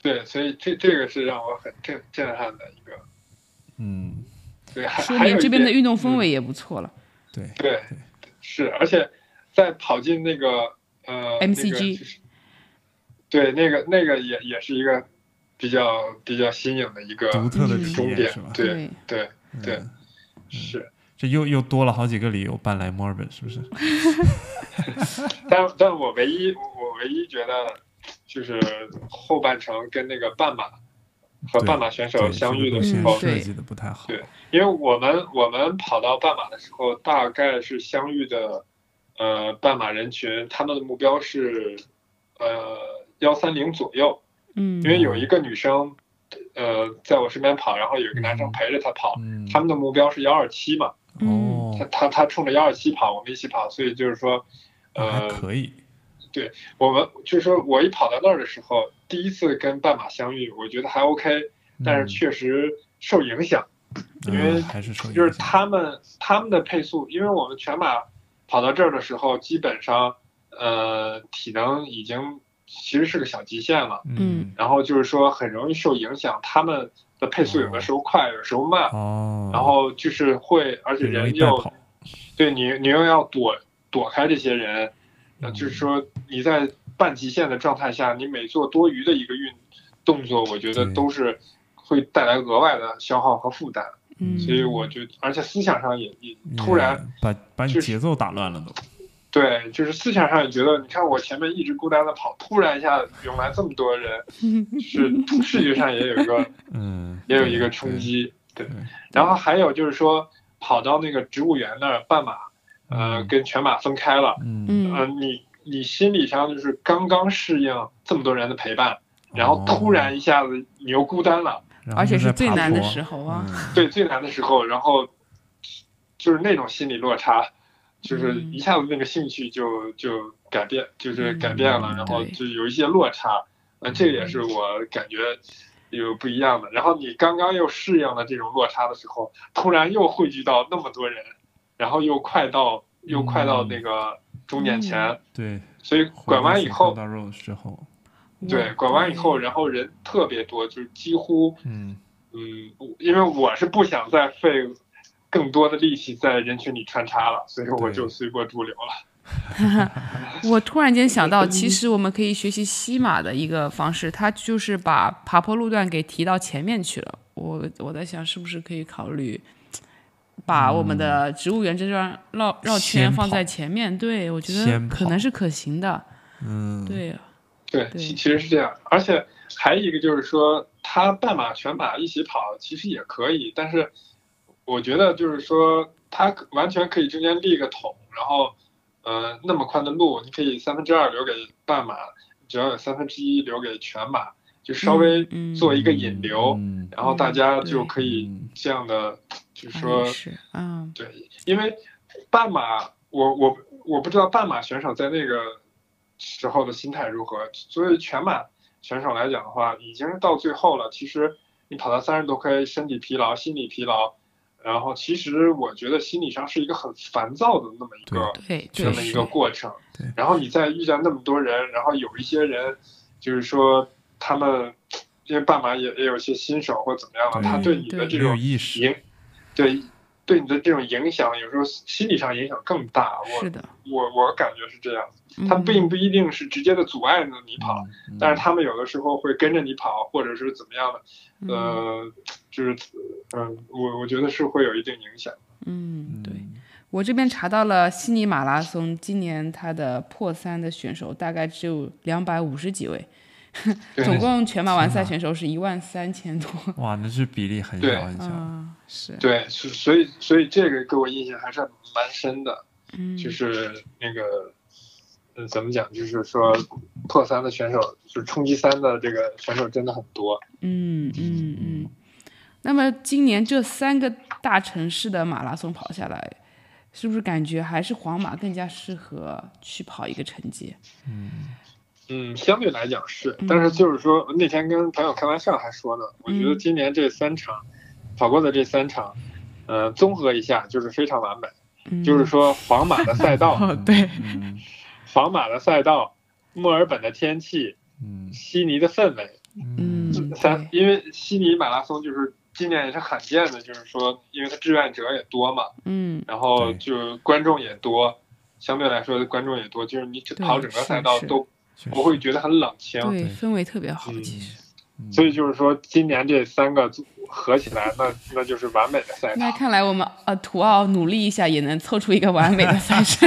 对，所以这这个是让我很震震撼的一个， 嗯， 对，还说明这边的运动氛围也不错了。 对对，是，而且在跑进那个呃 M C G，、 那个、对，那个那个也也是一个比较比较新颖的一个独特的终点， 是吧？ 对对对， 嗯、 是。 这又又多了好几个理由搬来墨尔本，是不是？ 但但我唯一我唯一觉得就是后半程跟那个半马和半马选手相遇的时候， 设计的不太好。 对，因为我们我们跑到半马的时候，大概是相遇的，呃，半马人群他们的目标是，呃，幺三零左右。 嗯， 因为有一个女生，呃，在我身边跑，然后有一个男生陪着她跑， 嗯、 他们的目标是幺二七嘛。 哦， 他他他冲着幺二七跑，我们一起跑，所以就是说，呃， 还可以。 对，我们就是说我一跑到那儿的时候，第一次跟半马相遇，我觉得还 OK， 但是确实受影响， 嗯、 因为还是受影响， 就是他们他们的配速，因为我们全马跑到这儿的时候，基本上呃体能已经其实是个小极限了， 嗯， 然后就是说很容易受影响，他们的配速有的时候快，有的时候慢， 哦， 然后就是会，而且人又对你你又要躲躲开这些人。呃，就是说你在半极限的状态下，你每做多余的一个运动作，我觉得都是会带来额外的消耗和负担。 嗯， 所以我觉得，而且思想上也也突然把把你节奏打乱了都。 对，就是思想上也觉得，你看我前面一直孤单的跑，突然一下涌来这么多人，是视觉上也有一个嗯， 也有一个冲击。对，然后还有就是说，跑到那个植物园那儿半马。呃，跟全马分开了， 嗯， 呃，你你心理上就是刚刚适应这么多人的陪伴，然后突然一下子你又孤单了， 而且是最难的时候啊， 对，最难的时候，然后就是那种心理落差，就是一下子那个兴趣就就改变，就是改变了，然后就有一些落差，呃，这个也是我感觉有不一样的。然后你刚刚又适应了这种落差的时候，突然又汇聚到那么多人。然后又快到又快到那个终点前， 嗯、对， 所以拐弯以后， 到肉之后， 对，拐弯以后，然后人特别多，就是几乎， 嗯嗯，因为我是不想再费更多的力气在人群里穿插了，所以我就随波逐流了。 我突然间想到，其实我们可以学习西马的一个方式，它就是把爬坡路段给提到前面去了。我我在想，是不是可以考虑？把我们的植物园这段绕绕圈放在前面，对，我觉得可能是可行的。 嗯， 对， 对，其其实是这样，而且还有一个就是说，他半马、全马一起跑其实也可以，但是我觉得就是说，他完全可以中间立个桶，然后呃那么宽的路，你可以三分之二留给半马，只要有三分之一留给全马，就稍微做一个引流， 嗯嗯、 然后大家就可以这样的。就是说， 嗯， 对，因为半马，我我我不知道半马选手在那个时候的心态如何，所以全马选手来讲的话，已经到最后了。其实你跑到三十多 K， 身体疲劳，心理疲劳，然后其实我觉得心理上是一个很烦躁的那么一个这么一个过程。然后你再遇见那么多人，然后有一些人就是说他们因为半马也也有些新手或怎么样的，他对你的这种意识。 对，对你的这种影响，有时候心理上影响更大。 是的， 我我感觉是这样，他并不一定是直接的阻碍着你跑， 嗯、 但是他们有的时候会跟着你跑，或者是怎么样的， 嗯、 呃，就是嗯、呃，我我觉得是会有一定影响。 嗯，对，我这边查到了悉尼马拉松，今年它的破三的选手大概只有两百五十几位。总共全马完赛选手是一万三千多， 哇，那是比例很小很小。 嗯，是。 对，所以所以这个给我印象还是蛮深的， 嗯， 就是那个，嗯，怎么讲？就是说破三的选手，就是冲击三的这个选手真的很多。 嗯嗯嗯。那么今年这三个大城市的马拉松跑下来，是不是感觉还是皇马更加适合去跑一个成绩？ 嗯。 嗯，相对来讲是，但是就是说那天跟朋友开玩笑还说呢，我觉得今年这三场、嗯、跑过的这三场，呃，综合一下就是非常完美。 嗯、 就是说皇马的赛道， 哦、对， 皇马的赛道，墨尔本的天气， 嗯， 悉尼的氛围， 嗯， 三，因为悉尼马拉松就是今年也是罕见的，就是说，因为它志愿者也多嘛， 嗯， 然后就观众也多，相对来说观众也多，就是你跑整个赛道都不会觉得很冷清， 对，氛围特别好，其实。 所以就是说，今年这三个合起来，那那就是完美的赛道。 那看来我们呃图奥努力一下，也能凑出一个完美的赛事。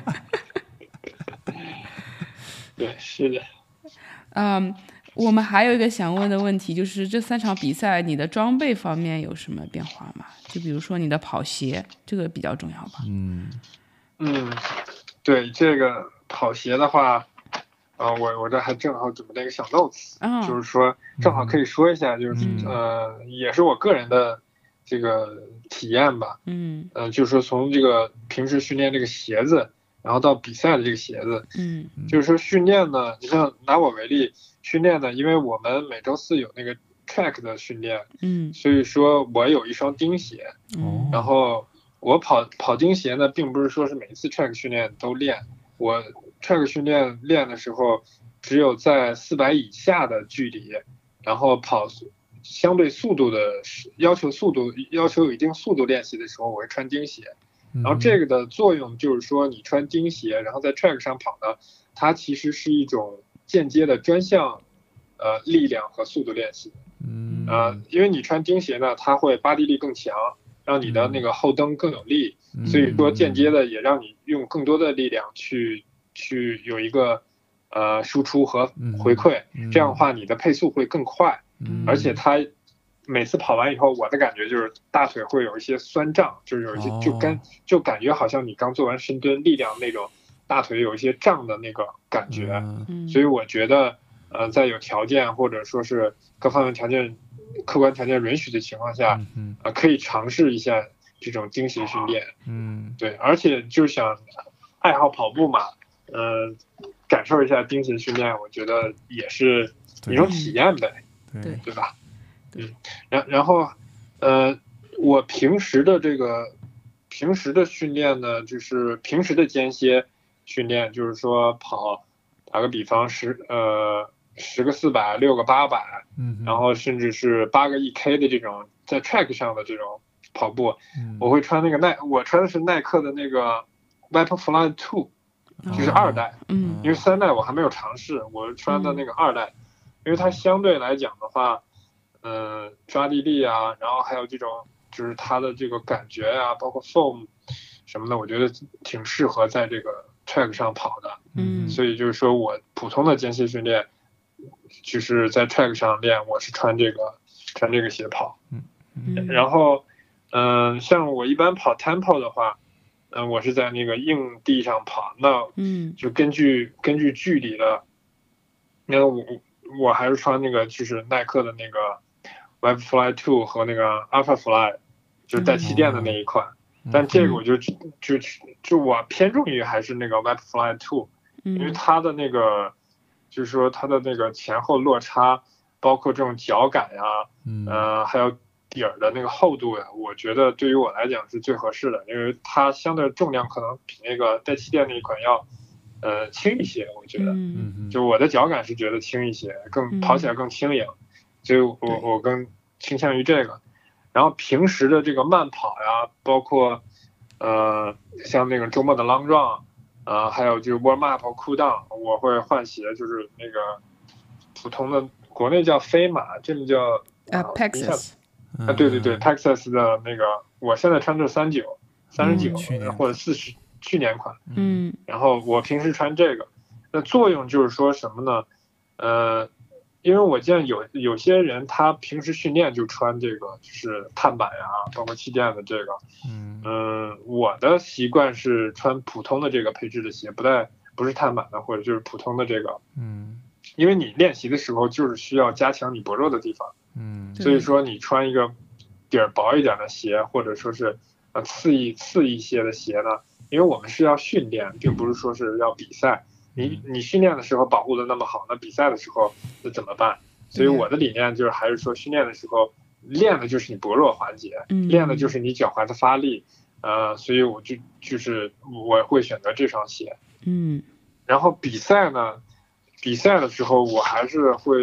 对，是的。 嗯，我们还有一个想问的问题，就是这三场比赛你的装备方面有什么变化吗？就比如说你的跑鞋，这个比较重要吧？ 嗯嗯，对，这个跑鞋的话。呃，我我这还正好准备了一个小 notes，、 哦、 就是说正好可以说一下，就是、 嗯、 呃，也是我个人的这个体验吧。 嗯， 呃，就是说从这个平时训练这个鞋子，然后到比赛的这个鞋子， 嗯， 就是说训练呢，你像拿我为例，训练呢，因为我们每周四有那个 track 的训练， 嗯， 所以说我有一双钉鞋， 嗯， 然后我跑跑钉鞋呢，并不是说是每次 track 训练都练，我。track 训练练的时候，只有在四百以下的距离，然后跑相对速度的要求速度要求有一定速度练习的时候，我会穿钉鞋。然后这个的作用就是说，你穿钉鞋，然后在 track 上跑呢，它其实是一种间接的专项呃力量和速度练习。 嗯呃，因为你穿钉鞋呢，它会扒地力更强，让你的那个后蹬更有力， 嗯、 所以说间接的也让你用更多的力量去。去有一个呃输出和回馈， 嗯、 这样的话你的配速会更快， 嗯、 而且它每次跑完以后，我的感觉就是大腿会有一些酸胀，就是有一些、 哦、 就跟就感觉好像你刚做完深蹲，力量那种大腿有一些胀的那个感觉， 嗯、 所以我觉得呃在有条件或者说是各方面条件客观条件允许的情况下， 嗯、 呃可以尝试一下这种钉鞋训练， 嗯， 对，而且就想爱好跑步嘛。呃，感受一下钉鞋训练，我觉得也是一种体验呗， 对对吧？嗯，然然后，呃，我平时的这个平时的训练呢，就是平时的间歇训练，就是说跑，打个比方十呃十个四百，六个八百， 嗯， 然后甚至是八个一 K 的这种在 track 上的这种跑步， 嗯、 我会穿那个耐，我穿的是耐克的那个 Vaporfly Two。就是二代， 嗯， 因为三代我还没有尝试，我穿的那个二代，因为它相对来讲的话，嗯、呃，抓地力啊，然后还有这种就是它的这个感觉啊，包括 foam 什么的，我觉得挺适合在这个 track 上跑的， 嗯， 所以就是说我普通的间歇训练，就是在 track 上练，我是穿这个穿这个鞋跑， 嗯， 然后，嗯、呃，像我一般跑 tempo 的话。嗯，我是在那个硬地上跑，那嗯， 就根据根据距离的，那我我还是穿那个就是耐克的那个 Vaporfly Two 和那个 Alphafly， 就是带气垫的那一款， 嗯、 但这个我就就就就我偏重于还是那个 Vaporfly Two，、 嗯、 因为它的那个就是说它的那个前后落差，包括这种脚感呀、啊， 嗯、 呃，还有。底儿的那个厚度呀，我觉得对于我来讲是最合适的，因为它相对重量可能比那个带气垫那一款要，呃，轻一些。我觉得， 嗯， 就我的脚感是觉得轻一些，更跑起来更轻盈，所以我我更倾向于这个。然后平时的这个慢跑呀，包括呃像那个周末的 long run， 啊、呃，还有就是 warm up cool down， 我会换鞋，就是那个普通的国内叫飞马，这里叫呃 Pegasus。 啊，对对对 ，Texas 的那个，我现在穿的三九、三十九或者四十，去年款。 嗯。 然后我平时穿这个，那作用就是说什么呢？呃，因为我见有有些人他平时训练就穿这个，就是碳板呀，包括气垫的这个。 嗯。 嗯，我的习惯是穿普通的这个配置的鞋，不带不是碳板的，或者就是普通的这个。 嗯。 因为你练习的时候就是需要加强你薄弱的地方。 嗯， 所以说你穿一个底儿薄一点的鞋，或者说是呃次一次一些的鞋呢，因为我们是要训练，并不是说是要比赛。你你训练的时候保护的那么好，那比赛的时候那怎么办？所以我的理念就是还是说训练的时候练的就是你薄弱环节， 嗯、 练的就是你脚踝的发力，呃，所以我就就是我会选择这双鞋。 嗯， 然后比赛呢，比赛的时候我还是会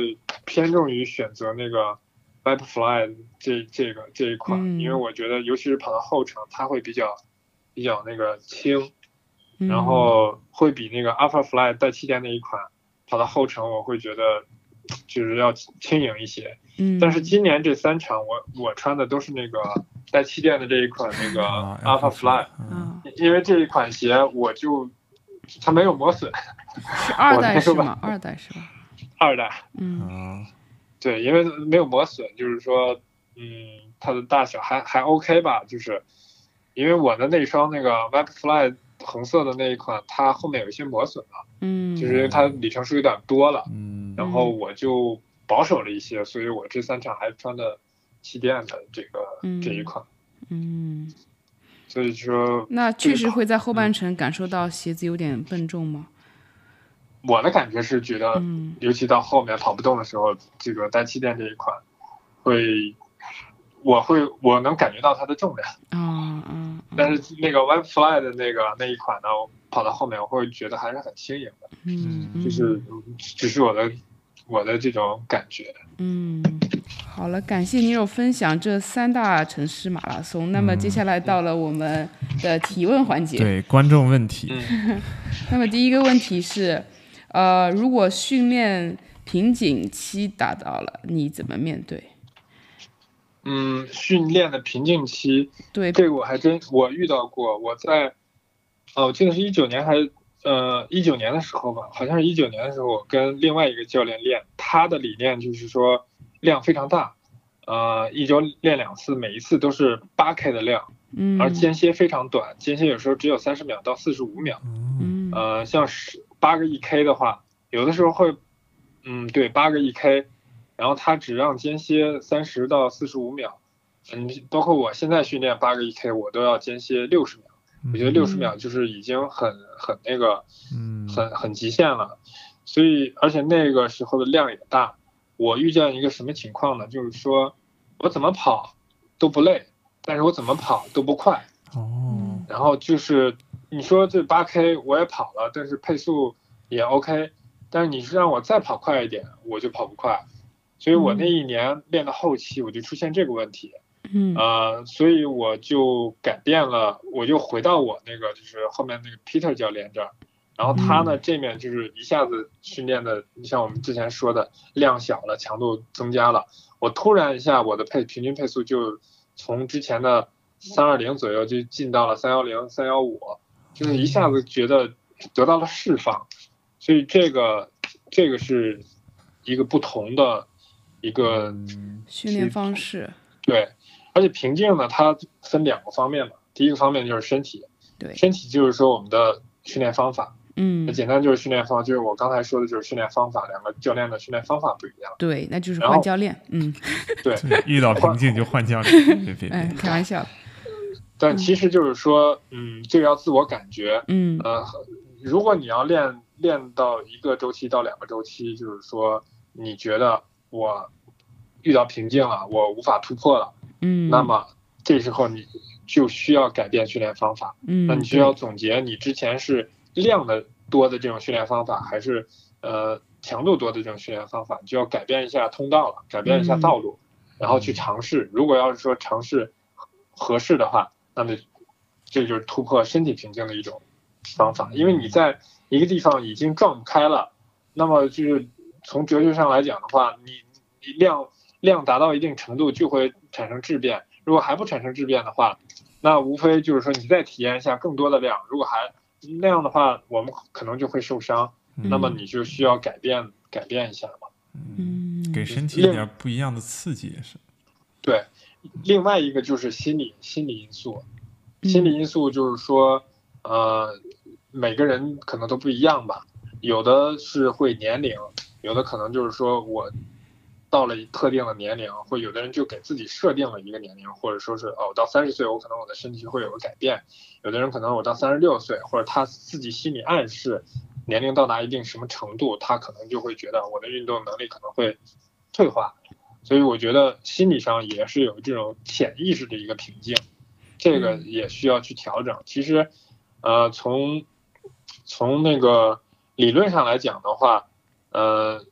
偏重于选择那个 Vaporfly 这这个这一款， 嗯、 因为我觉得尤其是跑到后程，它会比较比较那个轻， 嗯、 然后会比那个 Alphafly 带气垫那一款跑到后程，我会觉得就是要轻盈一些。 嗯， 但是今年这三场我我穿的都是那个带气垫的这一款那个 Alphafly，、 嗯、 因为这一款鞋我就它没有磨损。 是二代是吗？二代是吧？ 二代。 嗯， 对，因为没有磨损，就是说，嗯，它的大小还还 OK 吧，就是因为我的那双那个 Vaporfly 红色的那一款，它后面有一些磨损了， 嗯， 就是因为它里程数有点多了， 嗯， 然后我就保守了一些，所以我这三场还穿的气垫的这个、 嗯、 这一款， 嗯， 所以说那确实会在后半程感受到鞋子有点笨重吗？ 我的感觉是觉得， 嗯、 尤其到后面跑不动的时候，这个带气垫这一款会。我会，我能感觉到它的重量， 嗯嗯， 但是那个 Vaporfly 的那个那一款呢，我跑到后面我会觉得还是很轻盈的， 嗯， 就是只是我的我的这种感觉。 嗯，好了，感谢Niro分享这三大城市马拉松。那么接下来到了我们的提问环节， 对观众问题。 嗯、 那么第一个问题是，呃，如果训练瓶颈期达到了，你怎么面对？ 嗯，训练的瓶颈期， 对， 这个我还真我遇到过。我在，哦，我记得是一九年还呃一九年的时候吧，好像是一九年的时候，我跟另外一个教练练，他的理念就是说量非常大，呃，一周练两次，每一次都是八 K 的量， 嗯， 而间歇非常短，间歇有时候只有三十秒到四十五秒， 嗯， 呃，像是八个 E K 的话，有的时候会，嗯，对，八个 E K。然后他只让间歇三十到四十五秒，嗯，包括我现在训练八个 E K， 我都要间歇六十秒。我觉得六十秒就是已经很很那个，嗯，很很极限了。所以而且那个时候的量也大，我遇见一个什么情况呢？就是说我怎么跑都不累，但是我怎么跑都不快。 哦。 然后就是你说这八 K 我也跑了，但是配速也 OK， 但是你是让我再跑快一点，我就跑不快。所以我那一年练到后期，我就出现这个问题， 嗯， 呃，所以我就改变了，我就回到我那个就是后面那个 Peter 教练这儿，然后他呢、嗯、这面就是一下子训练的，你像我们之前说的量小了，强度增加了，我突然一下我的配平均配速就从之前的三二零左右就进到了三幺零、三幺五，就是一下子觉得得到了释放，所以这个这个是一个不同的。一个训练方式， 对，而且瓶颈呢，它分两个方面嘛。第一个方面就是身体， 对， 身体就是说我们的训练方法， 嗯， 简单就是训练方，就是我刚才说的就是训练方法，两个教练的训练方法不一样。 对，那就是换教练，嗯， 对， 遇到瓶颈就换教练，别别别， 哎，开玩笑。 但其实就是说，嗯，这个要自我感觉， 嗯， 呃，如果你要练练到一个周期到两个周期，就是说你觉得。我遇到瓶颈了，我无法突破了， 嗯， 那么这时候你就需要改变训练方法， 嗯， 那你需要总结你之前是量的多的这种训练方法，还是呃强度多的这种训练方法，你就要改变一下通道了，改变一下道路， 嗯、 然后去尝试。如果要是说尝试合适的话，那么这就是突破身体瓶颈的一种方法，因为你在一个地方已经撞不开了，那么就是从哲学上来讲的话，你你量量达到一定程度就会产生质变，如果还不产生质变的话，那无非就是说你再体验一下更多的量，如果还那样的话，我们可能就会受伤， 嗯、 那么你就需要改变改变一下嘛， 嗯，给身体一点不一样的刺激也是。 对，另外一个就是心理心理因素，心理因素就是说，呃，每个人可能都不一样吧，有的是会年龄。有的可能就是说我到了特定的年龄，或有的人就给自己设定了一个年龄，或者说是哦，到三十岁我可能我的身体会有个改变，有的人可能我到三十六岁，或者他自己心理暗示年龄到达一定什么程度，他可能就会觉得我的运动能力可能会退化，所以我觉得心理上也是有这种潜意识的一个瓶颈，这个也需要去调整。其实呃从从那个理论上来讲的话，呃，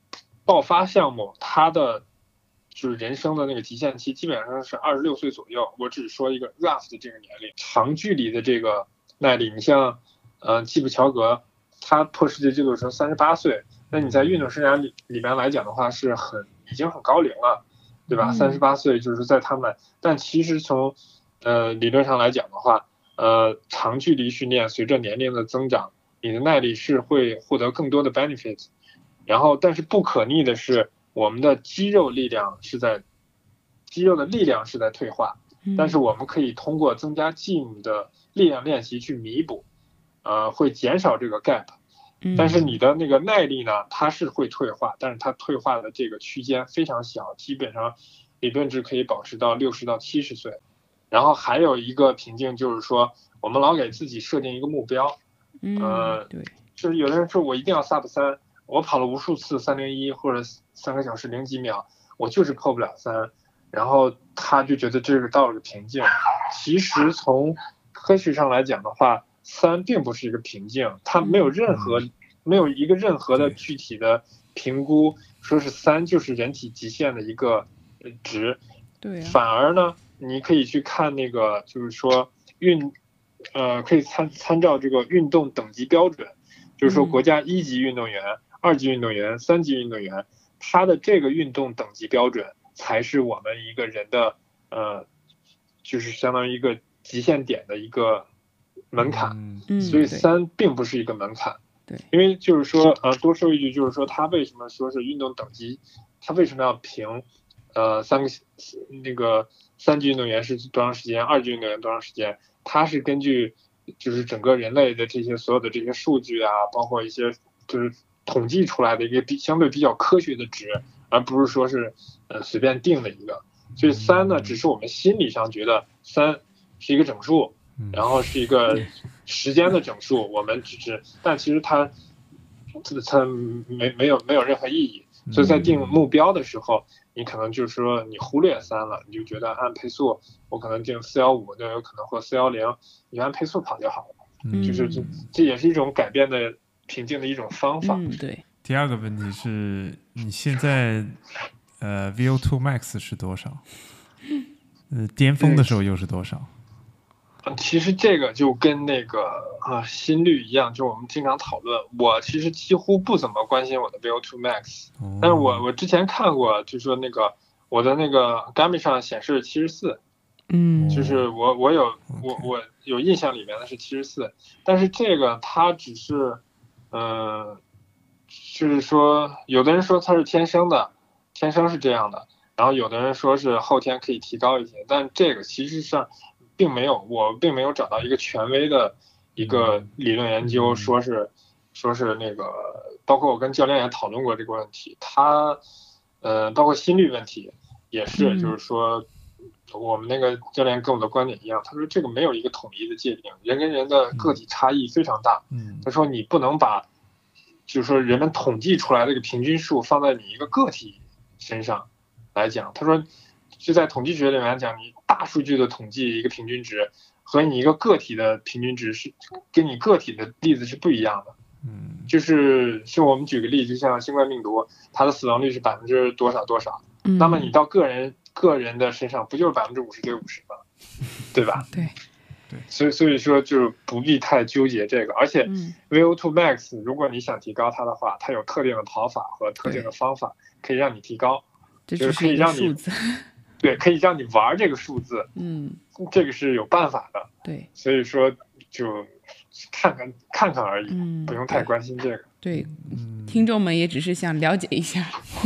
爆发项目它的就是人生的那个极限期基本上是二十六岁左右，我只说一个 rough 的这个年龄。长距离的这个耐力，你像呃基普乔格，他破世界纪录的时候三十八岁，那你在运动生涯里里边来讲的话是很已经很高龄了，对吧？三十八岁就是在他们，但其实从呃理论上来讲的话，呃长距离训练随着年龄的增长，你的耐力是会获得更多的 benefits， 然后但是不可逆的是我们的肌肉力量是在肌肉的力量是在退化，但是我们可以通过增加 gym 的力量练习去弥补，呃会减少这个 gap。但是你的那个耐力呢，它是会退化，但是它退化的这个区间非常小，基本上理论值可以保持到六十到七十岁。然后还有一个瓶颈就是说，我们老给自己设定一个目标，呃， 对， 就是有的人说我一定要 sub 三，我跑了无数次三零一或者三个小时零几秒，我就是破不了三，然后他就觉得这个到了个瓶颈。其实从科学上来讲的话，三并不是一个瓶颈，它没有任何、嗯、没有一个任何的具体的评估说是三就是人体极限的一个值。 对、啊， 反而呢，你可以去看那个，就是说运，呃，可以参参照这个运动等级标准，就是说国家一级运动员、嗯、二级运动员、三级运动员，他的这个运动等级标准才是我们一个人的呃，就是相当于一个极限点的一个门槛， 嗯， 所以三并不是一个门槛。 对， 因为就是说，呃，多说一句，就是说他为什么说是运动等级，他为什么要评？呃，三个那个三级运动员是多长时间，二级运动员多长时间？它是根据就是整个人类的这些所有的这些数据啊，包括一些就是统计出来的一个比相对比较科学的值，而不是说是呃随便定的一个。所以三呢，只是我们心理上觉得三是一个整数，然后是一个时间的整数，我们只是，但其实它它没没有没有任何意义。所以在定目标的时候，你可能就是说你忽略三了，你就觉得按配速，我可能定四幺五，就有可能或四幺零，你按配速跑就好了。嗯，就是这这也是一种改变的瓶颈的一种方法。 嗯，对。 第二个问题是你现在呃 V O 二 max 是多少？呃，巅峰的时候又是多少？ 其实这个就跟那个啊心率一样，就我们经常讨论。我其实几乎不怎么关心我的 V O 二 max，、哦、但是我我之前看过，就说那个我的那个 Garmin 上显示七十四， 嗯， 就是我我有我我有印象里面的是七十四，但是这个它只是，嗯、呃，就是说有的人说它是天生的，天生是这样的，然后有的人说是后天可以提高一些，但这个其实上。并没有，我并没有找到一个权威的一个理论研究，说是，说是那个，包括我跟教练也讨论过这个问题，他，呃，包括心率问题也是，就是说，我们那个教练跟我的观点一样，他说这个没有一个统一的界定，人跟人的个体差异非常大，他说你不能把，就是说人们统计出来的这个平均数放在你一个个体身上来讲，他说。就在统计学里面讲，你大数据的统计一个平均值和你一个个体的平均值是跟你个体的例子是不一样的。 嗯， 就是就我们举个例，就像新冠病毒，它的死亡率是百分之多少多少， 嗯、 那么你到个人个人的身上不就是百分之五十对五十吗？对吧？ 对， 对， 所以所以说就不必太纠结这个，而且 V O 二 max 如果你想提高它的话，它有特定的跑法和特定的方法可以让你提高，就是可以让你。对，可以让你玩这个数字， 嗯， 这个是有办法的， 对， 所以说就看看看看而已， 嗯， 不用太关心这个。 对，嗯、听众们也只是想了解一下。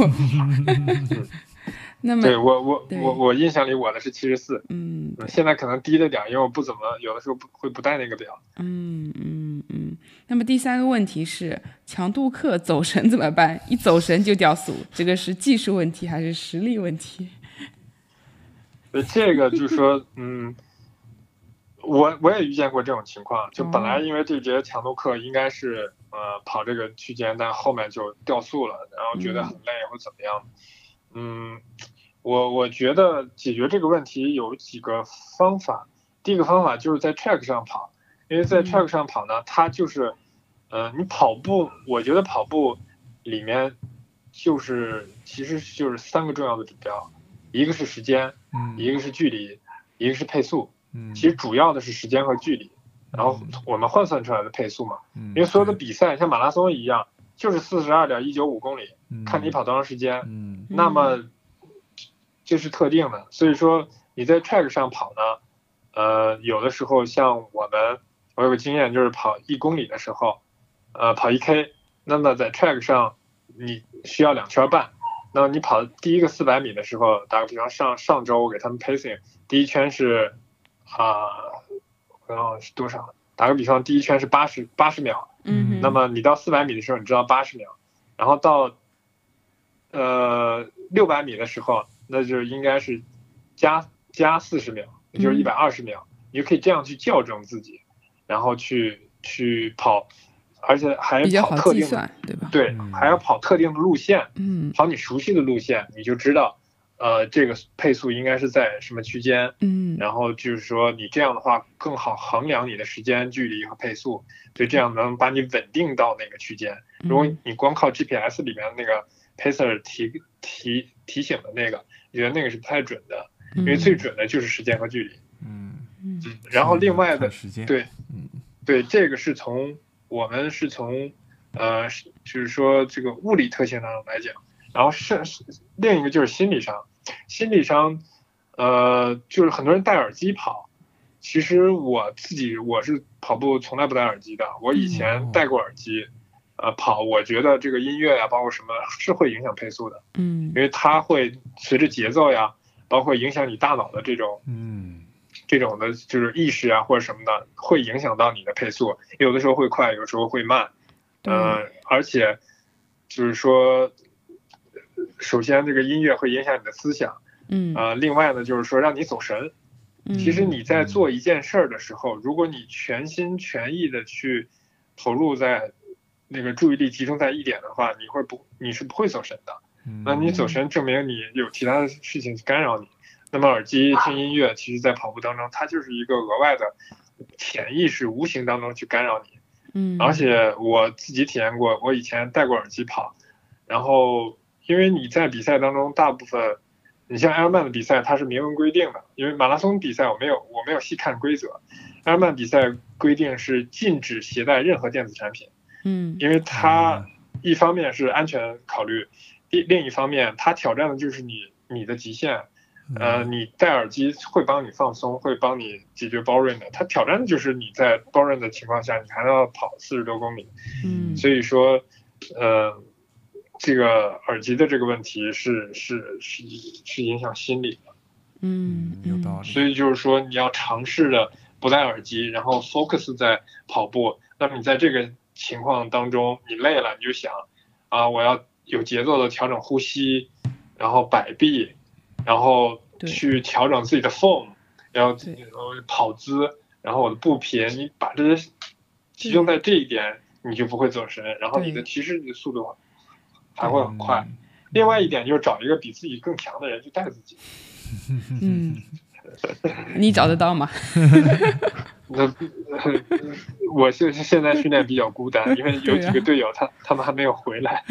那么， 对我我我我印象里我的是七十四， 嗯， 现在可能低了点，因为我不怎么有的时候不会不带那个表。 嗯嗯嗯。那么第三个问题是，强度课走神怎么办？一走神就掉速，这个是技术问题还是实力问题？ 这个就是说，嗯，我我也遇见过这种情况，就本来因为这节强度课应该是呃跑这个区间，但后面就掉速了，然后觉得很累或怎么样。嗯，我我觉得解决这个问题有几个方法。第一个方法就是在 track 上跑，因为在 track 上跑呢，它就是，呃，你跑步，我觉得跑步里面就是其实就是三个重要的指标，一个是时间， 嗯， 一个是距离，一个是配速。 嗯， 其实主要的是时间和距离，然后我们换算出来的配速嘛。 嗯， 因为所有的比赛像马拉松一样，就是四十二点一九五公里， 嗯， 看你跑多长时间。 嗯， 那么这是特定的，所以说你在 track 上跑呢，呃，有的时候像我们，我有个经验就是跑一公里的时候，呃，跑一 K， 那么在 track 上你需要两圈半，那么你跑第一个四百米的时候，打个比方，上上周我给他们 pacing， 第一圈是啊，然后是多少？打个比方，第一圈是八十八十秒， 嗯， 那么你到四百米的时候，你知道八十秒，然后到呃六百米的时候，那就应该是加加四十秒，也就是一百二十秒，你就可以这样去校正自己，然后去去跑，而且还跑特定的， 对吧？ 对，还要跑特定的路线， 嗯， 跑你熟悉的路线，你就知道。呃，这个配速应该是在什么区间？ 嗯， 然后就是说你这样的话更好衡量你的时间、距离和配速，所以这样能把你稳定到那个区间。如果你光靠 G P S 里面的那个 pacer 提提提醒的那个，我觉得那个是不太准的，因为最准的就是时间和距离。 嗯嗯，然后另外的时间， 对，嗯，对，这个是从我们是从呃，就是说这个物理特性当中来讲。然后是另一个就是心理上，心理上，呃，就是很多人戴耳机跑，其实我自己我是跑步从来不戴耳机的，我以前戴过耳机，呃，跑我觉得这个音乐呀，包括什么是会影响配速的， 嗯， 因为它会随着节奏呀，包括影响你大脑的这种， 嗯， 这种的就是意识啊或者什么的，会影响到你的配速，有的时候会快，有时候会慢，呃，而且就是说。首先，这个音乐会影响你的思想， 嗯， 呃，另外呢，就是说让你走神。其实你在做一件事儿的时候，如果你全心全意的去投入在那个注意力集中在一点的话，你会不你是不会走神的。那你走神，证明你有其他的事情干扰你。那么耳机听音乐，其实在跑步当中，它就是一个额外的潜意识、无形当中去干扰你。 嗯， 而且我自己体验过，我以前戴过耳机跑，然后。因为你在比赛当中，大部分，你像 Ironman 的比赛，它是明文规定的。因为马拉松比赛我没有我没有细看规则 ，Ironman 比赛规定是禁止携带任何电子产品。 嗯， 因为它一方面是安全考虑，另另一方面它挑战的就是你你的极限。呃，你戴耳机会帮你放松，会帮你解决 boring 的。它挑战的就是你在 boring 的情况下，你还要跑四十多公里。 嗯， 所以说，呃。这个耳机的这个问题是是是是影响心理的， 嗯， 有道理。 所以就是说你要尝试着不戴耳机，然后 focus 在跑步。那么你在这个情况当中，你累了你就想啊，我要有节奏的调整呼吸，然后摆臂，然后去调整自己的 form， 然后跑姿，然后我的步频，你把这些集中在这一点，你就不会走神，然后你的其实你的速度还会很快。另外一点就是找一个比自己更强的人去带自己。 嗯，你找得到吗？ 那我现现在训练比较孤单，因为有几个队友他他们还没有回来。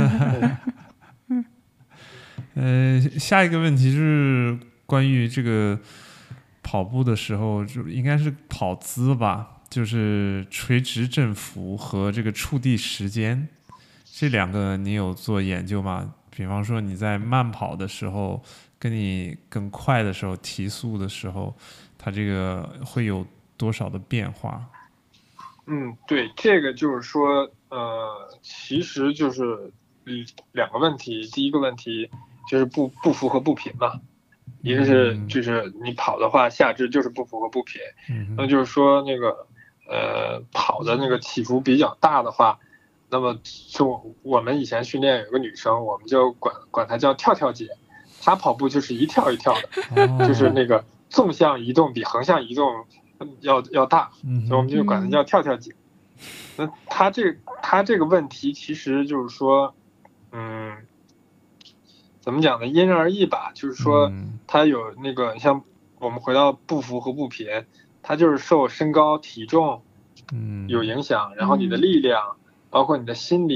呃，下一个问题是关于这个跑步的时候，就应该是跑姿吧，就是垂直振幅和这个触地时间。这两个你有做研究吗？比方说你在慢跑的时候，跟你更快的时候提速的时候，它这个会有多少的变化？ 嗯，对，这个就是说，呃，其实就是两个问题。第一个问题就是步步幅和步频嘛，一个是就是你跑的话，下肢就是步幅和步频， 嗯、 那就是说那个呃跑的那个起伏比较大的话。那么就我们以前训练有个女生，我们就管管她叫跳跳姐，她跑步就是一跳一跳的， 哦、 就是那个纵向移动比横向移动要要大， 嗯、 所以我们就管她叫跳跳姐。那她这她这个问题其实就是说，嗯，怎么讲呢？因人而异吧。就是说，她有那个像我们回到步幅和步频，它就是受身高、体重， 嗯， 有影响，然后你的力量。包括你的心理，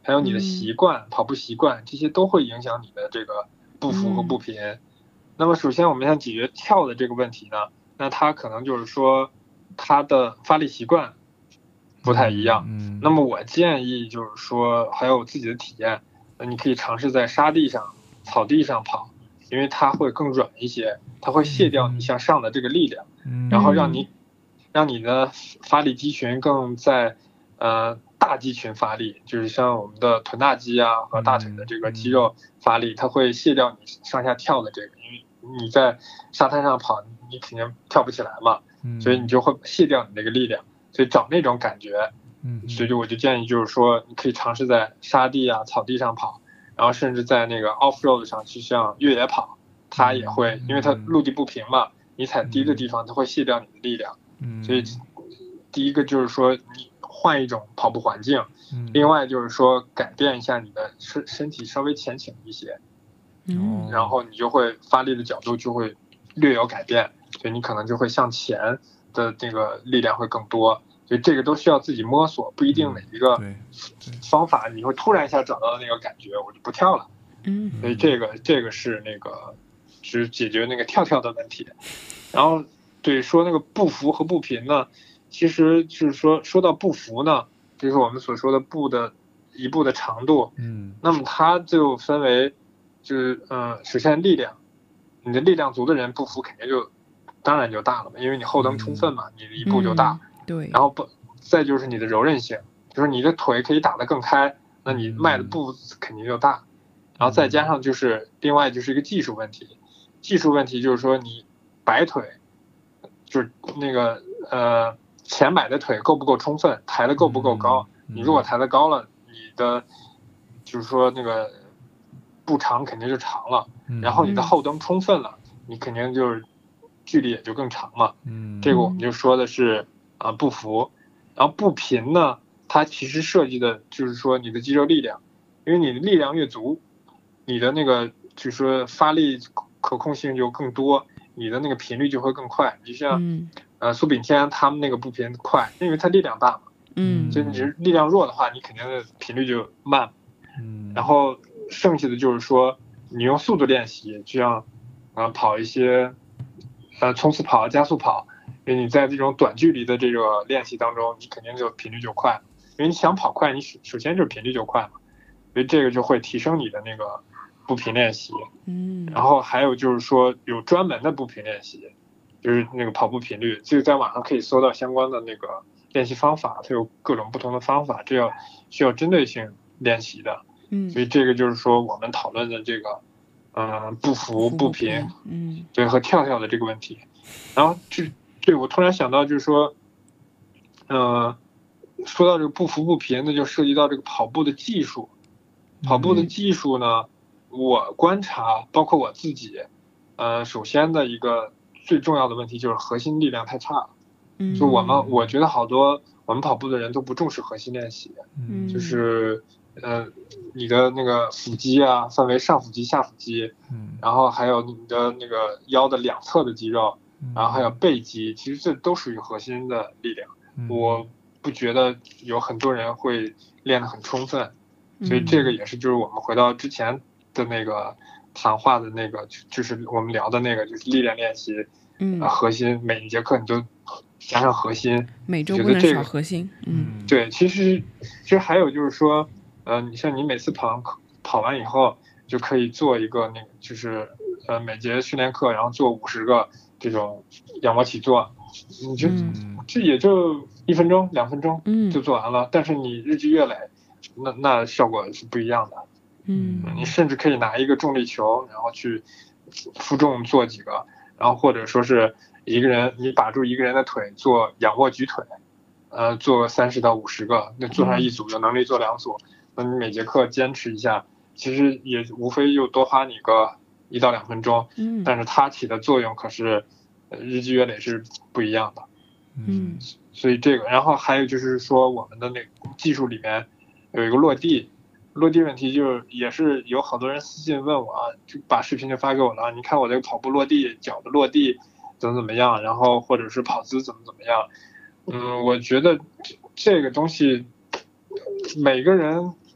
还有你的习惯、跑步习惯，这些都会影响你的这个步幅和步频。那么首先我们想解决跳的这个问题呢，那它可能就是说它的发力习惯不太一样。 嗯， 那么我建议就是说，还有自己的体验，那你可以尝试在沙地上、草地上跑，因为它会更软一些，它会卸掉你向上的这个力量， 嗯， 然后让你让你的发力肌群更在呃大肌群发力，就是像我们的臀大肌啊和大腿的这个肌肉发力，它会卸掉你上下跳的这个，因为你在沙滩上跑，你肯定跳不起来嘛，所以你就会卸掉你那个力量，所以找那种感觉。 嗯， 所以就我就建议就是说，你可以尝试在沙地啊、草地上跑，然后甚至在那个 off road 上去像越野跑，它也会，因为它陆地不平嘛，你踩低的地方它会卸掉你的力量。 嗯， 所以第一个就是说你换一种跑步环境，另外就是说改变一下你的身身体稍微前倾一些， 嗯， 然后你就会发力的角度就会略有改变，所以你可能就会向前的这个力量会更多。所以这个都需要自己摸索，不一定哪一个方法你会突然一下找到那个感觉，我就不跳了。 嗯， 所以这个这个是那个只解决那个跳跳的问题。然后对说那个步幅和步频呢，其实就是说说到步幅呢，就是我们所说的步的一步的长度。 嗯， 那么它就分为就是嗯、呃，首先力量，你的力量足的人步幅肯定就当然就大了嘛，因为你后蹬充分嘛，你的一步就大。 嗯对， 然后不，再就是你的柔韧性，就是你的腿可以打得更开，那你迈的步肯定就大。然后再加上就是另外就是一个技术问题，技术问题就是说你摆腿，就是那个呃前摆的腿够不够充分，抬得够不够高。你如果抬得高了，你的就是说那个步长肯定就长了，然后你的后蹬充分了，你肯定就是距离也就更长嘛。 嗯， 这个我们就说的是。啊，步幅，然后步频呢，它其实设计的就是说你的肌肉力量，因为你的力量越足，你的那个就是说发力可控性就更多，你的那个频率就会更快。就像、嗯、呃苏炳添他们那个步频快，因为他力量大嘛， 嗯， 就你力量弱的话，你肯定的频率就慢。 嗯， 然后剩下的就是说你用速度练习，就像啊、呃、跑一些呃冲刺跑、加速跑。因为你在这种短距离的这个练习当中，你肯定就频率就快，因为你想跑快，你首先就是频率就快嘛，所以这个就会提升你的那个步频练习。 嗯， 然后还有就是说有专门的步频练习，就是那个跑步频率，这个在网上可以搜到相关的那个练习方法，它有各种不同的方法，这要需要针对性练习的。 嗯， 所以这个就是说我们讨论的这个，嗯、呃，步幅、步频， 嗯， 对，和跳跳的这个问题，然后就。对，我突然想到，就是说，呃，说到这个步幅步频，那就涉及到这个跑步的技术。跑步的技术呢，嗯、我观察，包括我自己，呃，首先的一个最重要的问题就是核心力量太差。 嗯， 就我们，我觉得好多我们跑步的人都不重视核心练习， 嗯， 就是呃，你的那个腹肌啊，分为上腹肌、下腹肌， 嗯， 然后还有你的那个腰的两侧的肌肉。然后还有背肌，其实这都属于核心的力量。 嗯、 我不觉得有很多人会练得很充分，所以这个也是就是我们回到之前的那个谈话的那个，就是我们聊的那个，就是力量练习， 嗯， 呃、核心每一节课你都加上核心， 每周不能少核心。 嗯，对，其实其实还有就是说，呃，你像你每次跑跑完以后就可以做一个那个，就是呃每节训练课，然后做五十个。这种仰卧起坐，你就、嗯、这也就一分钟两分钟就做完了，嗯、但是你日积月累，那那效果是不一样的。 嗯， 你甚至可以拿一个重力球，然后去负重做几个，然后或者说是一个人你把住一个人的腿做仰卧举腿，呃，做三十到五十个，那做上一组，有能力做两组，那你每节课坚持一下，其实也无非就多花你个一到两分钟， 嗯， 但是它起的作用可是日积月累是不一样的， 嗯， 所以这个，然后还有就是说我们的那个技术里面有一个落地，落地问题就是也是有好多人私信问我啊，就把视频就发给我了，你看我这个跑步落地，脚的落地怎么怎么样，然后或者是跑姿怎么怎么样，嗯，我觉得这个东西每个人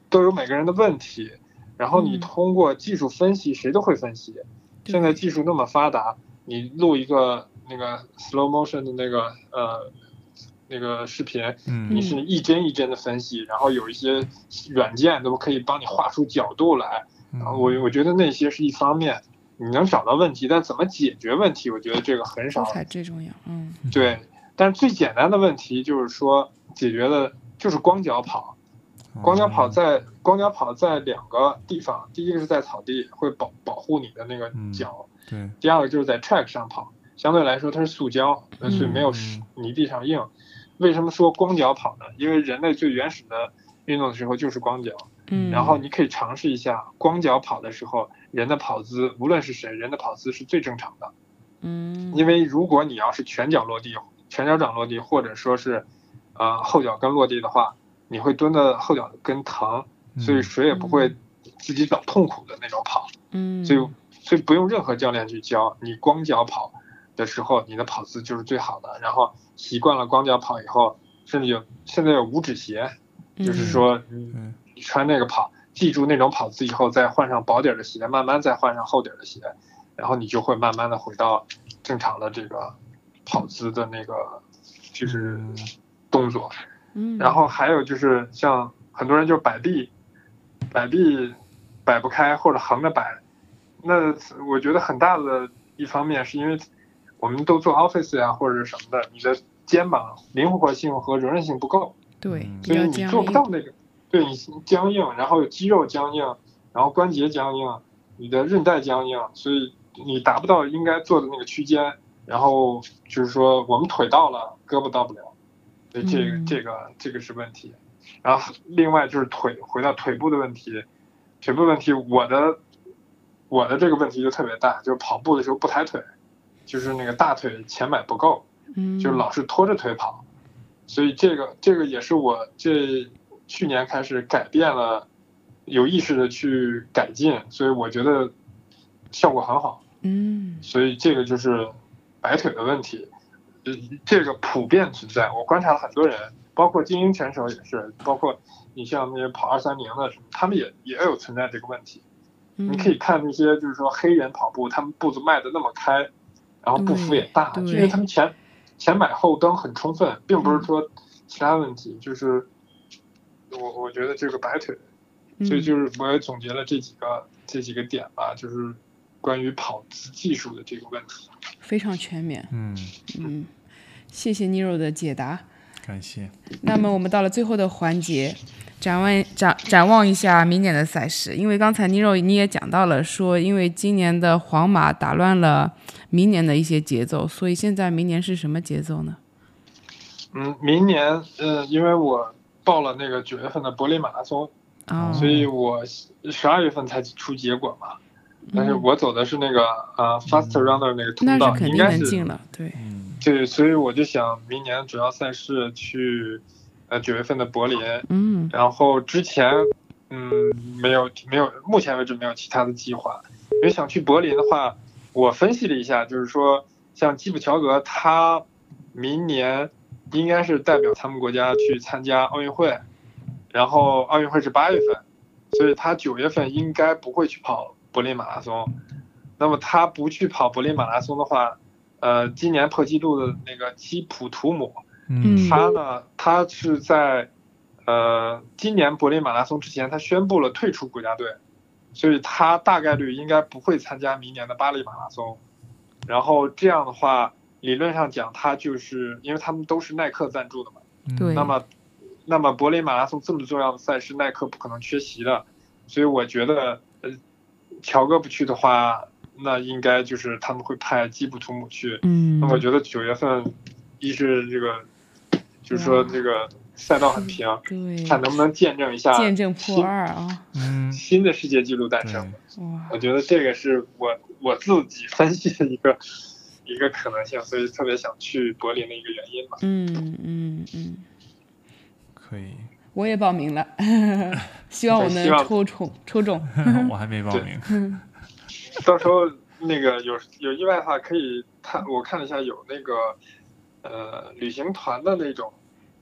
都有每个人的问题，然后你通过技术分析，谁都会分析。现在技术那么发达，你录一个那个 slow motion 的那个呃那个视频，你是一帧一帧的分析，然后有一些软件都可以帮你画出角度来。然后我我觉得那些是一方面，你能找到问题，但怎么解决问题，我觉得这个很少。 才最重要，嗯， 对。但是最简单的问题就是说解决的就是光脚跑。光脚跑在光脚跑在两个地方，第一个是在草地，会保保护你的那个脚， 对。 第二个就是在 track 上跑，相对来说它是塑胶，所以没有泥地上硬。为什么说光脚跑呢？因为人类最原始的运动的时候就是光脚， 嗯， 然后你可以尝试一下光脚跑的时候，人的跑姿，无论是谁，人的跑姿是最正常的， 嗯， 因为如果你要是全脚落地，全脚掌落地，或者说是呃后脚跟落地的话，你会蹲的后脚跟疼，所以谁也不会自己找痛苦的那种跑， 嗯， 所以所以不用任何教练去教，你光脚跑的时候，你的跑姿就是最好的。然后习惯了光脚跑以后，甚至有现在有五指鞋，就是说你穿那个跑，记住那种跑姿以后，再换上薄点的鞋，慢慢再换上厚点的鞋，然后你就会慢慢的回到正常的这个跑姿的那个就是动作。然后还有就是像很多人就摆臂，摆臂摆不开或者横着摆，那我觉得很大的一方面是因为我们都做 office 呀或者什么的，你的肩膀灵活性和柔韧性不够， 对， 所以你做不到那个，对，你僵硬，然后肌肉僵硬，然后关节僵硬，你的韧带僵硬，所以你达不到应该做的那个区间，然后就是说我们腿到了，胳膊到不了。所以这个这个这个是问题，然后另外就是腿，回到腿部的问题，腿部问题，我的我的这个问题就特别大，就是跑步的时候不抬腿，就是那个大腿前摆不够，就是老是拖着腿跑，所以这个这个也是我这去年开始改变了，有意识的去改进，所以我觉得效果很好， 嗯， 所以这个就是摆腿的问题。这个普遍存在，我观察了很多人，包括精英选手也是，包括你像那些跑二三零的什么，他们也也有存在这个问题。你可以看那些就是说黑人跑步，他们步子迈得那么开，然后步幅也大，因为他们前前摆后蹬很充分，并不是说其他问题，就是我我觉得这个摆腿，所以就是我也总结了这几个这几个点吧，就是关于跑姿技术的这个问题， 非常全面。 嗯嗯。谢谢 Nero 的解答， 感谢。 那么我们到了最后的环节，展望展展望一下明年的赛事。因为刚才 Nero 你也讲到了，说因为今年的皇马打乱了明年的一些节奏，所以现在明年是什么节奏呢？ 嗯，明年呃，因为我报了那个九月份的柏林马拉松， 哦， 所以我十二月份才出结果嘛。但是我走的是那个呃 faster runner 那个通道， 那是肯定能进了，对。 对，所以我就想明年主要赛事去，呃九月份的柏林， 嗯， 然后之前嗯没有没有，目前为止没有其他的计划，因为想去柏林的话，我分析了一下，就是说像基普乔格他明年应该是代表他们国家去参加奥运会，然后奥运会是八月份，所以他九月份应该不会去跑柏林马拉松，那么他不去跑柏林马拉松的话。呃，今年破纪录的那个基普图姆， 嗯， 他呢，他是在呃今年柏林马拉松之前，他宣布了退出国家队，所以他大概率应该不会参加明年的巴黎马拉松。然后这样的话，理论上讲，他就是因为他们都是耐克赞助的嘛， 对， 那么那么柏林马拉松这么重要的赛事，耐克不可能缺席的，所以我觉得，呃，乔哥不去的话。那应该就是他们会派基普图姆去， 嗯， 那我觉得九月份，一是这个，就是说这个赛道很平， 对， 看能不能见证一下见证破二啊， 嗯，新的世界纪录诞生。 哇， 我觉得这个是我我自己分析的一个一个可能性，所以特别想去柏林的一个原因吧。 嗯嗯嗯， 可以。 我也报名了，希望我能抽中抽中。 我还没报名。 到时候那个有有意外的话，可以看我看了一下有那个呃旅行团的那种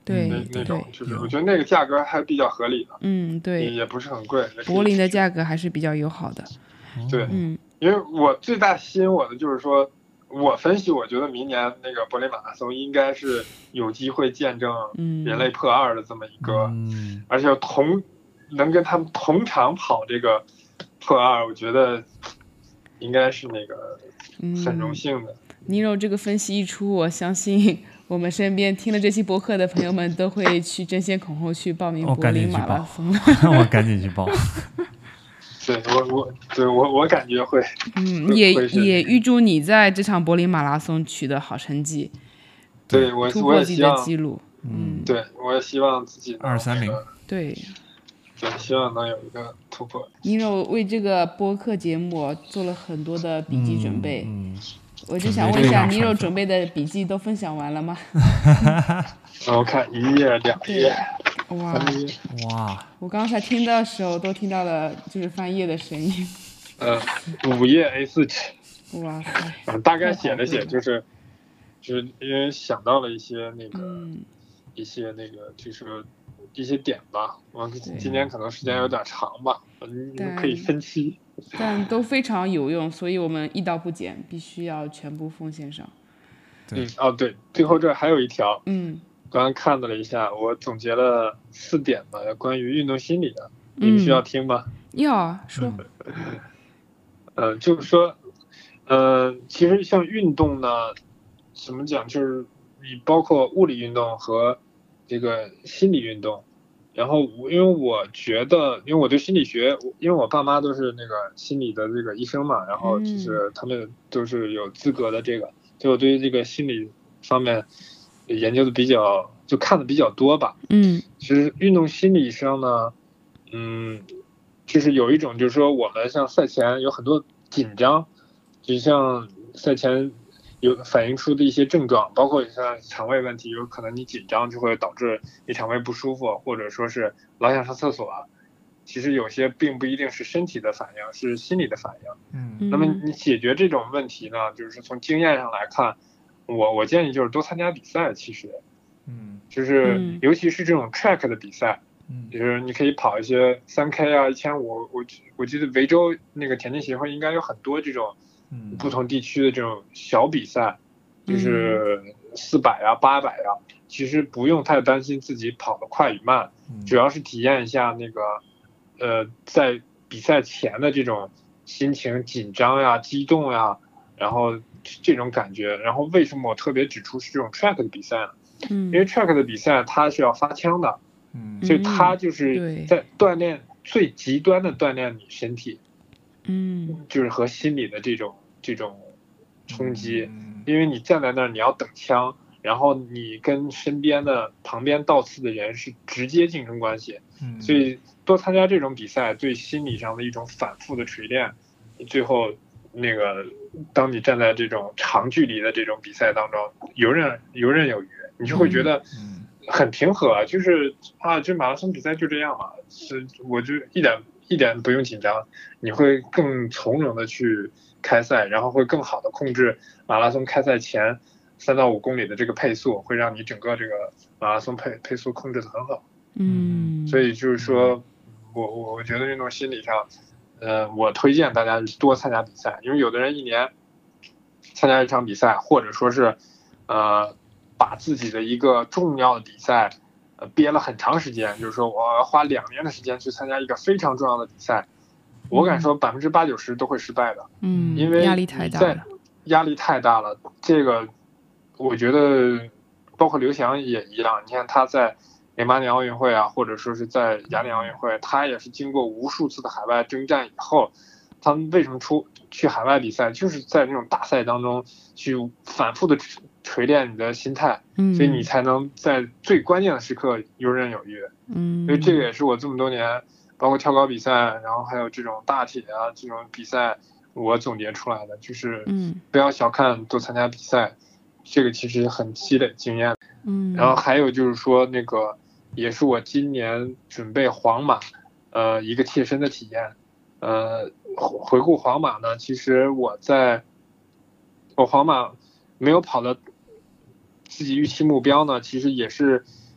对那那种， 对就是我觉得那个价格还比较合理的， 嗯，对， 也也不是很贵。 柏林的价格还是比较友好的。 对， 嗯， 因为我最大吸引我的就是说，我分析，我觉得明年那个柏林马拉松应该是有机会见证人类破二的这么一个， 嗯、 而且同能跟他们同场跑这个破二，我觉得应该是那个很荣幸的。 尼柔这个分析一出，我相信我们身边听了这期博客的朋友们都会去争先恐后去报名柏林马拉松。 我赶紧去报。 对我我对我我感觉会， 嗯，也也预祝你在这场柏林马拉松取得好成绩， 对我突破自己的记录。 嗯， 对我也希望自己二三零， 对， 对，希望能有一个突破。 尼柔为这个播客节目做了很多的笔记准备， 嗯，嗯我就想问一下，尼柔准备的笔记都分享完了吗？ 我看一页两页。 哇哇！ 我刚才听到的时候都听到了，就是翻页的声音。 呃，五页 A 四 纸。 哇塞！ 嗯，大概写了写，就是就是因为想到了一些那个、 嗯、 一些那个就是一些点吧。我今天可能时间有点长吧，你们可以分期。 但都非常有用，所以我们一刀不剪，必须要全部奉献上。 嗯，哦对，最后这还有一条。 嗯。 刚刚看到了一下，我总结了四点吧，关于运动心理的，你们需要听吗？ 嗯、要啊，说。 呃，就是说，呃，其实像运动呢，怎么讲，就是你包括物理运动和这个心理运动。然后，因为我觉得，因为我对心理学，因为我爸妈都是那个心理的这个医生嘛，然后就是他们都是有资格的这个，所以我对于这个心理方面研究的比较，就看的比较多吧。 嗯， 其实运动心理上呢，嗯，就是有一种就是说我们像赛前有很多紧张，就像赛前有反映出的一些症状，包括像肠胃问题，有可能你紧张就会导致你肠胃不舒服，或者说是老想上厕所。其实有些并不一定是身体的反应，是心理的反应。 嗯， 那么你解决这种问题呢，就是从经验上来看。我我建议就是多参加比赛，其实， 嗯， 就是尤其是这种 track 的比赛， 嗯， 就是你可以跑一些三 K 啊、一千五，我我记得维州那个田径协会应该有很多这种不同地区的这种小比赛， 嗯、 就是四百啊、八百啊，其实不用太担心自己跑得快与慢， 嗯、 主要是体验一下那个，呃，在比赛前的这种心情紧张呀、激动呀，然后。这种感觉，然后为什么我特别指出是这种 track 的比赛呢？ 嗯， 因为 track 的比赛它是要发枪的， 嗯， 所以它就是在锻炼最极端的锻炼你身体， 嗯， 就是和心理的这种这种冲击，嗯、因为你站在那儿你要等枪，然后你跟身边的旁边倒刺的人是直接竞争关系， 嗯， 所以多参加这种比赛对心理上的一种反复的锤炼，最后。那个，当你站在这种长距离的这种比赛当中，游刃游刃有余，你就会觉得很平和，就是啊，这马拉松比赛就这样嘛，是我就一点一点不用紧张，你会更从容的去开赛，然后会更好的控制马拉松开赛前三到五公里的这个配速，会让你整个这个马拉松配配速控制的很好。 嗯， 所以就是说我我我觉得运动心理上。呃，我推荐大家多参加比赛，因为有的人一年参加一场比赛，或者说是，呃，把自己的一个重要的比赛，呃，憋了很长时间，就是说我要花两年的时间去参加一个非常重要的比赛，我敢说百分之八九十都会失败的， 嗯， 因为压力太大了， 压力太大了。这个，我觉得，包括刘翔也一样，你看他在。零八年奥运会啊，或者说是在雅典奥运会，他也是经过无数次的海外征战以后，他们为什么出去海外比赛，就是在那种大赛当中去反复的锤炼你的心态， 嗯， 所以你才能在最关键的时刻游刃有余。 嗯， 所以这个也是我这么多年，包括跳高比赛，然后还有这种大铁啊这种比赛，我总结出来的就是， 嗯， 不要小看多参加比赛，这个其实很积累经验。 嗯， 然后还有就是说那个。也是我今年准备皇马，呃，一个切身的体验。呃，回顾皇马呢，其实我在我皇马没有跑到自己预期目标呢，其实也是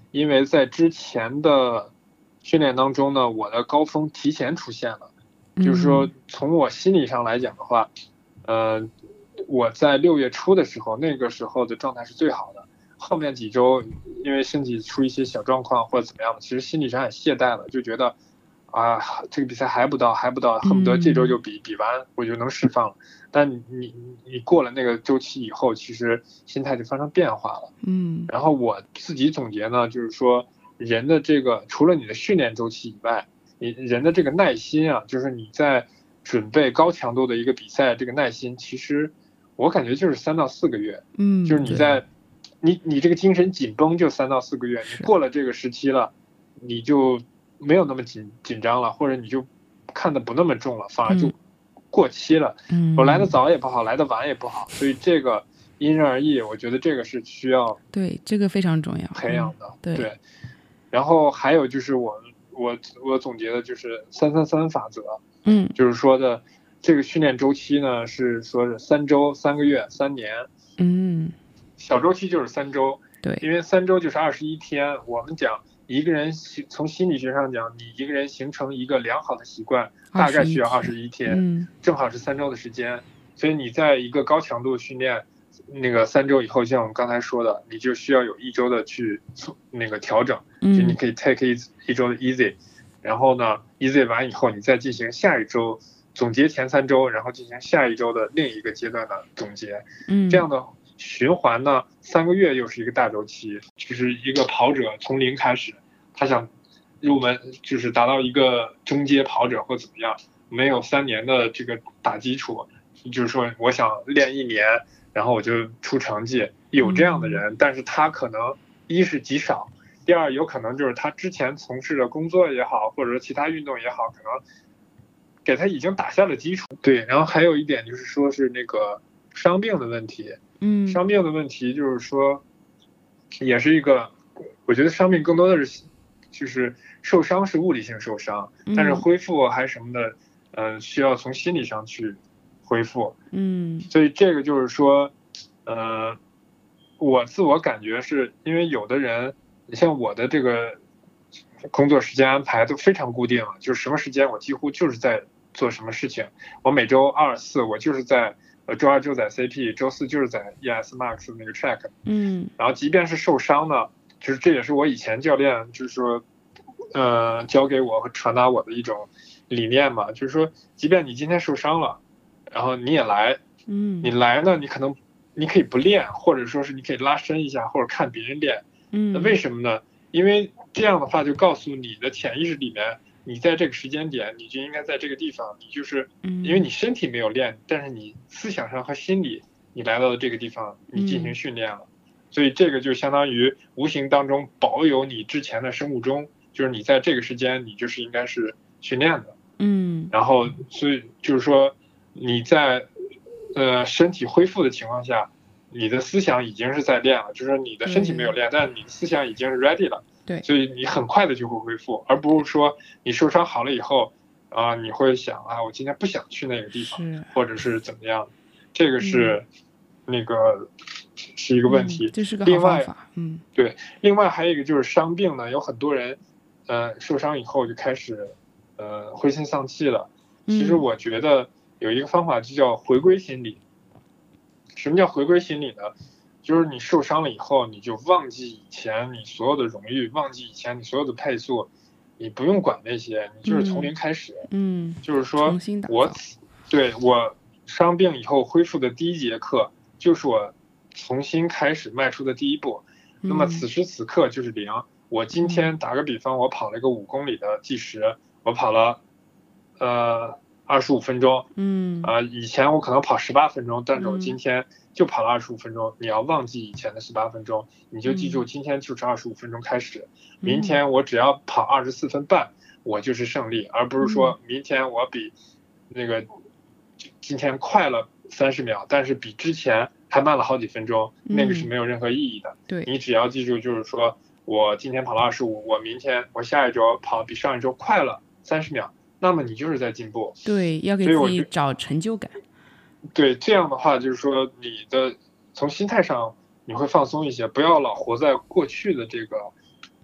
因为在之前的训练当中呢，我的高峰提前出现了，就是说从我心理上来讲的话，呃，我在六月初的时候，那个时候的状态是最好的。后面几周因为身体出一些小状况或者怎么样的，其实心理上也懈怠了，就觉得啊，这个比赛还不到，还不到，恨不得这周就比比完，我就能释放了。但你你你过了那个周期以后，其实心态就发生变化了。 嗯， 然后我自己总结呢，就是说人的这个除了你的训练周期以外，你人的这个耐心啊，就是你在准备高强度的一个比赛，这个耐心其实我感觉就是三到四个月。 嗯， 就是你在你你这个精神紧绷就三到四个月，你过了这个时期了，你就没有那么紧紧张了，或者你就看得不那么重了，反而就过期了。 嗯， 我来的早也不好，来的晚也不好，所以这个因人而异，我觉得这个是需要对这个非常重要培养的。 嗯、对, 对，然后还有就是我我我总结的就是三三三法则， 嗯， 就是说的这个训练周期呢是说是三周、三个月、三年， 嗯， 小周期就是三周， 对， 因为三周就是二十一天。我们讲一个人从心理学上讲，你一个人形成一个良好的习惯，大概需要二十一天， 嗯， 正好是三周的时间。所以你在一个高强度训练，那个三周以后，像我们刚才说的，你就需要有一周的去那个调整， 嗯， 就你可以 take it 一周的 easy， 然后呢 easy 完以后，你再进行下一周总结前三周，然后进行下一周的另一个阶段的总结， 嗯， 这样的循环呢，三个月又是一个大周期。就是一个跑者从零开始，他想入门，就是达到一个中阶跑者或怎么样，没有三年的这个打基础，就是说我想练一年，然后我就出成绩，有这样的人，但是他可能一是极少，第二有可能就是他之前从事的工作也好，或者说其他运动也好，可能给他已经打下了基础。对，然后还有一点就是说是那个伤病的问题。 嗯， 伤病的问题就是说，也是一个，我觉得伤病更多的是，就是受伤是物理性受伤，但是恢复还是什么的，嗯、呃，需要从心理上去恢复。 嗯， 所以这个就是说，呃，我自我感觉是因为有的人，你像我的这个工作时间安排都非常固定了，就是什么时间我几乎就是在做什么事情，我每周二四我就是在。呃，周二就在 C P， 周四就是在 E S Max 那个 track， 嗯， 然后即便是受伤呢，就是这也是我以前教练就是说，呃，教给我和传达我的一种理念嘛，就是说，即便你今天受伤了，然后你也来， 嗯， 你来呢，你可能你可以不练，或者说是你可以拉伸一下，或者看别人练， 嗯， 那为什么呢？因为这样的话就告诉你的潜意识里面。你在这个时间点，你就应该在这个地方，你就是因为你身体没有练，但是你思想上和心理，你来到了这个地方，你进行训练了，所以这个就相当于无形当中保有你之前的生物钟，就是你在这个时间，你就是应该是训练的， 嗯， 然后所以就是说你在呃身体恢复的情况下，你的思想已经是在练了，就是说你的身体没有练，但你的思想已经是 ready 了。 对， 所以你很快的就会恢复，而不是说你受伤好了以后啊、呃，你会想啊，我今天不想去那个地方，或者是怎么样，这个是、嗯、那个是一个问题。 嗯、这是个好方法。嗯， 对。另外还有一个就是伤病呢，有很多人呃受伤以后就开始呃灰心丧气了。其实我觉得有一个方法就叫回归心理。什么叫回归心理呢？就是你受伤了以后，你就忘记以前你所有的荣誉，忘记以前你所有的配速，你不用管那些，你就是从零开始。 嗯， 就是说我对我伤病以后恢复的第一节课，就是我重新开始迈出的第一步。 嗯、 那么此时此刻就是零。我今天打个比方，我跑了一个五公里的计时，我跑了呃二十五分钟。 嗯啊、呃，以前我可能跑十八分钟，但是我今天就跑了二十五分钟。你要忘记以前的十八分钟，你就记住今天就是二十五分钟开始。明天我只要跑二十四分半，我就是胜利，而不是说明天我比那个今天快了三十秒，但是比之前还慢了好几分钟，那个是没有任何意义的。 对， 你只要记住，就是说我今天跑了二十五，我明天我下一周跑比上一周快了三十秒。那么你就是在进步。 对，要给自己找成就感。 对，这样的话就是说你的从心态上你会放松一些，不要老活在过去的这个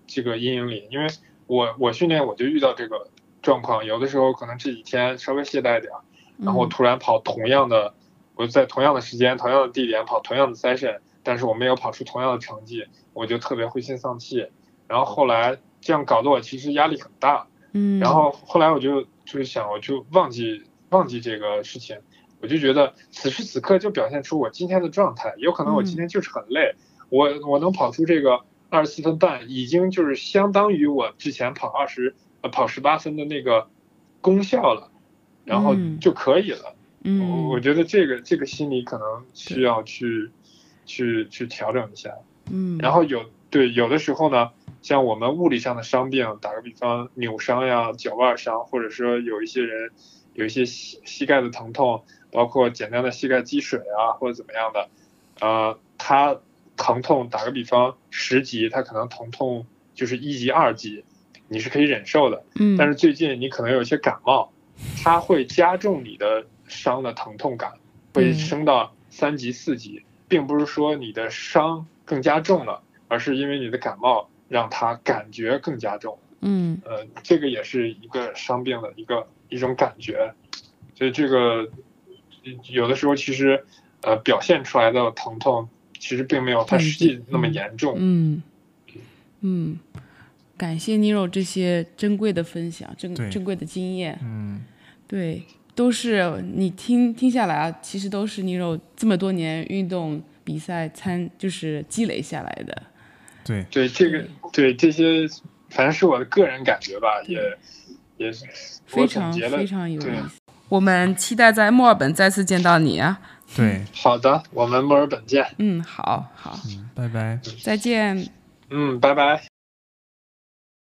这个阴影里，因为我我训练我就遇到这个状况，有的时候可能这几天稍微懈怠点，然后突然跑同样的，我在同样的时间、同样的地点跑同样的 session， 但是我没有跑出同样的成绩，我就特别灰心丧气。然后后来这样搞得我其实压力很大， 嗯， 然后后来我就就是想，我就忘记忘记这个事情，我就觉得此时此刻就表现出我今天的状态，有可能我今天就是很累，我我能跑出这个二十四分半，已经就是相当于我之前跑二十呃跑十八分的那个功效了，然后就可以了。 嗯， 我我觉得这个这个心理可能需要去去去调整一下。 嗯， 然后有对有的时候呢，像我们物理上的伤病，打个比方，扭伤呀、脚腕伤，或者说有一些人有一些膝膝盖的疼痛，包括简单的膝盖积水啊，或者怎么样的，呃，他疼痛打个比方十级，他可能疼痛就是一级、二级，你是可以忍受的。 嗯， 但是最近你可能有一些感冒，它会加重你的伤的疼痛感，会升到三级、四级，并不是说你的伤更加重了，而是因为你的感冒让它感觉更加重。 嗯， 呃，这个也是一个伤病的一个一种感觉，所以这个有的时候其实呃表现出来的疼痛其实并没有它实际那么严重。 嗯嗯，感谢 Nero 这些珍贵的分享，珍珍贵的经验。 嗯， 对，都是你听听下来啊，其实都是 Nero 这么多年运动比赛参就是积累下来的。 对对，这个对这些，反正是我的个人感觉吧，也也是非常非常有意思。我们期待在墨尔本再次见到你啊！ 对， 好的，我们墨尔本见。 嗯，好好， 嗯，拜拜， 再见。 嗯，拜拜。